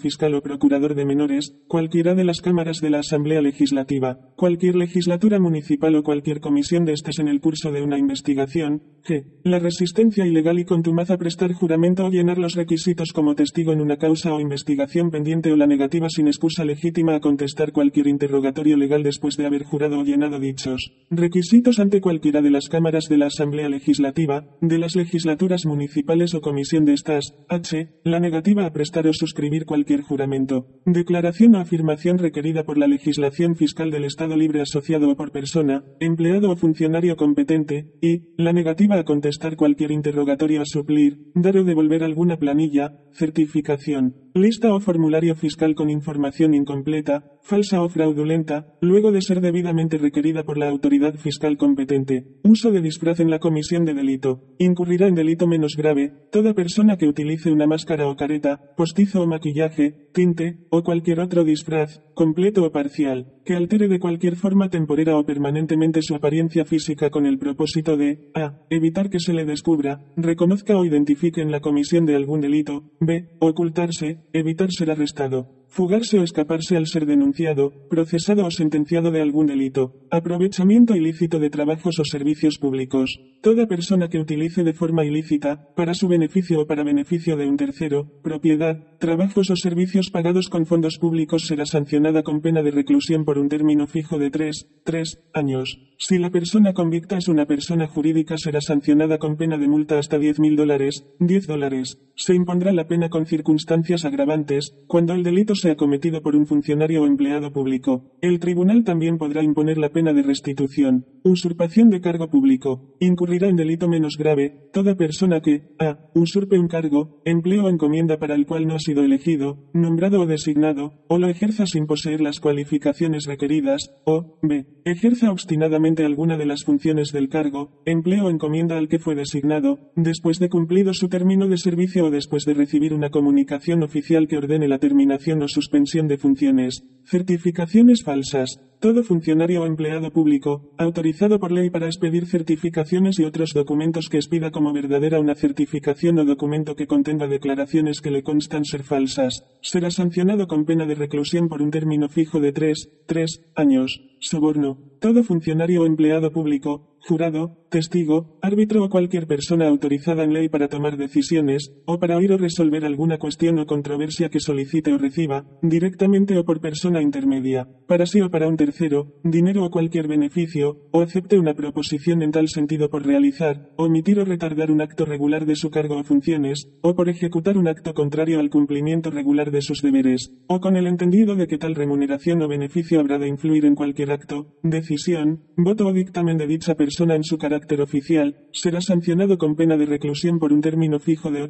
fiscal o procurador de menores, cualquiera de las cámaras de la Asamblea Legislativa, cualquier legislatura municipal o cualquier comisión de estas en el curso de una investigación. G. La resistencia ilegal y contumaz a prestar juramento o llenar los requisitos como testigo en una causa o investigación pendiente o la negativa sin excusa legítima a contestar cualquier interrogatorio legal después de haber jurado o llenado dichos requisitos ante cualquiera de las cámaras de la Asamblea Legislativa, de las legislaturas municipales o comisión de estas. H. La negativa a prestar o suscribir cualquier juramento, declaración o afirmación requerida por la legislación fiscal del Estado libre asociado o por persona, empleado o funcionario competente. Y. La negativa a contestar cualquier interrogatorio a suplir, dar o devolver alguna planilla, certificación, lista o formulario fiscal con información incompleta, falsa o fraudulenta, luego de ser debidamente requerida por la autoridad fiscal competente. Uso de disfraz en la comisión de delito. Incurrirá en delito menos grave toda persona que utilice una máscara o careta, postizo o maquillaje, tinte, o cualquier otro disfraz, completo o parcial, que altere de cualquier forma temporera o permanentemente su apariencia física con el propósito de a. Evitar que se le descubra, reconozca o identifique en la comisión de algún delito, b. Ocultarse, evitar ser arrestado, fugarse o escaparse al ser denunciado, procesado o sentenciado de algún delito, aprovechamiento ilícito de trabajos o servicios públicos. Toda persona que utilice de forma ilícita, para su beneficio o para beneficio de un tercero, propiedad, trabajos o servicios pagados con fondos públicos será sancionada con pena de reclusión por un término fijo de 3 años. Si la persona convicta es una persona jurídica será sancionada con pena de multa hasta $10.000, $10. Se impondrá la pena con circunstancias agravantes, cuando el delito sea cometido por un funcionario o empleado público. El tribunal también podrá imponer la pena de restitución. Usurpación de cargo público. Incurrirá en delito menos grave toda persona que a. Usurpe un cargo, empleo o encomienda para el cual no ha sido elegido, nombrado o designado, o lo ejerza sin poseer las cualificaciones requeridas, o b. Ejerza obstinadamente alguna de las funciones del cargo, empleo o encomienda al que fue designado, después de cumplido su término de servicio o después de recibir una comunicación oficial que ordene la terminación o suspensión de funciones. Certificaciones falsas. Todo funcionario o empleado público, autorizado por ley para expedir certificaciones y otros documentos que expida como verdadera una certificación o documento que contenga declaraciones que le constan ser falsas, será sancionado con pena de reclusión por un término fijo de 3 años. Soborno. Todo funcionario o empleado público, jurado, testigo, árbitro o cualquier persona autorizada en ley para tomar decisiones, o para oír o resolver alguna cuestión o controversia que solicite o reciba, directamente o por persona intermedia, para sí o para un tercero, dinero o cualquier beneficio, o acepte una proposición en tal sentido por realizar, omitir o retardar un acto regular de su cargo o funciones, o por ejecutar un acto contrario al cumplimiento regular de sus deberes, o con el entendido de que tal remuneración o beneficio habrá de influir en cualquier acto, decisión, voto o dictamen de dicha persona en su carácter oficial, será sancionado con pena de reclusión por un término fijo de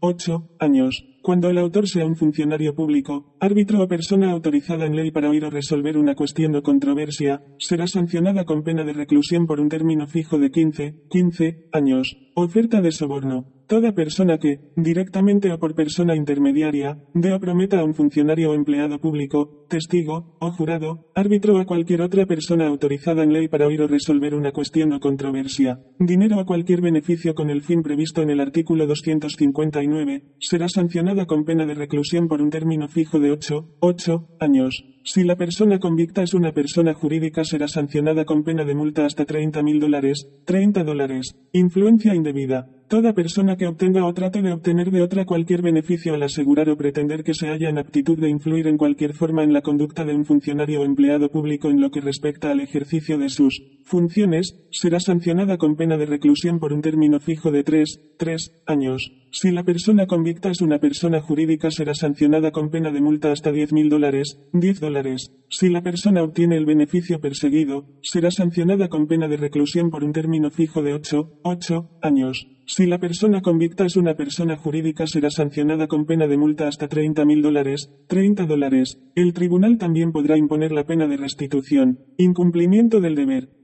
8 años. Cuando el autor sea un funcionario público, árbitro o persona autorizada en ley para oír o resolver una cuestión o controversia, será sancionada con pena de reclusión por un término fijo de 15 años. Oferta de soborno. Toda persona que, directamente o por persona intermediaria, dé o prometa a un funcionario o empleado público, testigo, o jurado, árbitro o a cualquier otra persona autorizada en ley para oír o resolver una cuestión o controversia, dinero o cualquier beneficio con el fin previsto en el artículo 259, será sancionada con pena de reclusión por un término fijo de 8 años. Si la persona convicta es una persona jurídica será sancionada con pena de multa hasta $30.000, $30. Influencia indebida. Toda persona que obtenga o trate de obtener de otra cualquier beneficio al asegurar o pretender que se haya en aptitud de influir en cualquier forma en la conducta de un funcionario o empleado público en lo que respecta al ejercicio de sus funciones, será sancionada con pena de reclusión por un término fijo de 3 años. Si la persona convicta es una persona jurídica será sancionada con pena de multa hasta $10.000, $10. Si la persona obtiene el beneficio perseguido, será sancionada con pena de reclusión por un término fijo de 8 años. Si la persona convicta es una persona jurídica será sancionada con pena de multa hasta $30.000, $30. El tribunal también podrá imponer la pena de restitución. Incumplimiento del deber.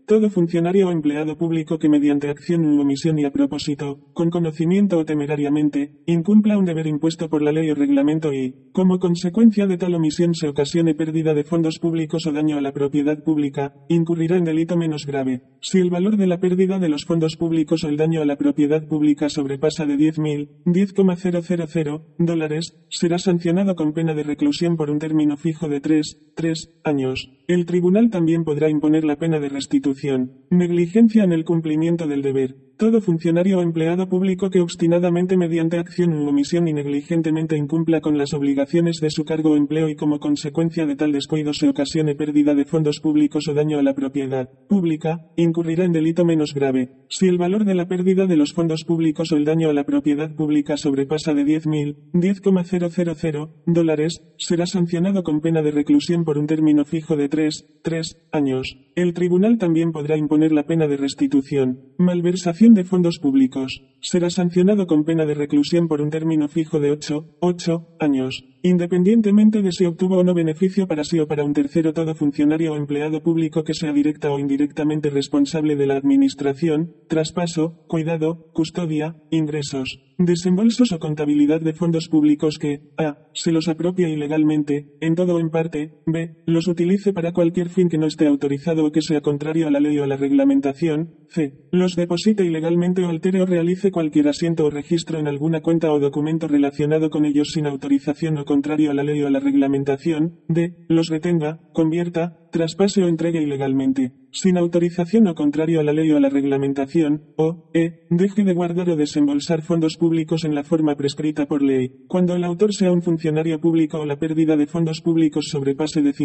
Todo funcionario o empleado público que mediante acción u omisión y a propósito, con conocimiento o temerariamente, incumpla un deber impuesto por la ley o reglamento y, como consecuencia de tal omisión se ocasione pérdida de fondos públicos o daño a la propiedad pública, incurrirá en delito menos grave. Si el valor de la pérdida de los fondos públicos o el daño a la propiedad pública sobrepasa de $10,000 dólares, será sancionado con pena de reclusión por un término fijo de 3 años. El tribunal también podrá imponer la pena de restitución. Negligencia en el cumplimiento del deber. Todo funcionario o empleado público que obstinadamente mediante acción u omisión y negligentemente incumpla con las obligaciones de su cargo o empleo y como consecuencia de tal descuido se ocasione pérdida de fondos públicos o daño a la propiedad pública, incurrirá en delito menos grave. Si el valor de la pérdida de los fondos públicos o el daño a la propiedad pública sobrepasa de $10,000 dólares, será sancionado con pena de reclusión por un término fijo de 3 años. El tribunal también podrá imponer la pena de restitución. Malversación de fondos públicos. Será sancionado con pena de reclusión por un término fijo de 8 años. Independientemente de si obtuvo o no beneficio para sí o para un tercero, todo funcionario o empleado público que sea directa o indirectamente responsable de la administración, traspaso, cuidado, custodia, ingresos, desembolsos o contabilidad de fondos públicos que, a. se los apropia ilegalmente, en todo o en parte, b. los utilice para cualquier fin que no esté autorizado o que sea contrario a la ley o a la reglamentación, c. los deposite ilegalmente o altere o realice cualquier asiento o registro en alguna cuenta o documento relacionado con ellos sin autorización o contrario a la ley o a la reglamentación, d. los retenga, convierta, traspase o entregue ilegalmente, sin autorización o contrario a la ley o a la reglamentación, o, deje de guardar o desembolsar fondos públicos en la forma prescrita por ley, cuando el autor sea un funcionario público o la pérdida de fondos públicos sobrepase de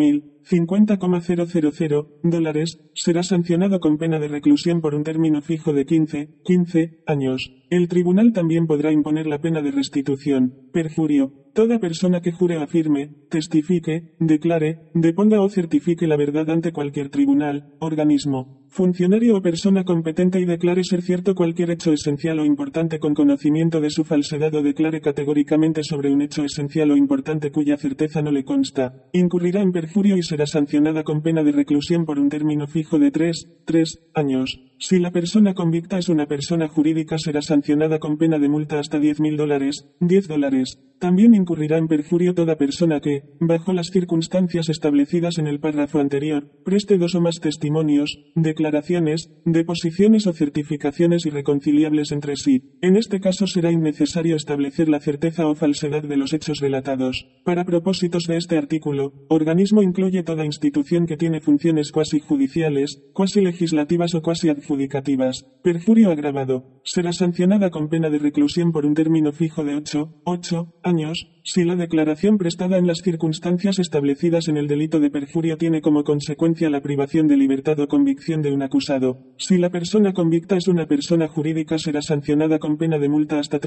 $50,000 dólares, será sancionado con pena de reclusión por un término fijo de 15 años. El tribunal también podrá imponer la pena de restitución. Perjurio. Toda persona que jure o afirme, testifique, declare, deponga o certifique la verdad ante cualquier tribunal, organismo, funcionario o persona competente y declare ser cierto cualquier hecho esencial o importante con conocimiento de su falsedad o declare categóricamente sobre un hecho esencial o importante cuya certeza no le consta, incurrirá en perjurio y será sancionada con pena de reclusión por un término fijo de 3 años. Si la persona convicta es una persona jurídica, será sancionada con pena de multa hasta $10,000. También incurrirá en perjurio toda persona que, bajo las circunstancias establecidas en el párrafo anterior, preste dos o más testimonios, declaraciones, deposiciones o certificaciones irreconciliables entre sí. En este caso será innecesario establecer la certeza o falsedad de los hechos relatados. Para propósitos de este artículo, organismo incluye toda institución que tiene funciones cuasi judiciales, cuasi legislativas o cuasi adjudicativas. Perjurio agravado. Será sancionada con pena de reclusión por un término fijo de 8 años, si la declaración prestada en las circunstancias establecidas en el delito de perjurio tiene como consecuencia la privación de libertad o convicción de un acusado. Si la persona convicta es una persona jurídica, será sancionada con pena de multa hasta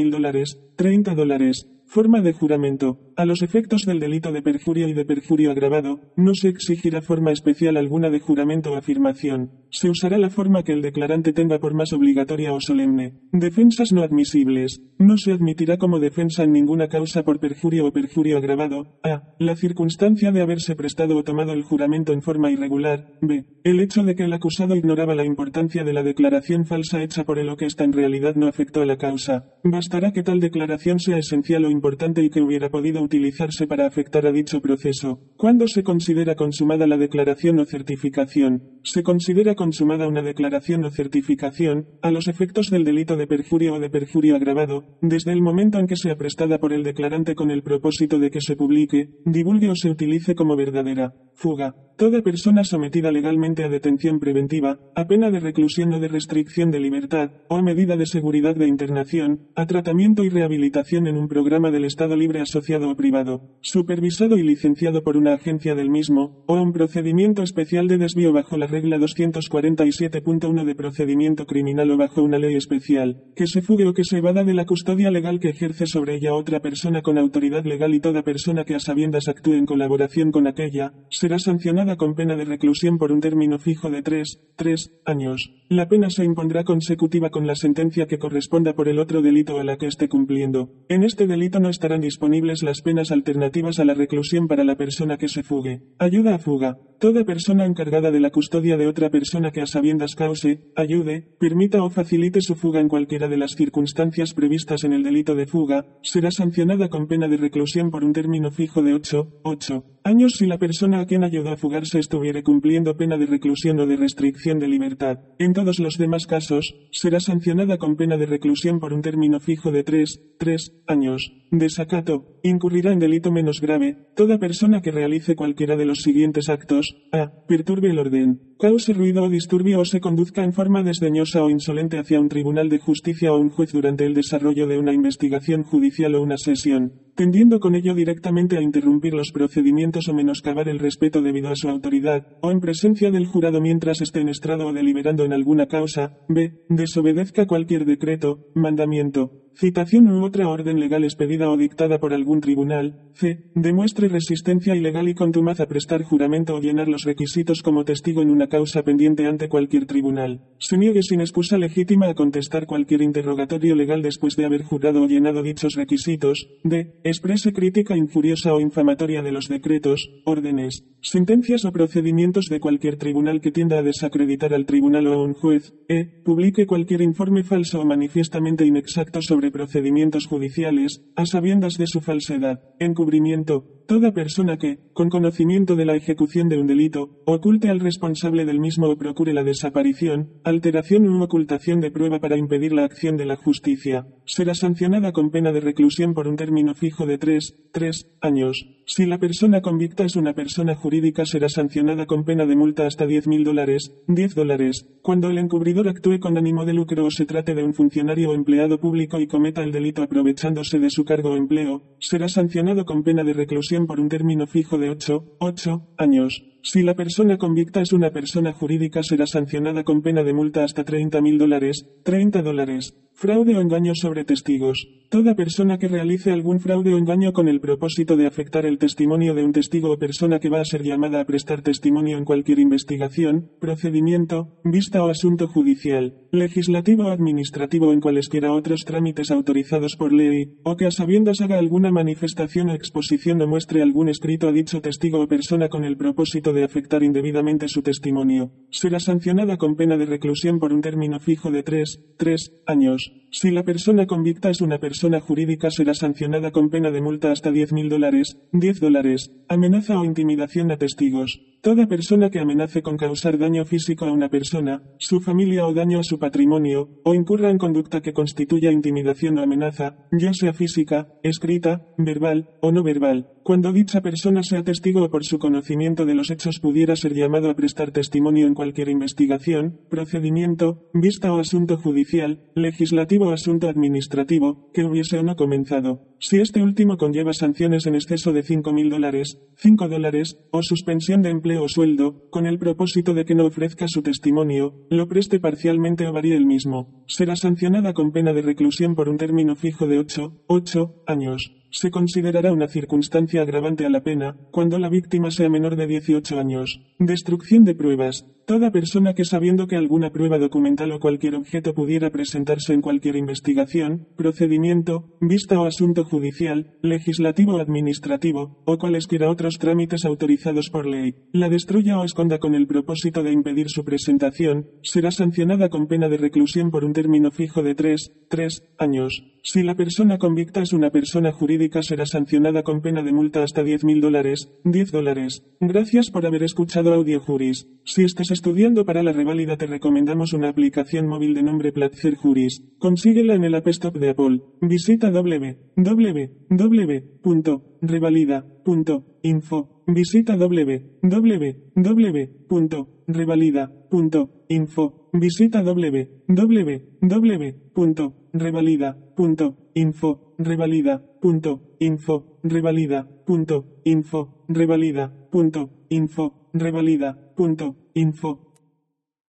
$30,000. Forma de juramento. A los efectos del delito de perjurio y de perjurio agravado, no se exigirá forma especial alguna de juramento o afirmación. Se usará la forma que el declarante tenga por más obligatoria o solemne. Defensas no admisibles. No se admitirá como defensa en ninguna causa por perjurio o perjurio agravado. A. La circunstancia de haberse prestado o tomado el juramento en forma irregular. B. El hecho de que el acusado ignoraba la importancia de la declaración falsa hecha por él o que ésta en realidad no afectó a la causa. Bastará que tal declaración sea esencial o importante y que hubiera podido utilizarse para afectar a dicho proceso. ¿Cuándo se considera consumada la declaración o certificación? Se considera consumada una declaración o certificación, a los efectos del delito de perjurio o de perjurio agravado, desde el momento en que sea prestada por el declarante con el propósito de que se publique, divulgue o se utilice como verdadera. Fuga. Toda persona sometida legalmente a detención preventiva, a pena de reclusión o de restricción de libertad, o a medida de seguridad de internación, a tratamiento y rehabilitación en un programa del Estado libre asociado o privado, supervisado y licenciado por una agencia del mismo, o a un procedimiento especial de desvío bajo la regla 247.1 de procedimiento criminal o bajo una ley especial, que se fugue o que se evada de la custodia legal que ejerce sobre ella otra persona con autoridad legal y toda persona que a sabiendas actúe en colaboración con aquella, será sancionada con pena de reclusión por un término fijo de 3 años. La pena se impondrá consecutiva con la sentencia que corresponda por el otro delito a la que esté cumpliendo. En este delito no estarán disponibles las penas alternativas a la reclusión para la persona que se fugue. Ayuda a fuga. Toda persona encargada de la custodia de otra persona que a sabiendas cause, ayude, permita o facilite su fuga en cualquiera de las circunstancias previstas en el delito de fuga, será sancionada con pena de reclusión por un término fijo de 8 años si la persona a quien ayudó a fugarse estuviere cumpliendo pena de reclusión o de restricción de libertad. En todos los demás casos, será sancionada con pena de reclusión por un término fijo de 3 años. Desacato. Incurrirá en delito menos grave toda persona que realice cualquiera de los siguientes actos: a. Perturbe el orden, cause ruido o disturbio o se conduzca en forma desdeñosa o insolente hacia un tribunal de justicia o un juez durante el desarrollo de una investigación judicial o una sesión, tendiendo con ello directamente a interrumpir los procedimientos o menoscabar el respeto debido a su autoridad, o en presencia del jurado mientras esté en estrado o deliberando en alguna causa. B. Desobedezca cualquier decreto, mandamiento, citación u otra orden legal expedida o dictada por algún tribunal. C. Demuestre resistencia ilegal y contumaz a prestar juramento o llenar los requisitos como testigo en una causa pendiente ante cualquier tribunal. Se niegue sin excusa legítima a contestar cualquier interrogatorio legal después de haber jurado o llenado dichos requisitos. D. Exprese crítica injuriosa o infamatoria de los decretos, órdenes, sentencias o procedimientos de cualquier tribunal que tienda a desacreditar al tribunal o a un juez. E. Publique cualquier informe falso o manifiestamente inexacto sobre procedimientos judiciales, a sabiendas de su falsedad. Encubrimiento. Toda persona que, con conocimiento de la ejecución de un delito, oculte al responsable del mismo o procure la desaparición, alteración u ocultación de prueba para impedir la acción de la justicia, será sancionada con pena de reclusión por un término fijo de 3 años. Si la persona convicta es una persona jurídica, será sancionada con pena de multa hasta $10. Cuando el encubridor actúe con ánimo de lucro o se trate de un funcionario o empleado público y cometa el delito aprovechándose de su cargo o empleo, será sancionado con pena de reclusión por un término fijo de 8 años. Si la persona convicta es una persona jurídica, será sancionada con pena de multa hasta $30.000. Fraude o engaño sobre testigos. Toda persona que realice algún fraude o engaño con el propósito de afectar el testimonio de un testigo o persona que va a ser llamada a prestar testimonio en cualquier investigación, procedimiento, vista o asunto judicial, legislativo o administrativo o en cualesquiera otros trámites autorizados por ley, o que a sabiendas haga alguna manifestación o exposición o muestre algún escrito a dicho testigo o persona con el propósito de afectar indebidamente su testimonio, será sancionada con pena de reclusión por un término fijo de 3 años. Si la persona convicta es una persona jurídica, será sancionada con pena de multa hasta $10.000. Amenaza o intimidación a testigos. Toda persona que amenace con causar daño físico a una persona, su familia o daño a su patrimonio, o incurra en conducta que constituya intimidación o amenaza, ya sea física, escrita, verbal o no verbal, cuando dicha persona sea testigo o por su conocimiento de los hechos pudiera ser llamado a prestar testimonio en cualquier investigación, procedimiento, vista o asunto judicial, legislativo o asunto administrativo, que hubiese o no comenzado. Si este último conlleva sanciones en exceso de $5.000, o suspensión de empleo o sueldo, con el propósito de que no ofrezca su testimonio, lo preste parcialmente o varíe el mismo, será sancionada con pena de reclusión por un término fijo de 8 años. Se considerará una circunstancia agravante a la pena, cuando la víctima sea menor de 18 años. Destrucción de pruebas. Toda persona que sabiendo que alguna prueba documental o cualquier objeto pudiera presentarse en cualquier investigación, procedimiento, vista o asunto judicial, legislativo o administrativo, o cualesquiera otros trámites autorizados por ley, la destruya o esconda con el propósito de impedir su presentación, será sancionada con pena de reclusión por un término fijo de 3 años. Si la persona convicta es una persona jurídica, será sancionada con pena de multa hasta $10.000. Gracias por haber escuchado Audio Juris. Si estás estudiando para la reválida, te recomendamos una aplicación móvil de nombre Platzer Juris. Consíguela en el App Store de Apple. Visita www.revalida.info. Visita www.revalida.info. Visita www.revalida.info. Revalida.info. Revalida.info. Revalida.info. Revalida.info.